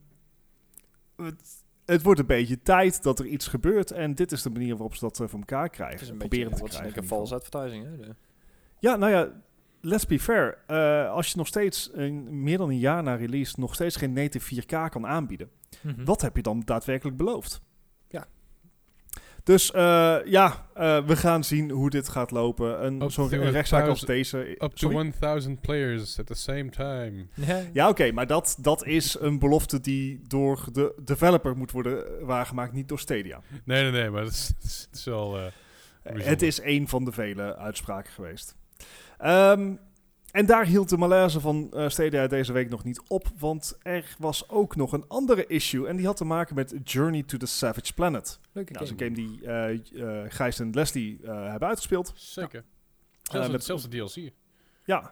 het, het wordt een beetje tijd dat er iets gebeurt. En dit is de manier waarop ze dat uh, voor elkaar krijgen. Het is een Proberen beetje, te wat is krijgen. een in ieder false geval. advertising, hè? De- Ja, nou ja, let's be fair. Uh, als je nog steeds een, meer dan een jaar na release nog steeds geen native vier K kan aanbieden. Mhm. Wat heb je dan daadwerkelijk beloofd? Ja. Dus uh, ja, uh, we gaan zien hoe dit gaat lopen. Een, Up zo'n to re- a rechtszaak als thousand- deze... Up to Sorry? one thousand players at the same time. Ja. Ja, oké, okay, maar dat, dat is een belofte die door de developer moet worden waargemaakt, niet door Stadia. Nee, nee, nee, maar dat is, het is wel... Uh, bijzonder. Het is één van de vele uitspraken geweest. Um, en daar hield de malaise van uh, Stadia deze week nog niet op, want er was ook nog een andere issue en die had te maken met Journey to the Savage Planet. Leuke Nou, dat game. is een game die uh, uh, Gijs en Leslie uh, hebben uitgespeeld. Zeker. Ja. Zelfs, Uh, met- zelfs de D L C. Ja.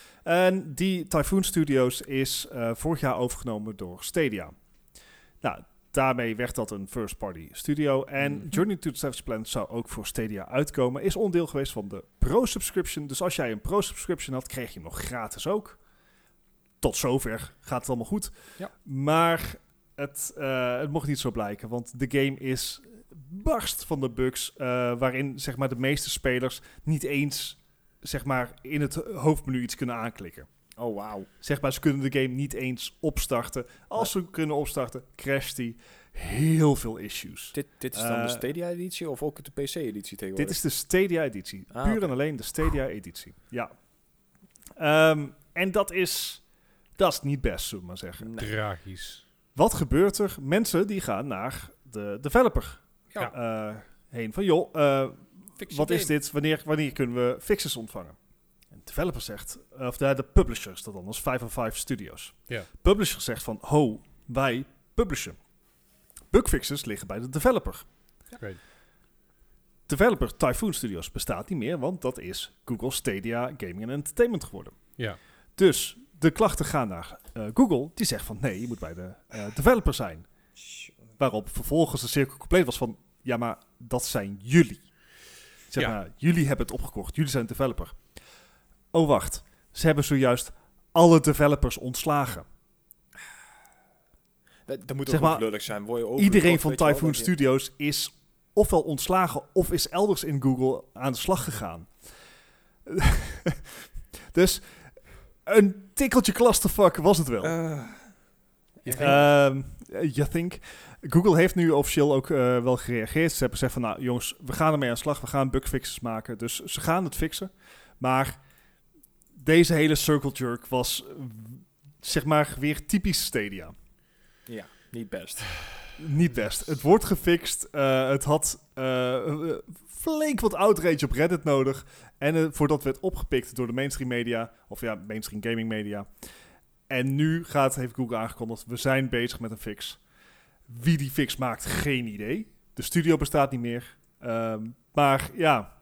En die Typhoon Studios is uh, vorig jaar overgenomen door Stadia. Nou, daarmee werd dat een first-party studio. En Mhm. Journey to the Savage Planet zou ook voor Stadia uitkomen. Is onderdeel geweest van de Pro-subscription. Dus als jij een Pro-subscription had, kreeg je hem nog gratis ook. Tot zover gaat het allemaal goed. Ja. Maar het, uh, het mocht niet zo blijken. Want de game is barst van de bugs. Uh, waarin zeg maar, de meeste spelers niet eens zeg maar, in het hoofdmenu iets kunnen aanklikken. Oh, wauw. Zeg maar, ze kunnen de game niet eens opstarten. Als ze kunnen opstarten, crasht die. Heel veel issues. Dit, dit is dan Uh, de Stadia-editie of ook de P C-editie tegenwoordig? Dit is de Stadia-editie. Ah, Puur oké. en alleen de Stadia-editie. Ja. Um, en dat is... Dat is niet best, zullen we maar zeggen. Nee. Tragisch. Wat gebeurt er? Mensen die gaan naar de developer Ja. uh, heen. Van joh, uh, Fix wat je is game. dit? Wanneer, wanneer kunnen we fixes ontvangen? En de developer zegt, uh, of de, de publisher is dat dan, als vijf oh vijf Studios. Ja. Publisher zegt van, ho, wij publishen. Bugfixes liggen bij de developer. Great. Developer Typhoon Studios bestaat niet meer, want dat is Google Stadia Gaming and Entertainment geworden. Ja. Dus de klachten gaan naar uh, Google. Die zegt van nee, je moet bij de uh, developer zijn. Waarop vervolgens de cirkel compleet was van ja, maar dat zijn jullie. Zeg ja. maar, jullie hebben het opgekocht. Jullie zijn developer. Oh, wacht. Ze hebben zojuist alle developers ontslagen. Dat, dat moet zeg ook maar, lullig zijn. Word je iedereen van Typhoon Studios is ofwel ontslagen of is elders in Google aan de slag gegaan. Dus een tikkeltje clusterfuck was het wel. Uh, you um, think? Google heeft nu officieel ook uh, wel gereageerd. Ze hebben gezegd van, nou jongens, we gaan ermee aan de slag. We gaan bugfixes maken. Dus ze gaan het fixen. Maar deze hele circle jerk was, zeg maar, weer typisch Stadia. Ja, niet best. Niet best. Het wordt gefixt. Uh, het had uh, flink wat outrage op Reddit nodig. En uh, voordat werd opgepikt door de mainstream media. Of ja, mainstream gaming media. En nu gaat, heeft Google aangekondigd, we zijn bezig met een fix. Wie die fix maakt, geen idee. De studio bestaat niet meer. Um, maar ja,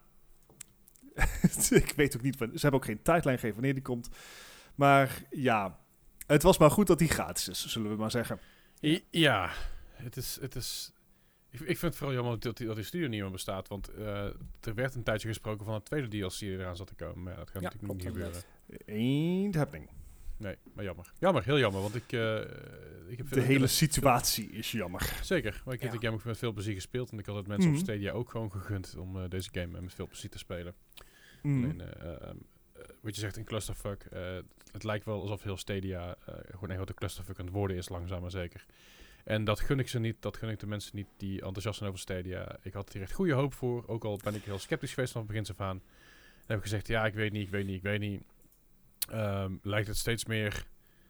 ik weet ook niet, ze hebben ook geen tijdlijn gegeven wanneer die komt. Maar ja, het was maar goed dat die gratis is, zullen we maar zeggen. Ja, het is... Het is ik, ik vind het vooral jammer dat die, dat die studio niet meer bestaat. Want uh, er werd een tijdje gesproken van een tweede D L C die eraan zat te komen. Maar ja, dat gaat ja, natuurlijk niet gebeuren. Ain't happening. Nee, maar jammer. Jammer, heel jammer. Want ik... Uh, ik heb de hele situatie is jammer. Zeker, maar ik heb ja. de game ook met veel plezier gespeeld. En ik had het mensen mm-hmm. op Stadia ook gewoon gegund om uh, deze game met veel plezier te spelen. Mm. Alleen, uh, uh, wat je zegt, een clusterfuck. Uh, het lijkt wel alsof heel Stadia uh, gewoon een grote clusterfuck aan het worden is, langzaam maar zeker. En dat gun ik ze niet, dat gun ik de mensen niet die enthousiast zijn over Stadia. Ik had hier echt goede hoop voor, ook al ben ik heel sceptisch geweest vanaf het begin af aan. Dan heb ik gezegd, ja, ik weet niet, ik weet niet, ik weet niet. Um, lijkt het steeds meer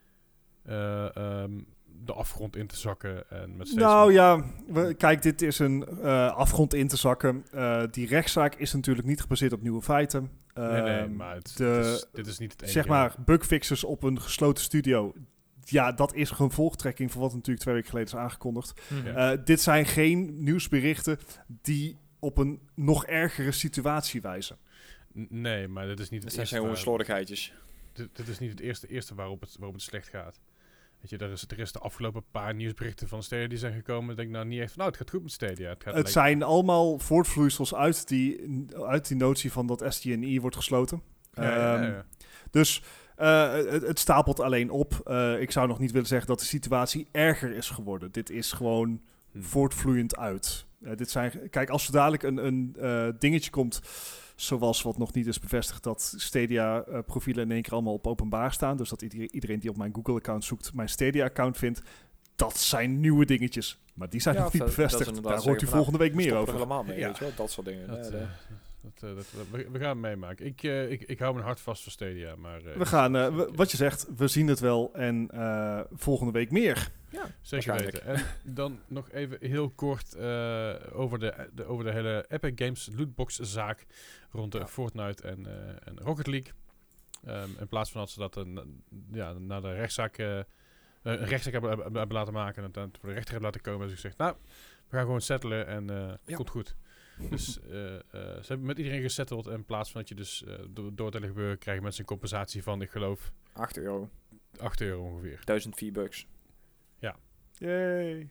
uh, um, de afgrond in te zakken. En met steeds nou meer... ja, we, kijk, dit is een uh, afgrond in te zakken. Uh, die rechtszaak is natuurlijk niet gebaseerd op nieuwe feiten. Uh, nee, nee, maar het, de, het is, dit is niet het enige. Zeg maar, bugfixes op een gesloten studio. Ja, dat is een volgtrekking van wat natuurlijk twee weken geleden is aangekondigd. Mm-hmm. Uh, dit zijn geen nieuwsberichten die op een nog ergere situatie wijzen. N- nee, maar dit is niet het dat eerste. zijn gewoon waar, slordigheidjes. Dit, dit is niet het eerste, eerste waarop, het, waarop het slecht gaat. Weet je, er is, er is de afgelopen paar nieuwsberichten van Stadia die zijn gekomen. Ik denk nou niet echt van, nou, het gaat goed met Stadia. Het, gaat het zijn allemaal voortvloeisels uit die, uit die notie van dat S T N I wordt gesloten. Ja, ja, ja, ja. Um, dus uh, het, het stapelt alleen op. Uh, ik zou nog niet willen zeggen dat de situatie erger is geworden. Dit is gewoon hmm. voortvloeiend uit. Uh, dit zijn, kijk, als er dadelijk een, een uh, dingetje komt, zoals wat nog niet is bevestigd, dat Stadia-profielen uh, in één keer allemaal op openbaar staan. Dus dat iedereen, iedereen die op mijn Google-account zoekt, mijn Stadia-account vindt. Dat zijn nieuwe dingetjes. Maar die zijn ja, nog niet dat, bevestigd. Dat Daar hoort u volgende week meer over. Helemaal mee, ja. Weet je wel? Dat soort dingen. Dat, ja, uh, dat, uh, dat, we, we gaan het meemaken. Ik, uh, ik, ik hou mijn hart vast voor Stadia. Maar, uh, we gaan, uh, we, wat je zegt, we zien het wel. En uh, volgende week meer. Ja, zeker weten. En dan nog even heel kort uh, over, de, de, over de hele Epic Games lootbox-zaak rond de ja. Fortnite en, uh, en Rocket League. Um, in plaats van dat ze dat een, ja, naar de rechtszaak, uh, een rechtszaak hebben, hebben laten maken en het voor de rechter hebben laten komen, hebben ze gezegd, nou, we gaan gewoon settelen en uh, ja. komt goed. Dus uh, uh, ze hebben met iedereen gesetteld en in plaats van dat je dus uh, door, door het hele gebeuren krijgen mensen een compensatie van, ik geloof... acht euro. acht euro ongeveer. duizend V-bucks. Ja. Yay.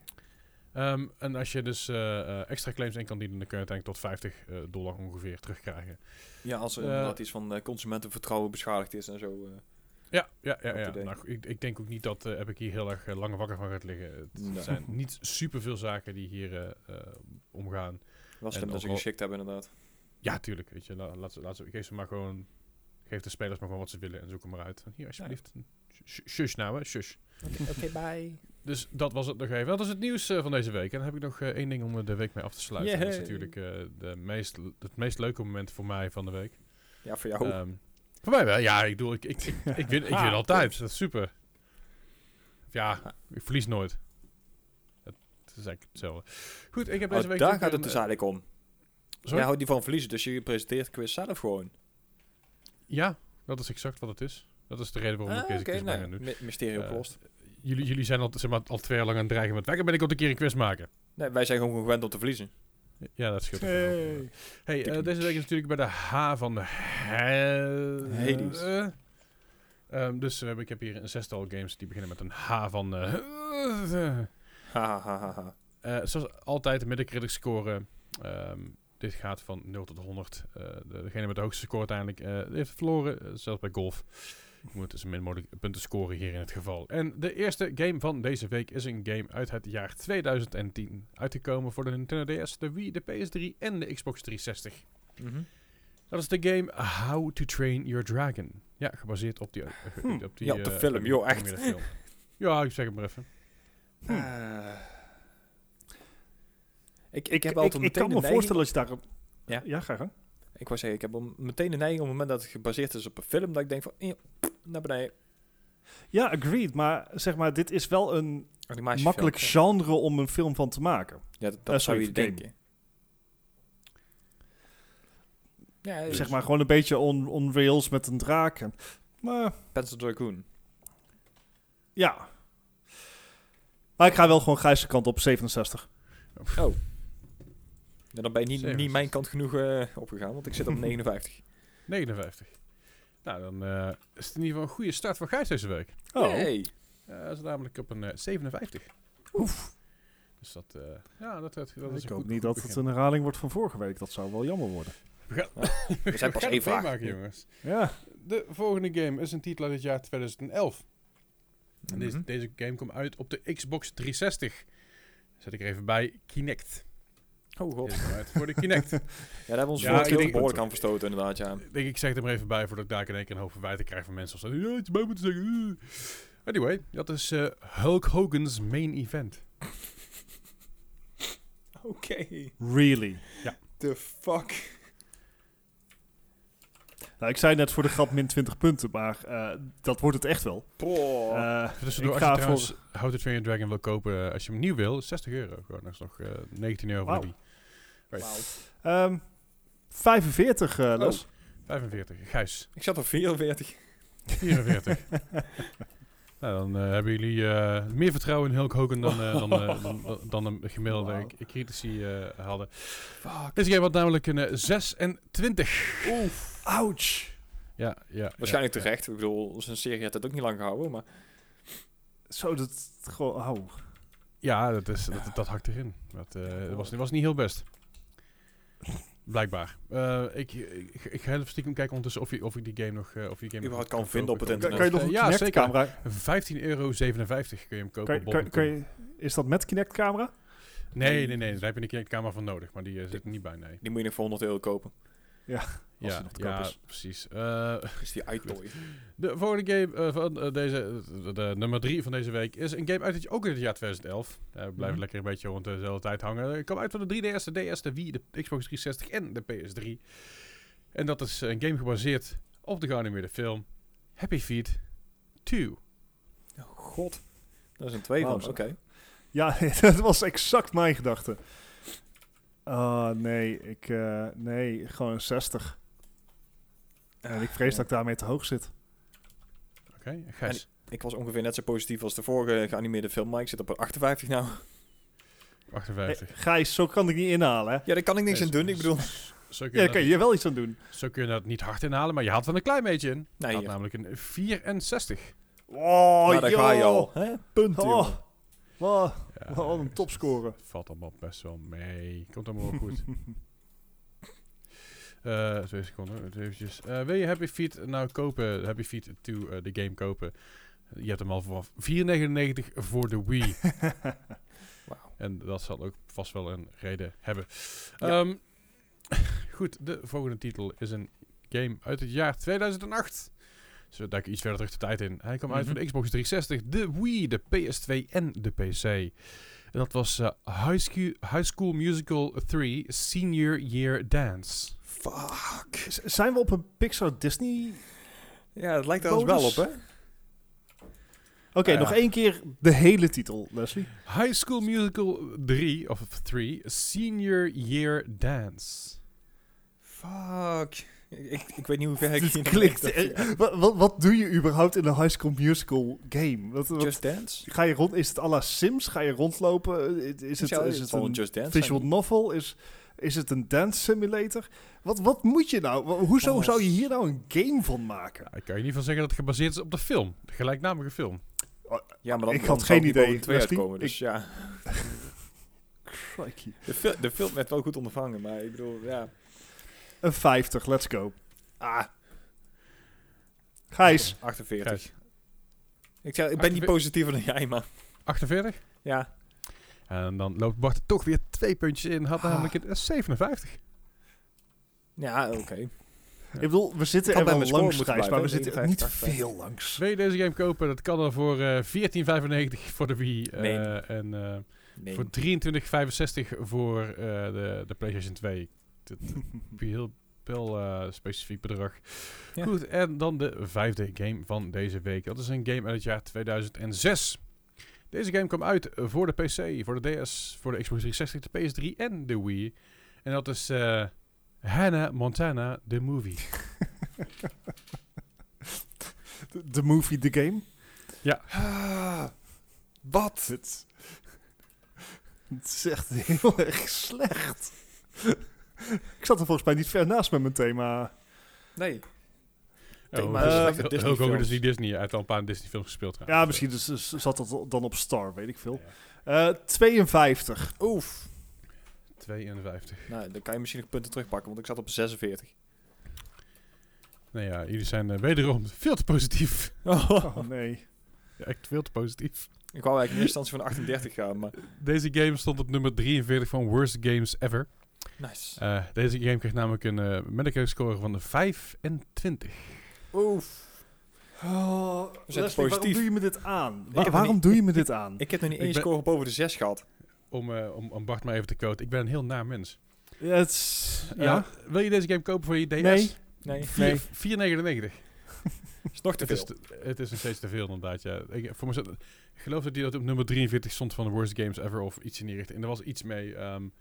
Um, en als je dus uh, uh, extra claims in kan dienen, dan kun je uiteindelijk tot vijftig uh, dollar ongeveer terugkrijgen. Ja, als er uh, inderdaad iets van uh, consumentenvertrouwen beschadigd is en zo. Uh, ja, ja, ja. ja. Nou, ik, ik denk ook niet dat uh, heb ik hier heel erg uh, lang wakker van gaat liggen. Het nee. zijn niet superveel zaken die hier uh, uh, omgaan. Was slim dat ze geschikt hebben inderdaad. Ja, tuurlijk. Weet je, la, laat, laat ze, geef ze maar gewoon, geef de spelers maar gewoon wat ze willen en zoek hem maar uit. En hier alsjeblieft. Ja. Shush nou, hè, shush. Oké, okay, bye. Dus dat was het nog even. Dat is het nieuws uh, van deze week. En dan heb ik nog uh, één ding om de week mee af te sluiten. Yay. Dat is natuurlijk uh, de meest, het meest leuke moment voor mij van de week. Ja, voor jou. Um, voor mij wel. Ja, ik bedoel, ik, ik, ik, ik, win, ik win altijd. Dat is super. Ja, ik verlies nooit. Het is eigenlijk hetzelfde. Goed, ik heb deze oh, week... Daar gaat het dus eigenlijk om. Sorry? Jij houdt niet van verliezen, dus je presenteert quiz zelf gewoon. Ja, dat is exact wat het is. Dat is de reden waarom ah, ik deze okay, quiz nee, nu. My- mysterie uh, opgelost. Jullie, jullie zijn al, zeg maar, al twee jaar lang aan het dreigen met weg. En ben ik al een keer een quiz maken. Nee, wij zijn gewoon gewend om te verliezen. Ja, dat scheelt. Hey. Hey, uh, deze week is natuurlijk bij de H van de He- Hades. Uh, Um, dus uh, ik heb hier een zestal games die beginnen met een H van... Uh, uh, Ha, ha, ha, ha. uh, zoals altijd de Metacritic score. Um, dit gaat van nul tot honderd. Uh, de, degene met de hoogste score uiteindelijk uh, heeft verloren. Uh, zelfs bij golf. Je moet dus een min mogelijk punten scoren hier in het geval. En de eerste game van deze week is een game uit het jaar tweeduizend tien. Uitgekomen voor de Nintendo D S, de Wii, de P S drie en de Xbox driehonderdzestig. Mm-hmm. Dat is de game How to Train Your Dragon. Ja, gebaseerd op die... Uh, hm. op, die Ja, op de uh, film, joh, echt. Film. Ja, ik zeg het maar even. Hm. Uh, ik, ik, Ik, heb ik, altijd ik meteen kan de me neiging... voorstellen dat je daarop... Ja? Ja, ga gang. Ik wou zeggen, ik heb om- meteen de neiging op het moment dat het gebaseerd is op een film, dat ik denk van, eh, naar beneden. Ja, agreed. Maar zeg maar, dit is wel een Animatiefilm. makkelijk genre om een film van te maken. Ja, dat, dat Uh, zou sorry, je game. denken. Ja, dus Zeg maar gewoon een beetje on, on rails met een draak. En, maar Pencil Dragoon. ja. Maar ik ga wel gewoon grijze kant op zevenenzestig. Oh. Ja, dan ben je niet, zevenenzestig. niet mijn kant genoeg uh, opgegaan, want ik zit op negenenvijftig. negenenvijftig. Nou, dan uh, is het in ieder geval een goede start voor Gijs deze week. Oh. Hey. Uh, dat is namelijk op een uh, zevenenvijftig. Oef. Dus dat, uh, ja, dat, dat, dat is Ik een hoop goed, niet goed dat het begin. een herhaling wordt van vorige week. Dat zou wel jammer worden. We gaan, We zijn pas gaan één het vraag. meemaken, jongens. Ja. De volgende game is een titel uit het jaar tweeduizend elf. En deze, Mhm. deze game komt uit op de Xbox driehonderdzestig. Zet ik er even bij, Kinect. Oh god. Deze komt uit voor de Kinect. Ja, daar hebben we ons Ja, vorige ik keer denk- behoorlijk aan verstoten, inderdaad, ja. Ik denk, ik zeg het er maar even bij voordat ik daar in één keer een hoop verwijten krijg van mensen. Of zo, ja, het is bij moeten zeggen. Uh. Anyway, dat is uh, Hulk Hogan's main event. Oké. Okay. Really. The fuck? Nou, ik zei net voor de grap min twintig punten, maar uh, dat wordt het echt wel. Boah. Uh, Dus ik als je ga trouwens voor... How to Train Your Dragon wil kopen, uh, als je hem nieuw wil, zestig euro. Gewoon, dat is nog uh, negentien euro voor de Wauw. Wii. Right. Um, vijfenveertig, uh, Les. Oh. vijfenveertig. Gijs. Ik zat op vierenveertig. vierenveertig. Nou, dan uh, hebben jullie uh, meer vertrouwen in Hulk Hogan dan, uh, dan, uh, dan, dan een gemiddelde Wauw. k- critici uh, hadden. Fuck. Deze game had namelijk een uh, zesentwintig. Oef. Ouch. Ja, ja. Waarschijnlijk ja, terecht. Ik bedoel, zijn serie had het ook niet lang gehouden, maar... Zo, dat gewoon... Oh. Ja, dat, is, dat, dat hakt erin. Dat uh, was, was niet heel best. Blijkbaar. Uh, ik, ik, ik ga even stiekem kijken ondertussen of je, of ik die game nog... Uh, of je die game Überhaupt nog kan vinden op het Kan, internet. kan je nog een Uh, ja, Kinect-camera... vijftien euro zevenenvijftig kun je hem kopen. Kan, op kan, bol kan punt com. je, is dat met Kinect-camera? Nee, nee, nee. Daar heb je een Kinect-camera voor nodig. Maar die uh, zit er niet bij, nee. Die moet je nog voor honderd euro kopen. Als Ja, die nog te koop ja is. precies. Uh, Is die iToy. de volgende game uh, van uh, deze, de, de nummer drie van deze week is een game uit het, ook in het jaar tweeduizend elf. Uh, we blijven Mhm. lekker een beetje rond dezelfde tijd hangen. Ik kwam uit van de drie D S, de D S, de Wii, de Xbox driehonderdzestig en de P S drie. En dat is een game gebaseerd op de geanimeerde film Happy Feet twee. Oh god. Dat is een twee Wauw, van, oké. Ja, dat was exact mijn gedachte. Oh, nee. Ik, uh, nee, gewoon een zestig. En ik vrees Ja. dat ik daarmee te hoog zit. Oké, okay, Gijs. Ik was ongeveer net zo positief als de vorige geanimeerde film, maar ik zit op een achtenvijftig nou. achtenvijftig. Hey, Gijs, zo kan ik niet inhalen, hè? Ja, daar kan ik niks Nee, aan doen. Ik bedoel... Zo kun Ja, je, daar kan dat, je wel iets aan doen. zo kun je dat niet hard inhalen, maar je haalt wel een klein beetje in. Je Nee, had ja. namelijk een vierenzestig. Oh, nou, daar joh. ga je al. Hè? Punten, Oh. jongen. Wow, Ja, wat een het topscore. valt allemaal best wel mee. Komt allemaal wel goed. Uh, twee seconden, even eventjes. Uh, wil je Happy Feet nou kopen? Happy Feet twee, uh, de game kopen. Je hebt hem al voor vier negenennegentig voor de Wii. Wauw. En dat zal ook vast wel een reden hebben. Ja. Um, goed, de volgende titel is een game uit het jaar tweeduizend acht. Dus we duiken iets verder terug de tijd in. Hij kwam uit Mhm. van de Xbox driehonderdzestig, de Wii, de P S twee en de P C. En dat was uh, High, School, High School Musical drie Senior Year Dance. Fuck. Z- Zijn we op een Pixar Disney? Ja, dat lijkt er ons wel op, Bonus? hè? Oké, Ja. nog één keer de hele titel, Leslie. High School Musical drie, of drie, Senior Year Dance. Fuck. Ik, ik weet niet hoe ver ik Dit hier klinkt... nog eh, wat, wat, wat doe je überhaupt in een High School Musical game? Wat, wat- Just Dance? ga je rond, is het à la Sims? Ga je rondlopen? Is het, Ja, is het wel een Just Dance visual zijn. novel? Is, Is het een dance simulator? Wat, wat moet je nou? Wa- Hoezo Oh. zou je hier nou een game van maken? Ja, ik kan je niet van zeggen dat het gebaseerd is op de film. De gelijknamige film. Ja, maar dan, Ik dan had zou geen die idee. boven twee Leslie, uitkomen, dus ik- ja. Crikey. De, fil- de film werd wel goed ondervangen, maar ik bedoel, ja. Een vijftig, let's go. Ah, Gijs. achtenveertig. Gijs. Ik, zeg, ik ben niet achtenveertig. positiever dan jij, man. achtenveertig. Ja. En dan loopt Bart er toch weer twee puntjes in. Had Ah. namelijk een zevenenvijftig. Ja, oké. Ik bedoel, we zitten Ik had er bij wel mijn score langs, moeten Gijs, maar we blijven, zitten er niet eenenvijftig, veel langs. Wil je deze game kopen? Dat kan al voor eh veertien vijfennegentig voor de Wii. eh, Nee. En eh, Nee. voor drieëntwintig vijfenzestig voor eh, de, de PlayStation twee. Dat is een heel wel eh, specifiek bedrag. Ja. Goed, en dan de vijfde game van deze week. Dat is een game uit het jaar tweeduizend zes. Deze game kwam uit voor de P C, voor de D S, voor de Xbox driehonderdzestig, de P S drie en de Wii. En dat is eh, Hannah Montana, the movie. De, de movie, de game. Ah, wat? Het, het is echt heel erg slecht. Ik zat er volgens mij niet ver naast met mijn thema. Nee. Oh, maar het is uh, echt een Disney Hulk Hogan films. is niet Disney. Hij heeft al een paar Disney films gespeeld. Ja, trouwens. misschien dus, dus zat dat dan op Star, weet ik veel. Eh, tweeënvijftig. Oef. tweeënvijftig. Nou, dan kan je misschien nog punten terugpakken, want ik zat op zesenveertig. Nou ja, jullie zijn eh, wederom veel te positief. Oh nee. Ja, echt veel te positief. Ik wou eigenlijk in eerste instantie van achtendertig gaan, maar... Deze game stond op nummer drieënveertig van Worst Games Ever. Nice. Uh, deze game kreeg namelijk een uh, Metacritic score van de vijfentwintig. Oef. Oh, zijn Leslie, waarom positief. doe je me dit aan? Ik Wa- heb waarom niet- doe je me dit aan? Ik heb nog niet Ik één ben- score boven de zes gehad. Om, uh, om, om Bart maar even te quoten. Ik ben een heel naar mens. Ja, het is- Uh, ja? Wil je deze game kopen voor je D S? Nee. Nee, Nee. vier negenennegentig. is nog te Het is, veel. te- het is nog steeds te veel inderdaad, ja. Ik, voor mezelf, ik geloof dat die dat op nummer drieënveertig stond van de Worst Games Ever of iets in die richting. En er was iets mee... Um,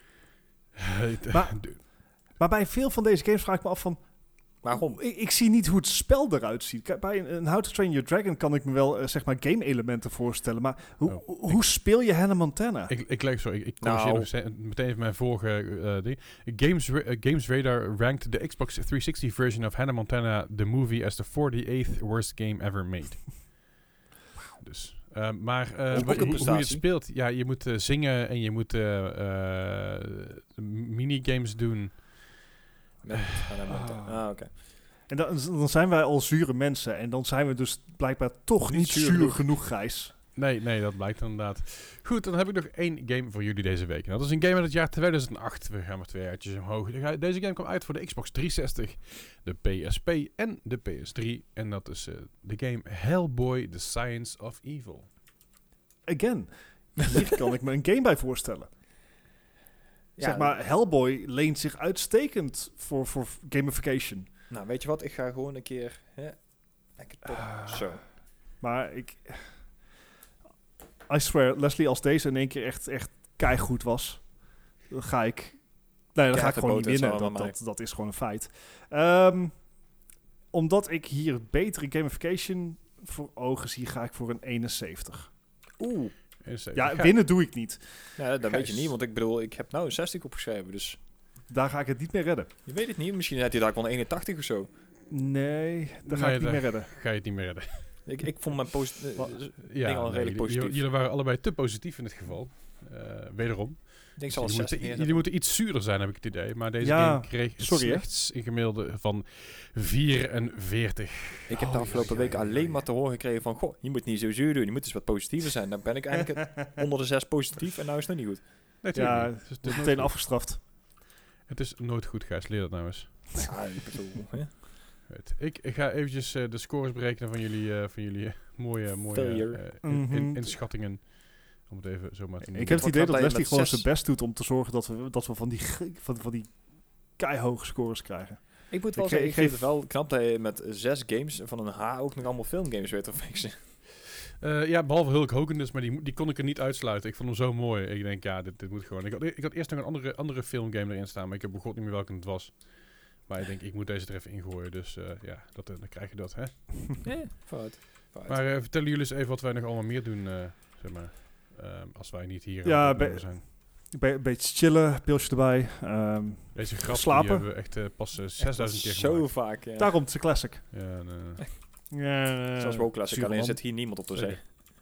Maar- Maar bij veel van deze games vraag ik me af van... Waarom? Ik, ik zie niet hoe het spel eruit ziet. Kijk, bij een, een How to Train Your Dragon kan ik me wel uh, zeg maar game-elementen voorstellen. Maar hoe, Oh, hoe hoe speel je Hannah Montana? Ik, ik, leg, sorry, ik, ik corrigeer Nou. nog steeds- meteen even mijn vorige uh, ding. Games, Ra- uh, Games Radar ranked the Xbox driehonderdzestig version of Hannah Montana the movie as the forty-eighth worst game ever made. Dus, uh, maar uh, Ook een hoe, hoe je het prestatie. speelt, ja, je moet uh, zingen en je moet uh, uh, minigames doen. Met, ah, met- ah, oké. En dan, dan zijn wij al zure mensen. En dan zijn we dus blijkbaar toch Niet niet zuur zuur genoeg. genoeg, Gijs. Nee, nee, dat blijkt inderdaad. Goed, dan heb ik nog één game voor jullie deze week. En dat is een game uit het jaar tweeduizend acht. We gaan maar twee jaartjes omhoog. Deze game kwam uit voor de Xbox driehonderdzestig, de P S P en de P S drie. En dat is uh, de game Hellboy: The Science of Evil. Again, hier kan ik me een game bij voorstellen. Ja, Zeg maar, Hellboy leent zich uitstekend voor, voor gamification. Nou, weet je wat? Ik ga gewoon een keer... Hè, lekker top. Ah. Zo. Maar ik... I swear, Leslie, als deze in één keer echt, echt keigoed was, dan ga ik... Nee, dan Ja, ga ik de gewoon niet boot is winnen. wel Dat, bij dat, dat is gewoon een feit. Ehm, omdat ik hier betere gamification voor ogen zie, ga ik voor een eenenzeventig. Oeh. Ja, winnen doe ik niet. Ja, dat weet je Gijs. niet, want ik bedoel, ik heb nou een zestig opgeschreven, dus... Daar ga ik het niet meer redden. Je weet het niet, misschien had hij daar wel een eenentachtig of zo. Nee, daar ga Nee, ik niet daar- meer redden. Ga je het niet meer redden. Ik, ik vond mijn post... eh, Wat? eh, Ja, ding al redelijk jullie- positief. jullie, jullie waren allebei te positief in dit geval. Uh, wederom. Ik denk zal een jullie, zestig moeten, neerzetten. jullie moeten iets zuurder zijn, heb ik het idee. Maar deze Ja, game kreeg sorry, hè. slechts een gemiddelde van vierenveertig. Ik heb de Oh, afgelopen ja, week ja, ja, alleen ja. maar te horen gekregen van... Goh, je moet niet zo zuur doen, je moet eens wat positiever zijn. Dan ben ik eigenlijk het onder de zes positief en nou is het nog niet goed. Nee, Ja, tuurlijk niet. Het is, het, is nooit Meteen goed. afgestraft. Het is nooit goed, Gijs. Leer dat nou eens. Ja, ik bedoel... Hè? Weet. Ik, ik ga eventjes uh, de scores berekenen van jullie, uh, van jullie uh, mooie, mooie Failure. uh, in, in, Mhm. inschattingen. Om het even zo maar te noemen. Ik heb het Wat idee gaat dat hij Leslie met gewoon zes? zijn best doet om te zorgen dat we, dat we van, die, ge- van, van die keihoge scores krijgen. Ik moet wel Ik zeggen, ge- ik ik geef geef- het wel knap dat je met zes games van een H ook nog allemaal filmgames weet te fixen. Uh, ja, behalve Hulk Hogan dus, maar die, mo- die kon ik er niet uitsluiten. Ik vond hem zo mooi. Ik denk, ja, dit, dit moet gewoon. Ik had, ik had eerst nog een andere, andere filmgame erin staan, maar ik heb begot niet meer welke het was. Maar ik denk, ik moet deze er even ingooien. Dus uh, ja, dat, uh, dan krijg je dat, hè. Ja, vooruit. vooruit. Maar uh, vertellen jullie eens even wat wij nog allemaal meer doen, uh, zeg maar. Um, als wij niet hier Ja, aan het bij- opnemen zijn. Be- een beetje chillen, pilsje erbij. Um, Deze grap slapen. die hebben we echt uh, pas uh, zesduizend keer Zo gemaakt. vaak, ja. Daarom, het is een classic. Ja, nee, nee. Ja, Zoals WoW Classic, alleen man. zit hier niemand op de zee.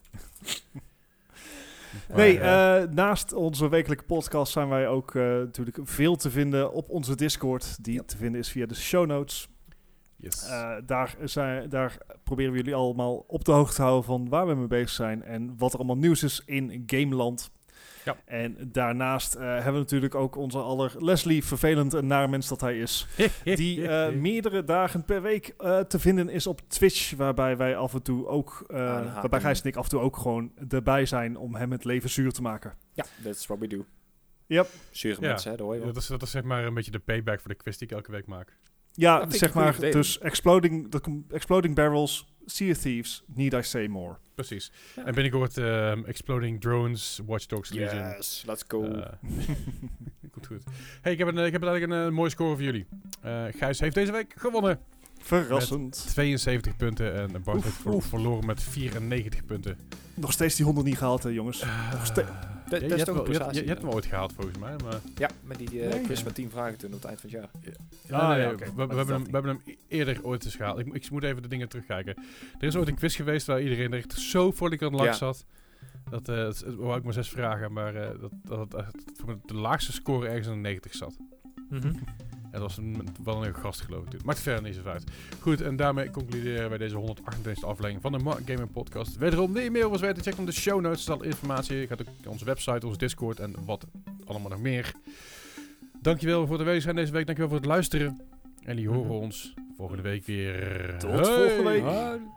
Nee, Maar, uh, naast onze wekelijke podcast zijn wij ook uh, natuurlijk veel te vinden op onze Discord. Die Yep. te vinden is via de show notes. yes. Uh, daar, zijn, daar proberen we jullie allemaal op de hoogte te houden van waar we mee bezig zijn en wat er allemaal nieuws is in Gameland. Ja. En daarnaast uh, hebben we natuurlijk ook onze aller Leslie, vervelend en naar mens dat hij is, die uh, meerdere dagen per week uh, te vinden is op Twitch, waarbij wij af en toe ook, uh, Aanhaken. waarbij Gijs en ik af en toe ook gewoon erbij zijn om hem het leven zuur te maken. Ja, that's what we do. Yep. Zure Ja. mensen, hè, dat hoor je wel. dat, is, dat is zeg maar een beetje de payback voor de quiz die ik elke week maak. Ja, vind ik zeg een goede maar, verdeling. dus exploding, de com- exploding barrels, Sea of Thieves, need I say more. Precies. Ja. En binnenkort um, Exploding Drones, Watch Dogs Legion. Yes, let's go. Uh, goed, goed. Hey, ik heb, een, ik heb eigenlijk een, een mooie score voor jullie. Uh, Gijs heeft deze week gewonnen. Verrassend. tweeënzeventig punten en Bart Oef, heeft ver- oef. verloren met vierennegentig punten. Nog steeds die honderd niet gehaald, hè, jongens. Nog ste- Dat- je, dat is je, toch hebt een wel- je, prestatie, je, je hebt hè? hem ooit gehaald volgens mij. Maar, Ja, met die uh, Nee, quiz ja. met tien vragen toen op het eind van het jaar. ja, Ah, nee, ja, we, oké. we, Maar we, dat hebben hem, dacht we hebben hem eerder ooit eens gehaald. Ik, ik moet even de dingen terugkijken. Er is ooit een quiz geweest waar iedereen er echt zo volledig aan langs Ja. zat. Dat uh, het, het wou ik maar zes vragen, maar uh, dat, dat, dat, dat de laagste score ergens aan de negentig zat. En dat was een, wel een gast geloof ik. Toen. Maakt verder niet zo uit. Goed, en daarmee concluderen wij deze honderdachtentwintigste aflevering van de Mark Gaming Podcast. Wederom, wil je meer over ons weten? Check dan de show notes. Er staat alle informatie. Je gaat ook naar onze website, onze Discord en wat allemaal nog meer. Dankjewel voor het aanwezig zijn deze week. Dankjewel voor het luisteren. En die horen ons volgende week weer. Tot volgende week. Hoi.